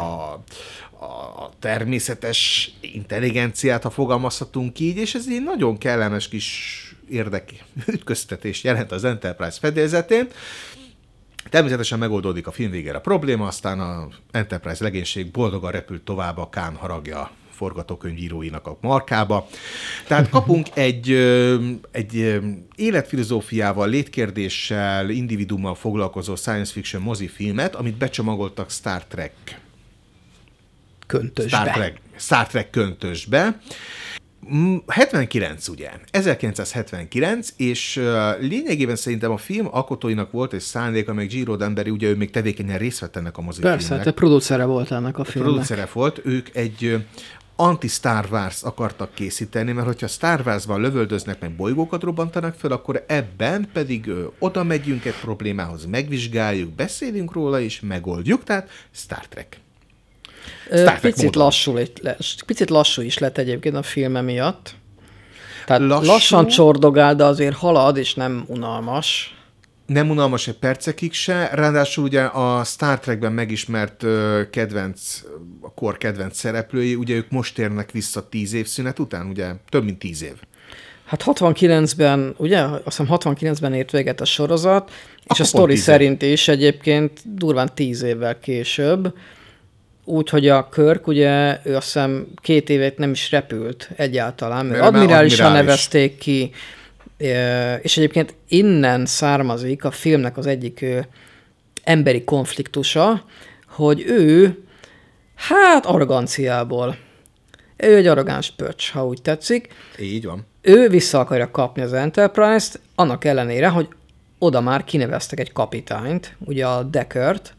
a természetes intelligenciát, ha fogalmazhatunk így, és ez egy nagyon kellemes kis ütköztetés jelent az Enterprise fedélzetén. Természetesen megoldódik a film végére a probléma, aztán a Enterprise legénység boldogan repült tovább a Khan haragja forgatókönyvíróinak a markába. Tehát kapunk egy életfilozófiával, létkérdéssel, individummal foglalkozó science fiction mozifilmet, amit becsomagoltak Star Trek köntösbe. 79 ugye, 1979, és lényegében szerintem a film alkotóinak volt egy szándéka, meg Gene Roddenberry, ugye ő még tevékenyen részt vett ennek a mozifilmnek. Persze, te producere volt ennek a filmnek. Producere volt, ők egy anti-Star Wars akartak készíteni, mert hogyha Star Wars-ban lövöldöznek, meg bolygókat robbantanak fel, akkor ebben pedig oda megyünk egy problémához, megvizsgáljuk, beszélünk róla, és megoldjuk, tehát Star Trek. Picit lassú is lett egyébként a filme miatt. Tehát lassan csordogál, de azért halad, és nem unalmas. Nem unalmas egy percekig se, ráadásul ugye a Star Trekben megismert a kor kedvenc szereplői, ugye ők most térnek vissza 10 év szünet után, ugye több mint 10 év. Hát 69-ben, ugye, azt hiszem 69-ben ért véget a sorozat, és a sztori szerint is egyébként durván 10 évvel később. Úgyhogy a Kirk, ugye, ő azt hiszem 2 évet nem is repült egyáltalán, mert admirálisan nevezték ki, és egyébként innen származik a filmnek az egyik emberi konfliktusa, hogy ő, arroganciából, ő egy arrogáns pöcs, ha úgy tetszik. Így van. Ő vissza akarja kapni az Enterprise-t, annak ellenére, hogy oda már kineveztek egy kapitányt, ugye a Deckert,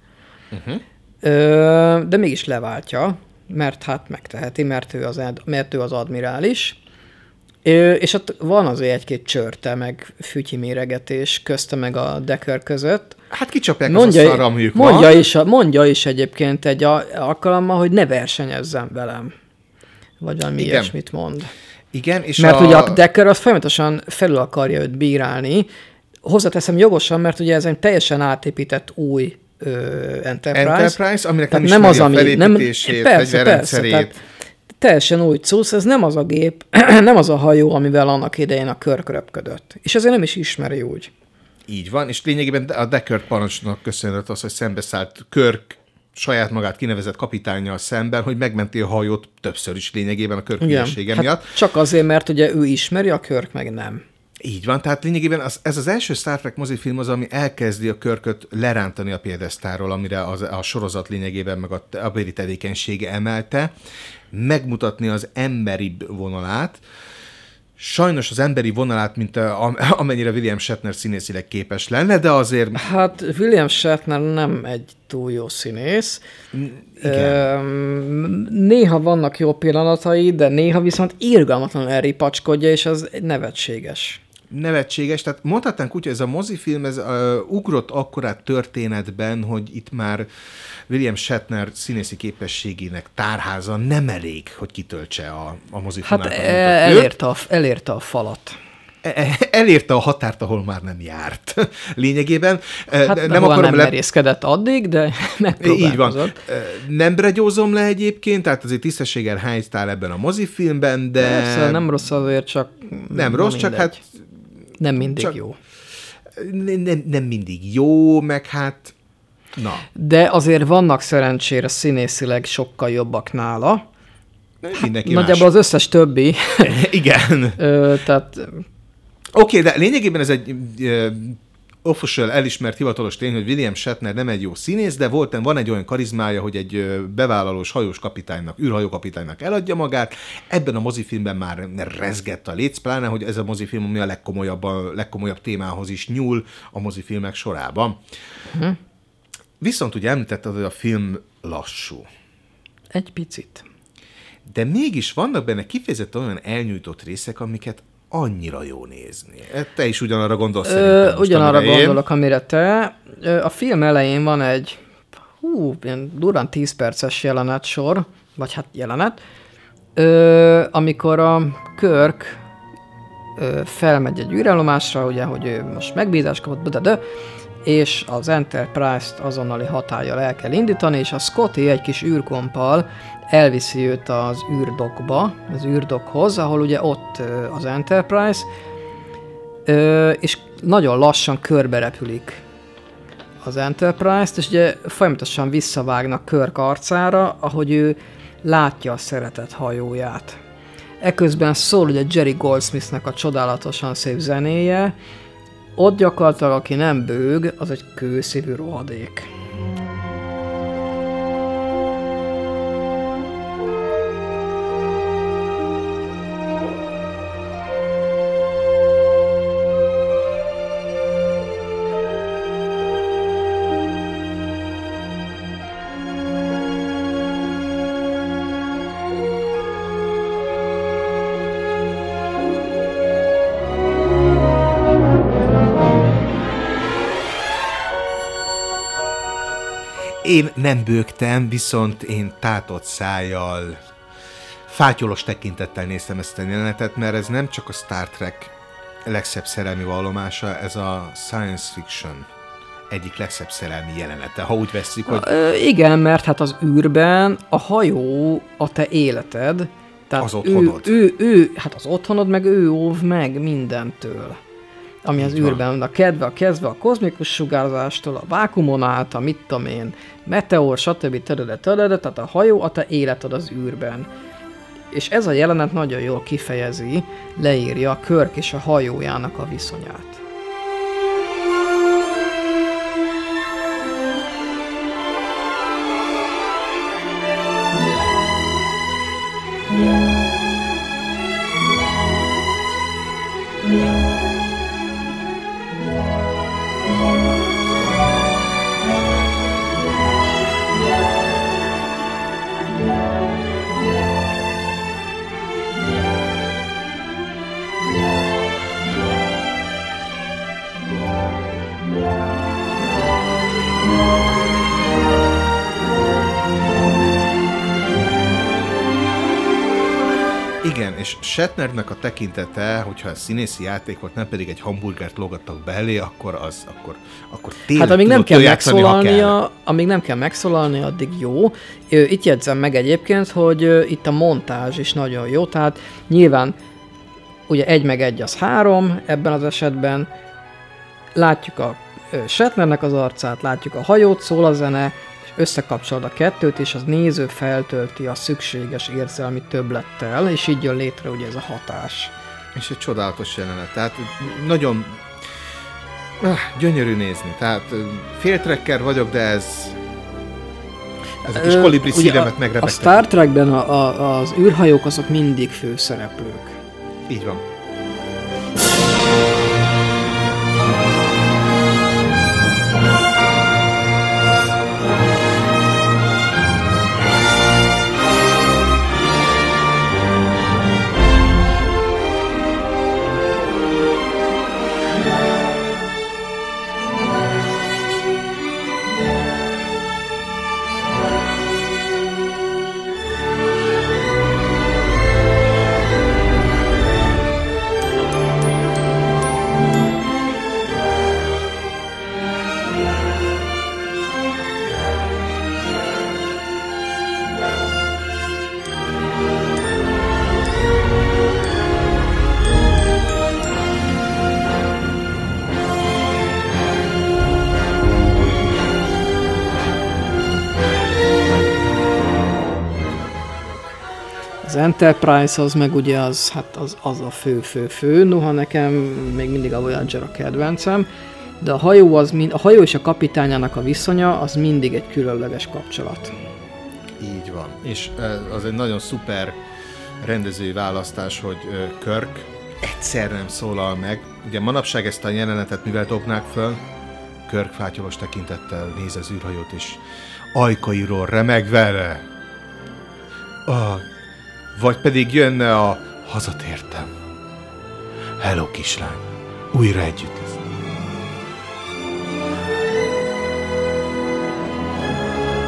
de mégis leváltja, mert hát megteheti, mert ő az admirális. És ott van azért egy-két csörte, meg fütyiméregetés közte meg a Decker között. Hát kicsapják az asztalra, amelyük van. Mondja is egyébként egy alkalommal, hogy ne versenyezzen velem. Vagy valami ilyesmit mond. Igen, és mert ugye a Decker az folyamatosan felül akarja őt bírálni. Hozzáteszem jogosan, mert ugye ez egy teljesen átépített új Enterprise, aminek nem ismeri a felépítését, fegyverrendszerét. Teljesen új cucc, ez nem az a gép, nem az a hajó, amivel annak idején a Kirk röpködött. És ezért nem is ismeri úgy. Így van, és lényegében a Deckard parancsnak köszönhető az, hogy szembeszállt Kirk saját magát kinevezett kapitánnyal szemben, hogy megmenti a hajót többször is lényegében a Kirk hülyesége miatt. Csak azért, mert ugye ő ismeri, a Kirk meg nem. Így van, tehát lényegében ez az első Star Trek mozifilm az, ami elkezdi a Kirköt lerántani a piedesztáról, amire a sorozat lényegében meg a abéri tevékenysége emelte, megmutatni az emberibb vonalát. Sajnos az emberi vonalát, mint amennyire William Shatner színészileg képes lenne, de azért... Hát William Shatner nem egy túl jó színész. Néha vannak jó pillanatai, de néha viszont irgalmatlanul elripacskodja, és az nevetséges. Tehát mondhatnánk úgy, hogy ez a mozifilm ugrott akkorát történetben, hogy itt már William Shatner színészi képességének tárháza nem elég, hogy kitöltse a mozifilmát. Hát elérte a falat. Elérte a határt, ahol már nem járt. Lényegében. Hát nem merészkedett addig, de megpróbálkozott. Így van. Nem bregyózom le egyébként, tehát azért tisztességgel helyztál ebben a mozifilmben, de... Persze, nem rossz azért, csak... Nem rossz, csak hát... Nem mindig jó. Nem mindig jó, meg hát... Na. De azért vannak szerencsére színészileg sokkal jobbak nála. Nagyjából az összes többi. Igen. Tehát... Oké, de lényegében ez egy official elismert hivatalos tény, hogy William Shatner nem egy jó színész, de van egy olyan karizmája, hogy egy bevállalós hajós kapitánynak, űrhajókapitánynak eladja magát. Ebben a mozifilmben már rezgett a léc, pláne, hogy ez a mozifilm, ami a legkomolyabb témához is nyúl a mozifilmek sorában. Viszont ugye említetted, hogy a film lassú. Egy picit. De mégis vannak benne kifejezetten olyan elnyújtott részek, amiket annyira jó nézni. Te is ugyanarra gondolsz szerintem. Ugyanarra gondolok, amire te. A film elején van egy ilyen durván 10 perces jelenet sor, vagy hát jelenet, amikor a Kirk felmegy egy űrállomásra, ugye, hogy ő most megbízást kapott, és az Enterprise-t azonnali hatállyal el kell indítani, és a Scotty egy kis űrkompal elviszi őt az űrdokba, az űrdokhoz, ahol ugye ott az Enterprise, és nagyon lassan körbe repülik az Enterprise-t, és ugye folyamatosan visszavágnak Kirk arcára, ahogy ő látja a szeretett hajóját. Eközben szól ugye Jerry Goldsmithnek a csodálatosan szép zenéje, ott gyakorlatilag aki nem bőg, az egy kőszívű rohadék. Én nem bőgtem, viszont én tátott szájjal, fátyolos tekintettel néztem ezt a jelenetet, mert ez nem csak a Star Trek legszebb szerelmi vallomása, ez a science fiction egyik legszebb szerelmi jelenete, ha úgy vesszük, hogy... Igen, mert hát az űrben a hajó a te életed, tehát az otthonod. Hát az otthonod, meg ő óv meg mindentől. Ami az űrben, a kezdve a kozmikus sugárzástól, a vákumon át, a mit tudom én, meteor, stb. Tehát a hajó a te életed az űrben. És ez a jelenet nagyon jól kifejezi, leírja a Kirk és a hajójának a viszonyát. Igen, és Shatnernek a tekintete, hogyha a színészi játék volt, nem pedig egy hamburgert lógattak belé, akkor tényleg hát amíg nem kell játszani, megszólalnia, amíg nem kell megszólalnia, addig jó. Itt jegyzem meg egyébként, hogy itt a montázs is nagyon jó, tehát nyilván ugye 1+1 az 3 ebben az esetben, látjuk a Shatnernek az arcát, látjuk a hajót, szól a zene, összekapcsolod a kettőt, és az néző feltölti a szükséges érzelmi többlettel, és így jön létre ugye ez a hatás. És egy csodálatos jelenet, tehát nagyon gyönyörű nézni, tehát féltrekker vagyok, de ez a kis kolibri szívemet megrepettek. A Star Trekben az űrhajók azok mindig főszereplők. Így van. Az Enterprise az meg ugye az a fő, noha nekem még mindig a Voyager a kedvencem, de a hajó és a kapitányának a viszonya az mindig egy különleges kapcsolat. Így van. És az egy nagyon szuper rendezői választás, hogy Kirk egyszer nem szólal meg. Ugye manapság ezt a jelenetet mivel dobnák föl? Kirk fátyolos tekintettel néz az űrhajót, és ajkairól remeg vele. Vagy pedig jönne a hazatértem. Hello, kislány. Újra együtt lesz.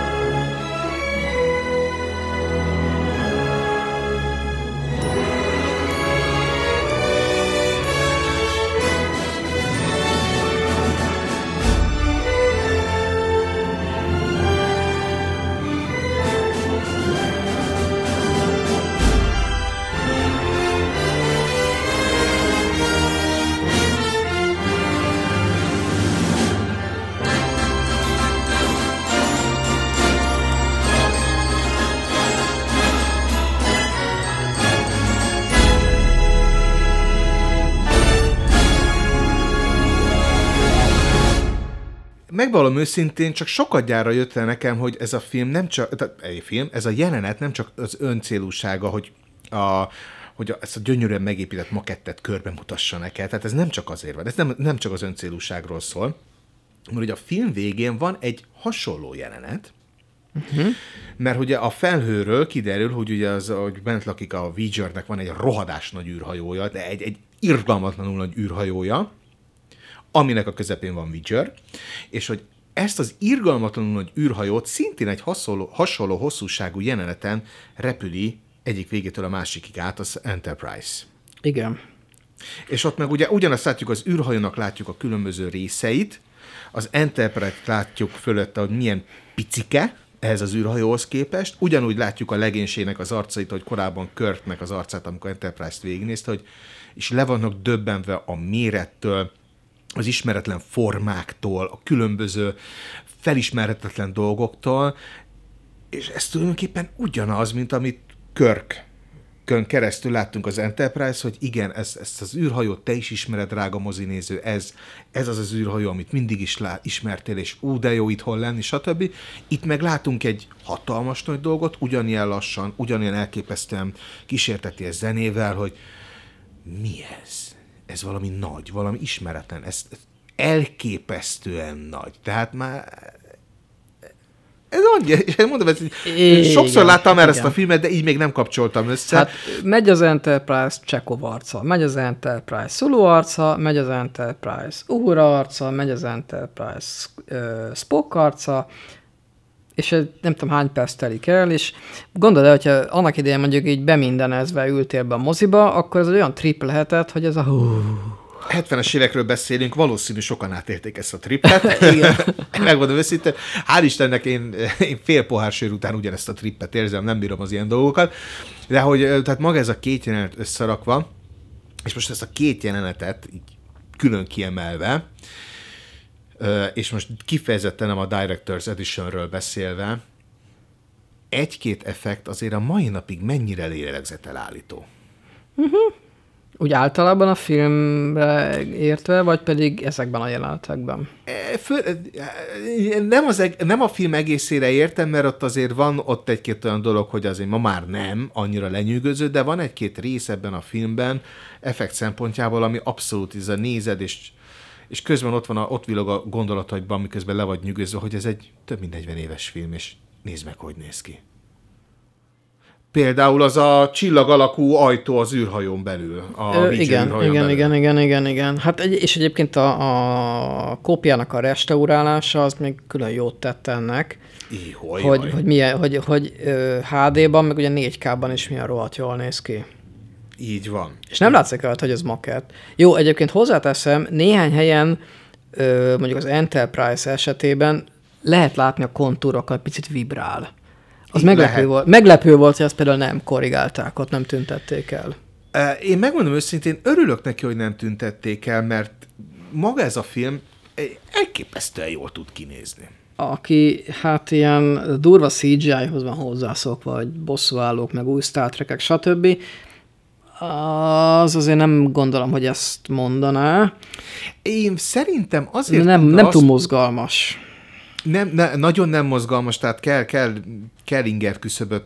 megvallom őszintén, csak sokadjára jött el nekem, hogy ez a film nem csak, ez a jelenet nem csak az öncélúsága, hogy ezt a gyönyörűen megépített makettet körbe mutassa neked. Tehát ez nem csak azért van, ez nem csak az öncélúságról szól, mert ugye a film végén van egy hasonló jelenet, mert ugye a felhőről kiderül, hogy ugye hogy bent lakik a Voyagernek van egy rohadás nagy űrhajója, de egy irgalmatlanul nagy űrhajója, aminek a közepén van Voyager, és hogy ezt az irgalmatlanul nagy űrhajót szintén egy hasonló hosszúságú jeleneten repüli egyik végétől a másikig át az Enterprise. Igen. És ott meg ugye ugyanazt látjuk, az űrhajónak látjuk a különböző részeit, az Enterprise-t látjuk fölötte, hogy milyen picike ehhez az űrhajóhoz képest, ugyanúgy látjuk a legénységnek az arcait, hogy korábban Kirknek az arcát, amikor Enterprise-t végignézte, hogy és le vannak döbbenve a mérettől, az ismeretlen formáktól, a különböző felismerhetetlen dolgoktól, és ez tulajdonképpen ugyanaz, mint amit Kirkön keresztül láttunk az Enterprise, hogy igen, ezt az űrhajót te is ismered, drága mozinéző, ez az űrhajó, amit mindig is ismertél, és de jó itthon lenni, stb. Itt meg látunk egy hatalmas nagy dolgot, ugyanilyen lassan, ugyanilyen elképesztően kísérteties zenével, hogy mi ez? Ez valami nagy, valami ismeretlen, ez elképesztően nagy. Tehát már ez annyi, és mondom, sokszor láttam már ezt a filmet, de így még nem kapcsoltam össze. Hát megy az Enterprise Chekhov arca, megy az Enterprise Sulu arca, megy az Enterprise Uhura arca, megy az Enterprise Spock arca, és nem tudom hány perc telik el, és gondolod el, hogyha annak idején mondjuk így bemindenezve ültél be a moziba, akkor ez olyan trip lehetett, hogy ez a 70-es évekről beszélünk, valószínű sokan átélték ezt a trippet. Igen. Megmondom őszintén, hál' Istennek én fél pohár sör után ugyanezt a trippet érzem, nem bírom az ilyen dolgokat, de hogy tehát maga ez a két jelenet összerakva, és most ezt a két jelenetet így külön kiemelve, és most kifejezetten nem a Director's Editionről beszélve, egy-két effekt azért a mai napig mennyire lélegzetelállító. Úgy általában a filmre értve, vagy pedig ezekben a jelenetekben? Nem a film egészére értem, mert ott azért van ott egy-két olyan dolog, hogy azért ma már nem annyira lenyűgöző, de van egy-két rész ebben a filmben effekt szempontjából, ami abszolút ez a nézed, és közben ott villog a gondolataidban, miközben le vagy nyűgözve, hogy ez egy több mint 40 éves film, és nézd meg, hogy néz ki. Például az a csillag alakú ajtó az űrhajón belül. Igen. Hát és egyébként a kópiának a restaurálása az még külön jót tett ennek. Hogy HD-ban, meg ugye 4K-ban is milyen rohadt jól néz ki. Így van. És nem látszik rajta, hogy ez makett. Jó, egyébként hozzáteszem, néhány helyen, mondjuk az Enterprise esetében lehet látni a kontúrokat, picit vibrál. Az meglepő volt, hogy ezt például nem korrigálták, ott nem tüntették el. Én megmondom őszintén, örülök neki, hogy nem tüntették el, mert maga ez a film elképesztően jól tud kinézni. Aki hát ilyen durva CGI-hoz van hozzászokva, vagy bosszúállók, meg új Star Trek-ek, stb., az azért nem gondolom, hogy ezt mondaná. Én szerintem azért... Nem túl mozgalmas. Nagyon nem mozgalmas, tehát kell inger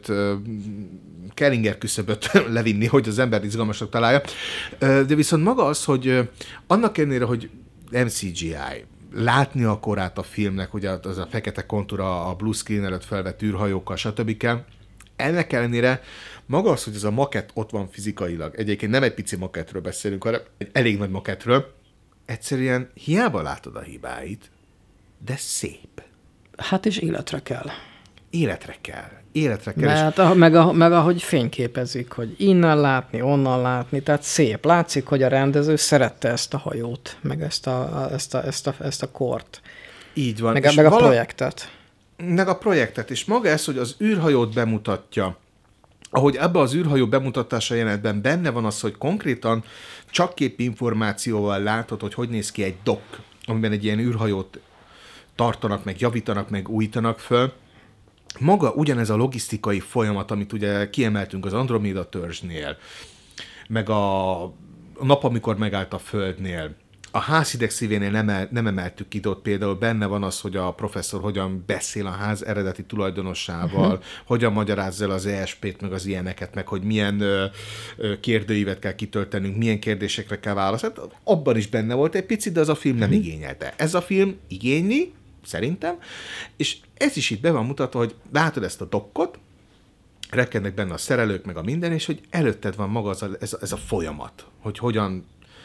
küszöböt levinni, hogy az ember izgalmasnak találja. De viszont maga az, hogy annak ellenére, hogy MCGI, látni a korát a filmnek, hogy az a fekete kontúra, a blue screen előtt felvett űrhajókkal, stb. Ennek ellenére maga az, hogy ez a makett ott van fizikailag, egyébként nem egy pici makettről beszélünk, hanem egy elég nagy makettről, egyszerűen hiába látod a hibáit, de szép. Hát és életre kell. Életre kell. Mert meg ahogy fényképezik, hogy innen látni, onnan látni, tehát szép. Látszik, hogy a rendező szerette ezt a hajót, meg ezt a kort. Így van. Meg a projektet. Meg a projektet, és maga ez, hogy az űrhajót bemutatja, ahogy ebben az űrhajó bemutatása jelenetben benne van az, hogy konkrétan csak képinformációval látod, hogy néz ki egy dock, amiben egy ilyen űrhajót tartanak, meg javítanak, meg újítanak föl. Maga ugyanez a logisztikai folyamat, amit ugye kiemeltünk az Andromeda törzsnél, meg a nap, amikor megállt a Földnél, A Házhideg szívénél nem emeltük ki, ott például benne van az, hogy a professzor hogyan beszél a ház eredeti tulajdonossával, hogyan magyarázza el az ESP-t, meg az ilyeneket, meg hogy milyen kérdőívet kell kitöltenünk, milyen kérdésekre kell válaszolni. Abban is benne volt egy picit, de az a film nem igényelte. Ez a film igényli, szerintem, és ez is itt be van mutatva, hogy látod ezt a dokkot, rekednek benne a szerelők, meg a minden, és hogy előtted van maga ez a folyamat, hogy hogyan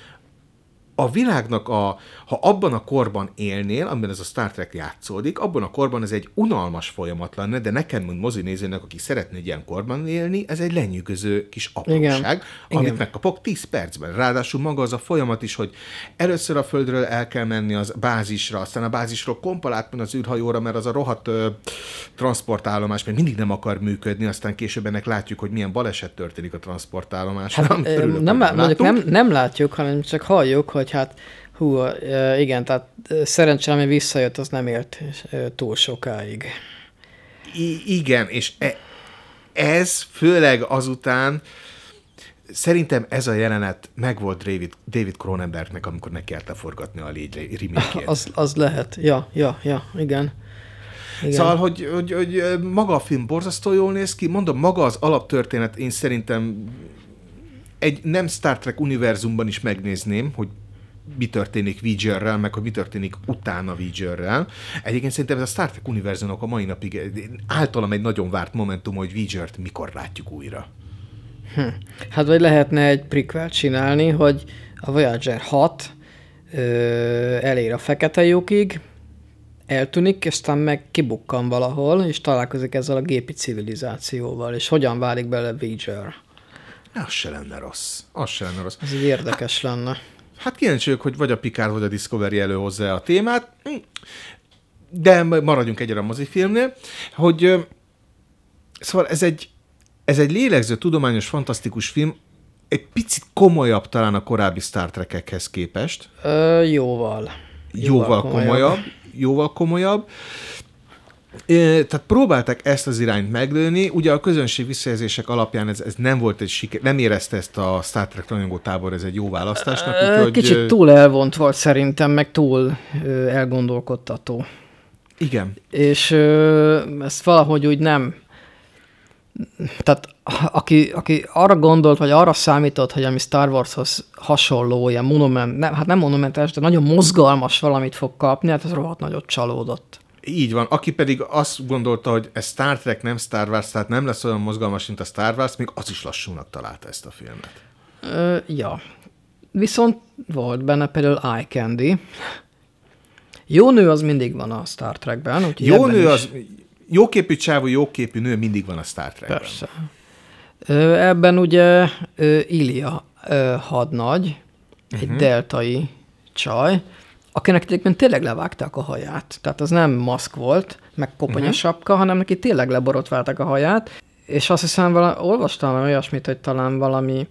a világnak, ha abban a korban élnél, amiben ez a Star Trek játszódik, abban a korban ez egy unalmas folyamat lenne, de nekem, mint mozinézőnek, aki szeretne egy ilyen korban élni, ez egy lenyűgöző kis apróság, amit megkapok 10 percben. Ráadásul maga az a folyamat is, hogy először a Földről el kell menni az bázisra, aztán a bázisról kompal átmenni az űrhajóra, mert az a rohadt transportállomás még mindig nem akar működni, aztán később ennek látjuk, hogy milyen baleset történik a transportállomáson. Hát, nem látjuk, hanem csak halljuk, hogy hát igen, tehát szerencsére, ami visszajött, az nem élt túl sokáig. Igen, és ez főleg azután, szerintem ez a jelenet megvolt David Cronenbergnek, amikor neki kellett leforgatni a Légy remake-jét. Az lehet, ja, igen. Szóval, hogy maga a film borzasztó jól néz ki, mondom, maga az alaptörténet, én szerintem egy nem Star Trek univerzumban is megnézném, hogy mi történik Voyagerrel, meg hogy mi történik utána Voyagerrel. Egyébként szerintem ez a Star Trek univerzumnak a mai napig általam egy nagyon várt momentum, hogy Voyagert mikor látjuk újra. Hát vagy lehetne egy prequel csinálni, hogy a Voyager 6 elér a fekete lyukig, eltűnik, és aztán meg kibukkan valahol, és találkozik ezzel a gépi civilizációval, és hogyan válik bele Voyager. Az se lenne rossz. Ez így érdekes lenne. Hát kíváncsi vagyok, hogy vagy a Picard, vagy a Discovery előhozza a témát, de maradjunk egyre a mozifilmnél, hogy szóval ez egy lélegző, tudományos, fantasztikus film, egy picit komolyabb talán a korábbi Star Trek-ekhez képest. Jóval komolyabb. Tehát próbálták ezt az irányt meglőni, ugye a közönség visszajelzések alapján ez nem volt egy siker, nem érezte ezt a Star Trek rajongó tábor, ez egy jó választásnak. Úgyhogy... Kicsit túl elvont volt szerintem, meg túl elgondolkodtató. Igen. És ezt valahogy úgy nem... Tehát aki arra gondolt, vagy arra számított, hogy ami Star Warshoz hasonló, ilyen nem monumentális, de nagyon mozgalmas valamit fog kapni, hát az rohadt nagyot csalódott. Így van. Aki pedig azt gondolta, hogy ez Star Trek, nem Star Wars, tehát nem lesz olyan mozgalmas, mint a Star Wars, még az is lassúnak találta ezt a filmet. Ja. Viszont volt benne például Eye Candy. Jó nő az mindig van a Star Trekben. Jó nő az... Jóképű csávú, jóképű nő mindig van a Star Trekben. Persze. Ebben ugye Ilia hadnagy, egy deltai csaj, akinek egyébként tényleg levágták a haját. Tehát az nem maszk volt, meg koponyasapka, hanem neki tényleg leborotválták a haját, és azt hiszem, olvastam olyasmit, hogy talán valami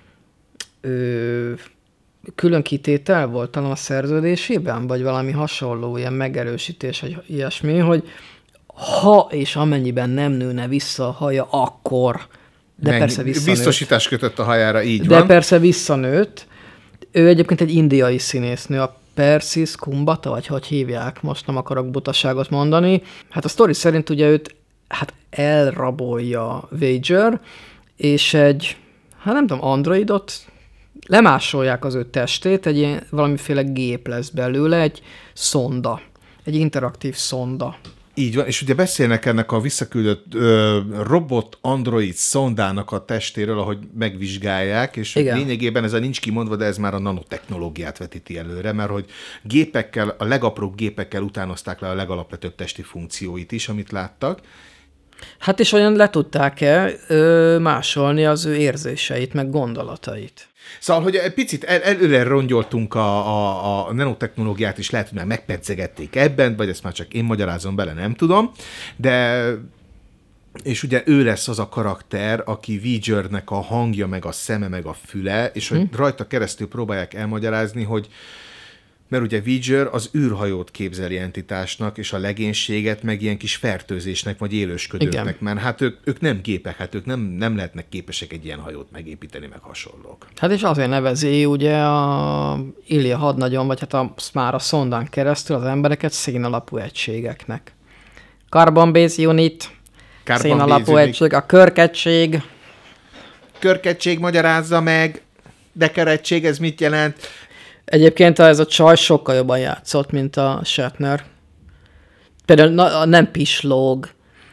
külön kitétel volt talán a szerződésében, vagy valami hasonló, ilyen megerősítés, vagy ilyesmi, hogy ha és amennyiben nem nőne vissza a haja, akkor, de persze visszanőtt. Biztosítás kötött a hajára, így de van. De persze visszanőtt. Ő egyébként egy indiai színésznő, a Persis Kumbata, vagy hogy hívják, most nem akarok butaságot mondani. Hát a sztori szerint ugye őt elrabolja Voyager, és egy, nem tudom, androidot, lemásolják az ő testét, egy ilyen valamiféle gép lesz belőle, egy szonda, egy interaktív szonda. Így van, és ugye beszélnek ennek a visszaküldött robot-android szondának a testéről, ahogy megvizsgálják, és lényegében ez nincs kimondva, de ez már a nanotechnológiát vetíti előre, mert hogy gépekkel, a legapróbb gépekkel utánozták le a legalapvetőbb testi funkcióit is, amit láttak. Hát és olyan le tudták-e másolni az ő érzéseit, meg gondolatait. Szóval, hogy egy picit előre rongyoltunk a nanotechnológiát is, lehet, hogy már megpedzegették ebben, vagy ezt már csak én magyarázom bele, nem tudom, de és ugye ő lesz az a karakter, aki Voyagernek a hangja, meg a szeme, meg a füle, és hogy rajta keresztül próbálják elmagyarázni, hogy mert ugye Voyager az űrhajót képzeli entitásnak, és a legénységet meg ilyen kis fertőzésnek, vagy élősködőknek, igen. Mert hát ők nem gépek, hát ők nem lehetnek képesek egy ilyen hajót megépíteni, meg hasonlók. Hát és azért nevezi ugye a Ilia hadnagyon, vagy hát már a szondán keresztül az embereket szénalapú egységeknek. Carbon Base Unit, szénalapú egység, a körkegység. Körkegység magyarázza meg, de kerettség, ez mit jelent? Egyébként ez a csaj sokkal jobban játszott, mint a Shatner. Például nem pislóg,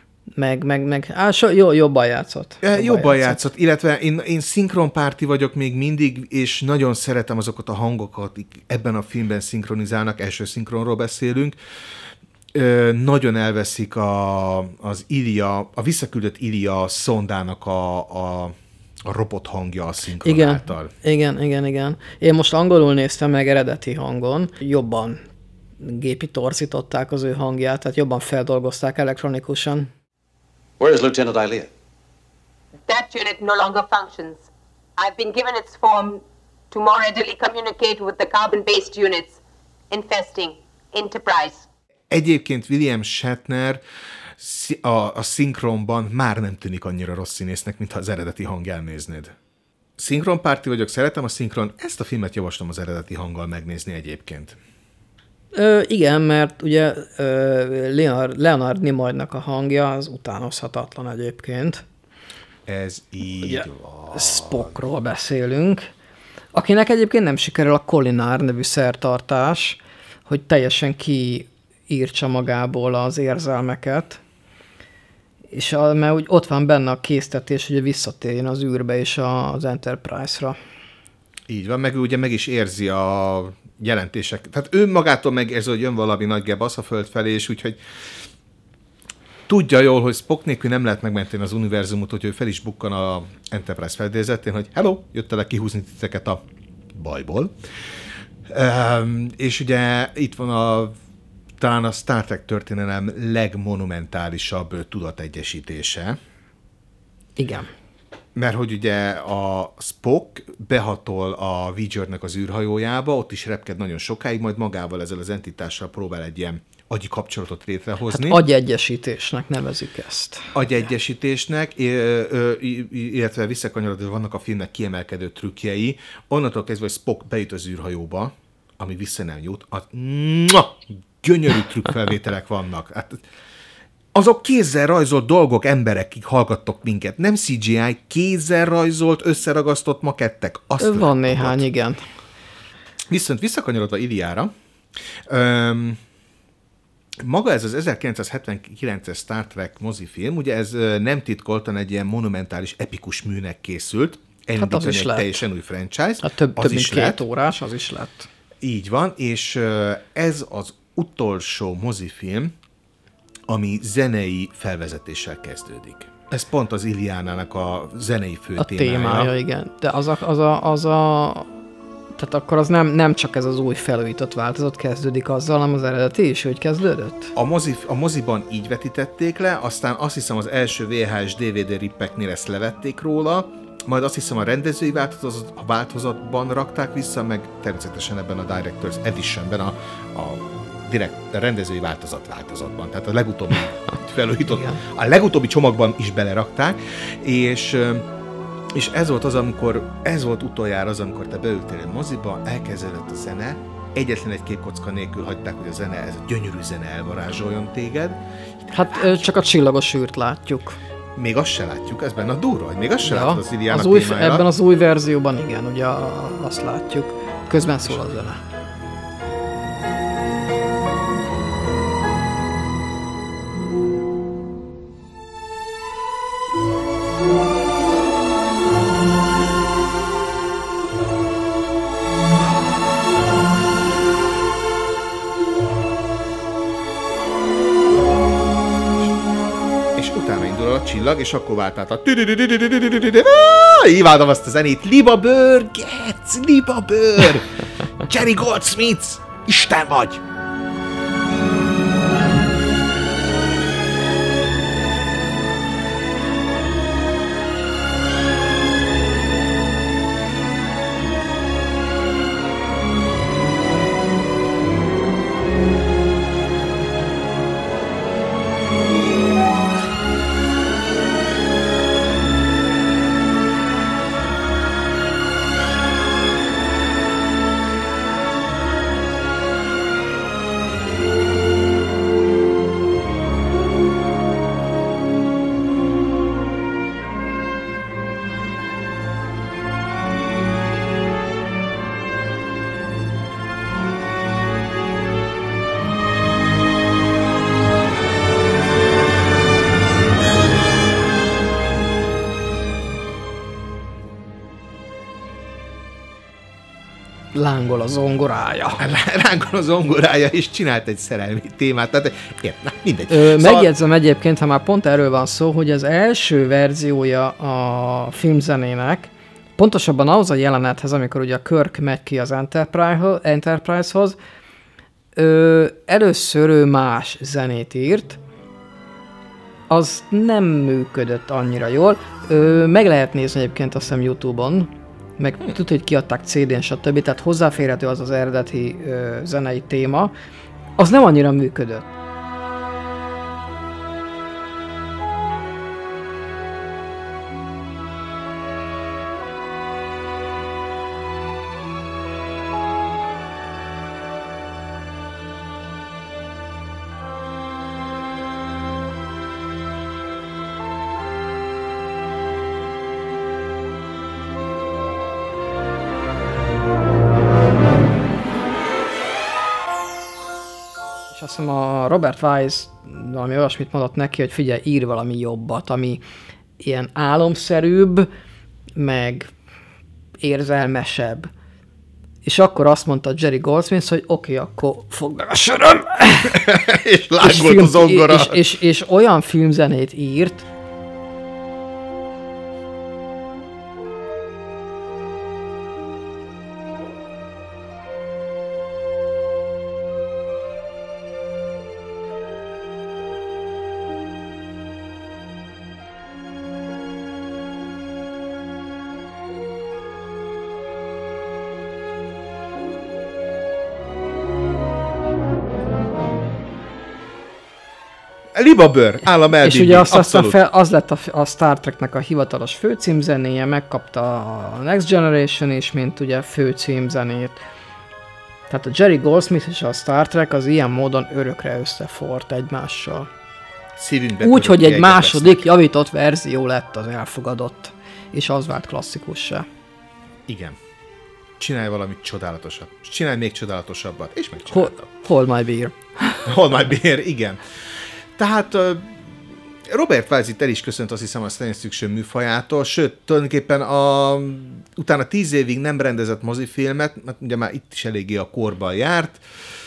jobban játszott. Jobban játszott, illetve én szinkronpárti vagyok még mindig, és nagyon szeretem azokat a hangokat, ebben a filmben szinkronizálnak, első szinkronról beszélünk. Nagyon elveszik az Ilia, a visszaküldött Ilia szondának a robot hangja a szinkron által. Igen. Én most angolul néztem meg eredeti hangon, jobban gépi torzították az ő hangját, tehát jobban feldolgozták elektronikusan. Where is Lieutenant Ilia? That unit no longer functions. I've been given its form to more readily communicate with the carbon-based units infesting Enterprise. Egyébként William Shatner a szinkronban már nem tűnik annyira rossz színésznek, mintha az eredeti hangján néznéd. Szinkronpárti vagyok, szeretem a szinkron, ezt a filmet javaslom az eredeti hanggal megnézni egyébként. Igen, mert ugye Leonard Nimoynak a hangja az utánozhatatlan egyébként. Ez így ugye, van. Spockról beszélünk, akinek egyébként nem sikerül a Kolinár nevű szertartás, hogy teljesen kiírtsa magából az érzelmeket, és mert úgy ott van benne a késztetés, hogy visszatérjen az űrbe és az Enterprise-ra. Így van, meg ugye meg is érzi a jelentések. Tehát ő magától megérzi, hogy jön valami nagy gebasz a föld felé, és úgyhogy tudja jól, hogy Spock nélkül nem lehet megmenteni az univerzumot, hogy ő fel is bukkan a Enterprise fedélzetén, hogy hello, jöttelek kihúzni titeket a bajból. És ugye itt van talán a Star Trek történelem legmonumentálisabb tudategyesítése. Igen. Mert hogy ugye a Spock behatol a Voyagernek az űrhajójába, ott is repked nagyon sokáig, majd magával ezzel az entitással próbál egy ilyen agyi kapcsolatot létrehozni. Hát agyegyesítésnek nevezik ezt. Agyegyesítésnek, illetve visszakanyarodva vannak a filmnek kiemelkedő trükkjei. Onnantól kezdve, hogy Spock bejut az űrhajóba, ami vissza nem jut, gyönyörű trükkfelvételek vannak. Hát, azok kézzel rajzolt dolgok, emberek, akik hallgattok minket. Nem CGI, kézzel rajzolt, összeragasztott makettek. Van néhány, igen. Viszont visszakanyarodva Iliára, maga ez az 1979-es Star Trek mozifilm, ugye ez nem titkoltan egy ilyen monumentális, epikus műnek készült, elindítani egy teljesen új franchise. Hát több mint 2 órás, az is lett. Így van, és ez az utolsó mozifilm, ami zenei felvezetéssel kezdődik. Ez pont az Iliánának a zenei főtémája. A témája, igen. De tehát akkor az nem csak ez az új felújított változat kezdődik azzal, hanem az eredeti is, hogy kezdődött? A moziban így vetítették le, aztán azt hiszem az első VHS DVD rippeknél ezt levették róla, majd azt hiszem a rendezői változatban rakták vissza, meg természetesen ebben a Director's Editionben a rendezői változatban. Tehát a legutóbbi felújított, a legutóbbi csomagban is belerakták, és ez volt utoljára az, amikor te beültél egy moziba, elkezdődött a zene, egyetlen egy képkocka nélkül hagyták, hogy ez a gyönyörű zene elvarázsoljon téged. Hát csak a csillagos űrt látjuk. Még azt se látjuk, ez benne a durva, hogy még azt se látod az Iliának témája. Ebben az új verzióban igen, ugye azt látjuk. Közben szól a zene. Csillag, és akkor vált át a imádom azt a zenét. Libabőr, Getz, Libabőr! Jerry Goldsmith, Isten vagy! Lángol a zongorája. Lángol a zongorája, és csinált egy szerelmi témát. Tehát, na, mindegy. Megjegyzem egyébként, ha már pont erről van szó, hogy az első verziója a filmzenének, pontosabban ahhoz a jelenethez, amikor ugye a Kirk megy ki az Enterprise-hoz, először ő más zenét írt, az nem működött annyira jól. Meg lehet nézni egyébként azt hiszem YouTube-on, meg tudod, hogy kiadták CD-n, stb. Tehát hozzáférhető az eredeti zenei téma, az nem annyira működött. És azt hiszem a Robert Wise valami olyasmit mondott neki, hogy figyelj, ír valami jobbat, ami ilyen álomszerűbb, meg érzelmesebb. És akkor azt mondta Jerry Goldsmith, hogy oké, akkor fogd meg a söröm! És lángolt a zongora. És olyan filmzenét írt, Libabőr, állam elvinni. És ugye az lett a Star Treknek a hivatalos főcímzenéje, megkapta a Next Generation is, mint ugye főcímzenét. Tehát a Jerry Goldsmith és a Star Trek az ilyen módon örökre összefort egymással. Úgy, hogy egy második javított verzió lett az elfogadott, és az vált klasszikussá. Igen. Csinálj valamit csodálatosat. Csinálj még csodálatosabbat, és megcsinálta. Hold my beer. Hold my beer, igen. Tehát Robert Wise itt el is köszönt, azt hiszem, a science fiction műfajától, sőt, tulajdonképpen utána 10 évig nem rendezett mozifilmet, mert ugye már itt is eléggé a korban járt,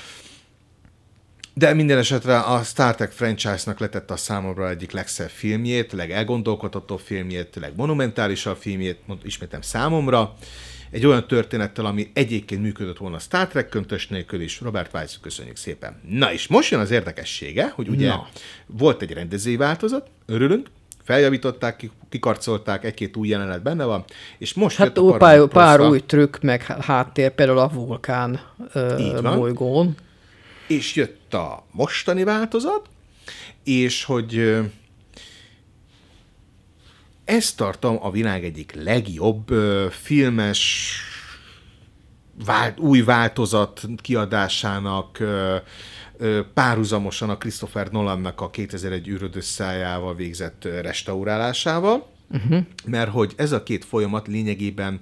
de minden esetre a Star Trek franchise-nak letette a számomra egyik legszebb filmjét, legelgondolkodtatóbb filmjét, legmonumentálisabb filmjét, ismétem számomra, egy olyan történettel, ami egyébként működött volna a Star Trek köntös nélkül is. Robert Wise, köszönjük szépen. Na és most jön az érdekessége, hogy ugye volt egy rendezői változat, örülünk, feljavították, kikarcolták, egy-két új jelenet benne van, és most hát jött a pár új trükk, meg háttér, például a vulkán bolygón. És jött a mostani változat, és hogy ezt tartom a világ egyik legjobb filmes új változat kiadásának, párhuzamosan a Christopher Nolannak a 2001 űrödös szájával végzett restaurálásával, mert hogy ez a két folyamat lényegében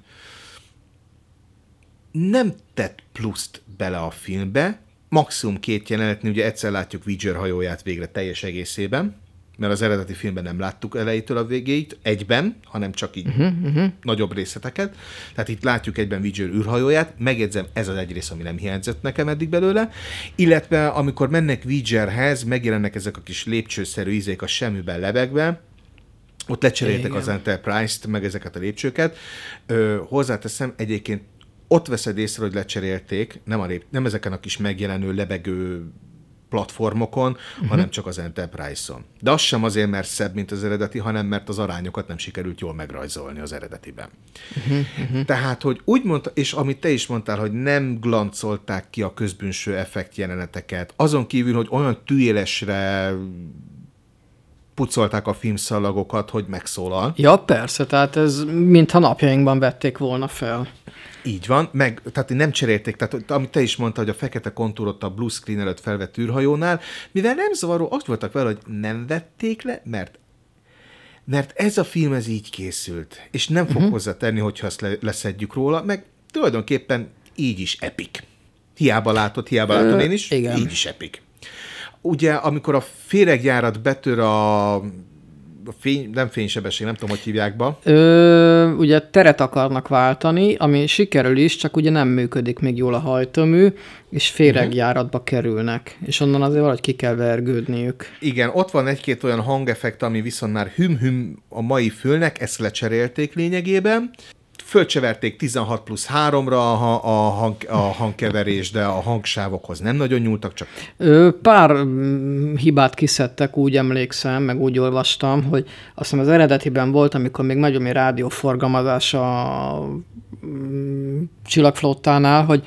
nem tett pluszt bele a filmbe, maximum 2 jelenetnél, ugye egyszer látjuk Voyager hajóját végre teljes egészében, mert az eredeti filmben nem láttuk elejétől a végéig egyben, hanem csak így nagyobb részleteket. Tehát itt látjuk egyben Voyager űrhajóját, megjegyzem, ez az egy rész, ami nem hiányzott nekem eddig belőle, illetve amikor mennek Voyagerhez, megjelennek ezek a kis lépcsőszerű ízék a semmiben lebegve, ott lecseréltek az Enterprise-t, meg ezeket a lépcsőket. Hozzáteszem, egyébként ott veszed észre, hogy lecserélték, nem ezeken a kis megjelenő lebegő platformokon, hanem csak az Enterprise-on. De az sem azért, mert szebb, mint az eredeti, hanem mert az arányokat nem sikerült jól megrajzolni az eredetiben. Tehát, hogy úgy mondta, és amit te is mondtál, hogy nem glancolták ki a közbűnső effekt jeleneteket, azon kívül, hogy olyan tűélesre pucolták a filmszalagokat, hogy megszólal. Ja, persze, tehát ez mintha napjainkban vették volna fel. Így van, tehát nem cserélték, tehát amit te is mondtad, hogy a fekete kontúrot a blue screen előtt felvett űrhajónál, mivel nem zavaró, azt voltak vele, hogy nem vették le, mert ez a film ez így készült, és nem fog hozzátenni, hogyha ezt leszedjük róla, meg tulajdonképpen így is epic. Hiába látom én is, igen. Így is epic. Ugye, amikor a féregjárat betör a nem fénysebesség, nem tudom, hogy hívják be. Ugye teret akarnak váltani, ami sikerül is, csak ugye nem működik még jól a hajtómű, és féregjáratba kerülnek, és onnan azért valahogy ki kell vergődniük. Igen, ott van egy-két olyan hangeffekt, ami viszont már hüm-hüm a mai fülnek, ezt lecserélték lényegében. Fölcseverték 16+3-ra a hangkeverés, de a hangsávokhoz nem nagyon nyúltak, csak... Pár hibát kiszedtek, úgy emlékszem, meg úgy olvastam, hogy azt hiszem az eredetiben volt, amikor még nagyobb rádióforgalmazás a csillagflottánál, hogy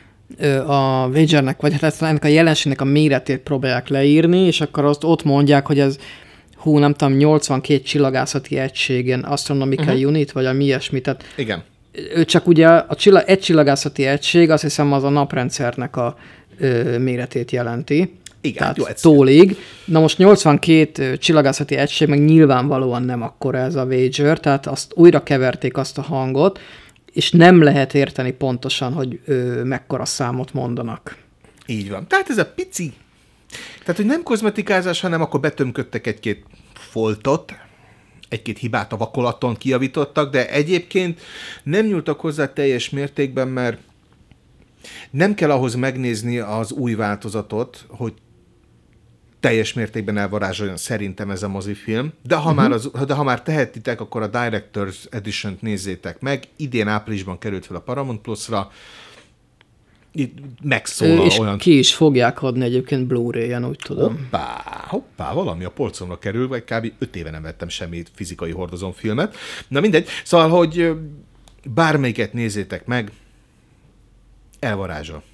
a Voyagernek, vagy hát ennek a jelenségnek a méretét próbálják leírni, és akkor azt ott mondják, hogy ez nem tudom, 82 csillagászati egységen, astronomical unit, vagy ami ilyesmi. Tehát igen. Csak ugye egy csillagászati egység, azt hiszem az a naprendszernek a méretét jelenti. Igen, tehát jó, tólig. Na most 82 csillagászati egység, meg nyilvánvalóan nem akkora ez a Voyager, tehát azt újra keverték azt a hangot, és nem lehet érteni pontosan, hogy mekkora számot mondanak. Így van. Tehát ez a pici. Tehát, hogy nem kozmetikázás, hanem akkor betömködtek egy-két foltot, egy-két hibát a vakolaton kijavítottak, de egyébként nem nyúltak hozzá teljes mértékben, mert nem kell ahhoz megnézni az új változatot, hogy teljes mértékben elvarázsoljon szerintem ez a mozifilm, de ha már tehetitek, akkor a Director's Edition-t nézzétek meg. Idén áprilisban került fel a Paramount Plus-ra, itt megszólal és olyan... ki is fogják adni egyébként Blu-ray-en, úgy tudom. Hoppá, valami a polcomra kerül, vagy kb. 5 éve nem vettem semmi fizikai hordozófilmet. Na mindegy, szóval, hogy bármelyiket nézzétek meg, elvarázsol.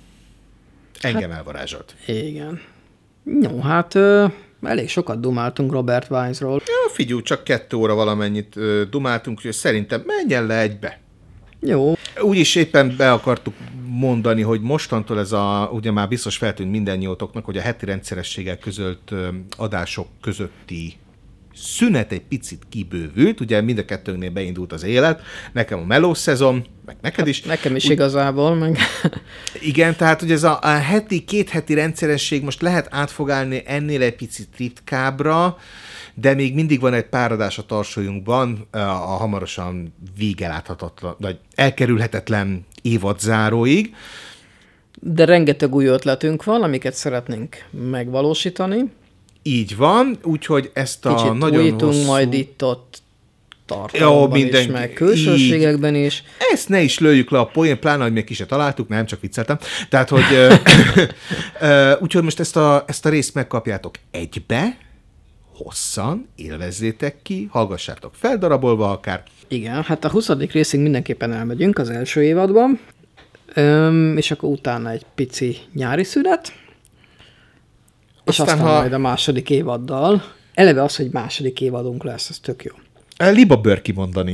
Engem elvarázsolt. Igen. Jó, hát elég sokat dumáltunk Robert Wise-ról. Ja, figyelj, csak 2 óra valamennyit dumáltunk, úgyhogy szerintem menjen le egybe. Jó. Úgyis éppen be akartuk mondani, hogy mostantól ez ugye már biztos feltűnt mindennyiótoknak, hogy a heti rendszerességgel közölt adások közötti szünet egy picit kibővült, ugye mind a kettőnknél beindult az élet, nekem a melós szezon, meg neked is. Nekem is igazából, meg... Igen, tehát hogy ez a két heti rendszeresség most lehet átfogálni ennél egy picit ritkábbra, de még mindig van egy pár adás a tarsolyunkban, a hamarosan végeláthatatlan, vagy elkerülhetetlen évadzáróig. De rengeteg új ötletünk van, amiket szeretnénk megvalósítani. Így van, úgyhogy ezt a kicsit nagyon újítunk hosszú... majd itt-ott tartalomban is, meg külsőségekben is. Ezt ne is lőjük le a poén, pláne, hogy még ki se találtuk, nem, csak vicceltem. Tehát, hogy úgyhogy most ezt a részt megkapjátok egybe, hosszan, élvezzétek ki, hallgassátok feldarabolva akár. Igen, hát a 20. részig mindenképpen elmegyünk az első évadban, és akkor utána egy pici nyári szünet, és aztán majd a második évaddal. Eleve az, hogy második évadunk lesz, ez tök jó. Liba bőr kimondani.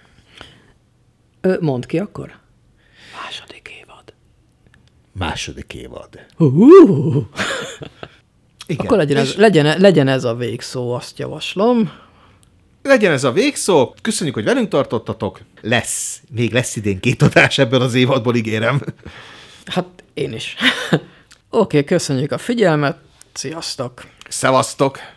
Mondd ki akkor. Második évad. Második évad. Igen. Akkor legyen ez a végszó, azt javaslom. Legyen ez a végszó. Köszönjük, hogy velünk tartottatok. Még lesz idén 2 adás ebből az évadból, ígérem. Hát én is. Oké, köszönjük a figyelmet. Sziasztok. Szevasztok.